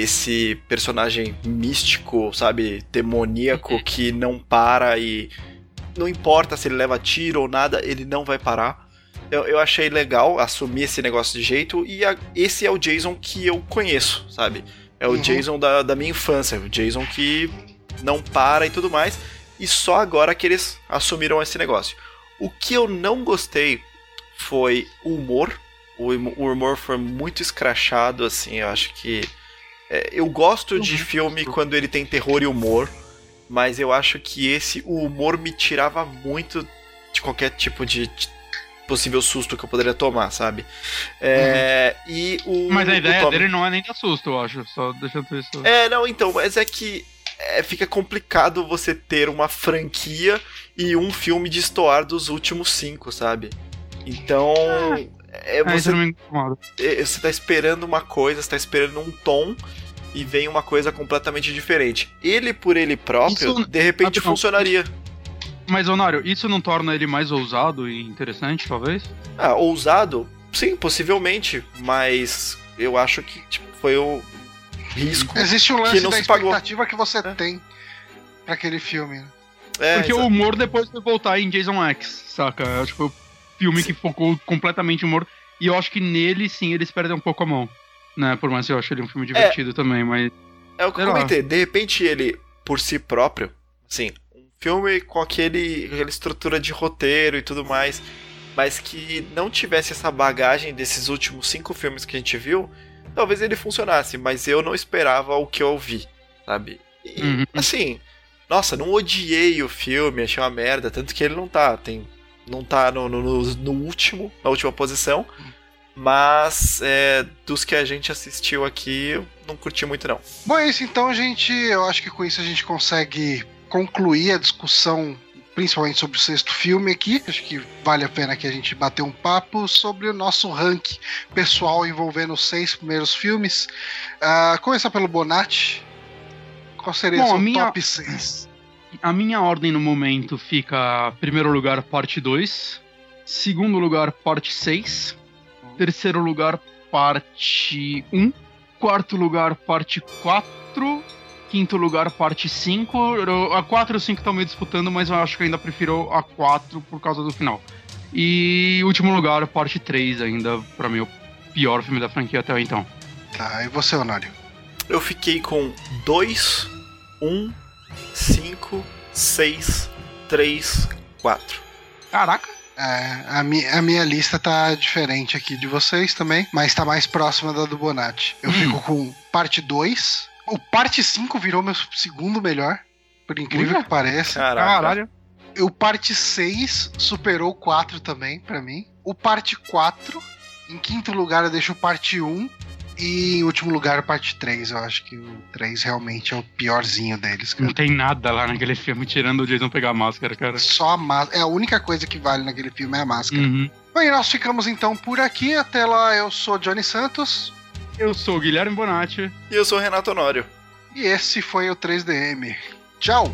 personagem místico, sabe, demoníaco, que não para e não importa se ele leva tiro ou nada, ele não vai parar. Eu achei legal assumir esse negócio de jeito, e esse é o Jason que eu conheço, sabe? É o Jason da minha infância, o Jason que não para e tudo mais, e só agora que eles assumiram esse negócio. O que eu não gostei foi o humor. O humor foi muito escrachado, assim, eu acho que... eu gosto de filme quando ele tem terror e humor, mas eu acho que o humor me tirava muito de qualquer tipo de possível susto que eu poderia tomar, sabe? Mas a ideia dele não é nem dar susto, eu acho, só deixando isso... não, então, mas é que fica complicado você ter uma franquia e um filme destoar dos últimos 5, sabe? Então... você tá esperando uma coisa, você tá esperando um tom e vem uma coisa completamente diferente. Ele por ele próprio, de repente funcionaria. Mas, Onário, isso não torna ele mais ousado e interessante, talvez? Ousado? Sim, possivelmente, mas eu acho que foi o risco. Existe o lance que não da se pagou. expectativa que você tem pra aquele filme. Porque o humor depois foi voltar em Jason X, saca? Eu acho que foi o filme que focou completamente no humor, e eu acho que nele, sim, eles perdem um pouco a mão, né? Por mais que eu acho ele um filme divertido também, mas... É o que eu comentei, de repente ele, por si próprio, assim, um filme com aquela estrutura de roteiro e tudo mais, mas que não tivesse essa bagagem desses últimos 5 filmes que a gente viu, talvez ele funcionasse, mas eu não esperava o que eu vi, sabe? E, assim, nossa, não odiei o filme, achei uma merda, tanto que ele não tá no último, na última posição, Mas dos que a gente assistiu aqui, eu não curti muito não. Bom, é isso então, gente. Eu acho que com isso a gente consegue concluir a discussão, principalmente sobre o sexto filme aqui. Acho que vale a pena que a gente bater um papo sobre o nosso ranking pessoal envolvendo os 6 primeiros filmes. Começar pelo Bonatti. Qual seria o seu top 6? A minha ordem no momento fica: primeiro lugar, parte 2. Segundo lugar, parte 6. Terceiro lugar, parte 1. Quarto lugar, parte 4. Quinto lugar, parte 5. A 4 e o 5 estão meio disputando, mas eu acho que eu ainda prefiro a 4 por causa do final. E último lugar, parte 3 ainda, pra mim, o pior filme da franquia até então. Tá, e você, Honório? Eu fiquei com 2, 1, 5, 6, 3, 4. Caraca! A minha lista tá diferente aqui de vocês também, mas tá mais próxima da do Bonatti. Eu fico com parte 2. O parte 5 virou meu segundo melhor, por incrível que pareça. Caralho. O parte 6 superou o 4 também, pra mim. O parte 4, em quinto lugar eu deixo o parte 1. E em último lugar, a parte 3. Eu acho que o 3 realmente é o piorzinho deles, cara. Não tem nada lá naquele filme, tirando o Jason pegar a máscara, cara. Só a máscara. É a única coisa que vale naquele filme é a máscara. Uhum. Bem, nós ficamos então por aqui. Até lá, eu sou Johnny Santos. Eu sou o Guilherme Bonatti. E eu sou o Renato Honório. E esse foi o 3DM. Tchau!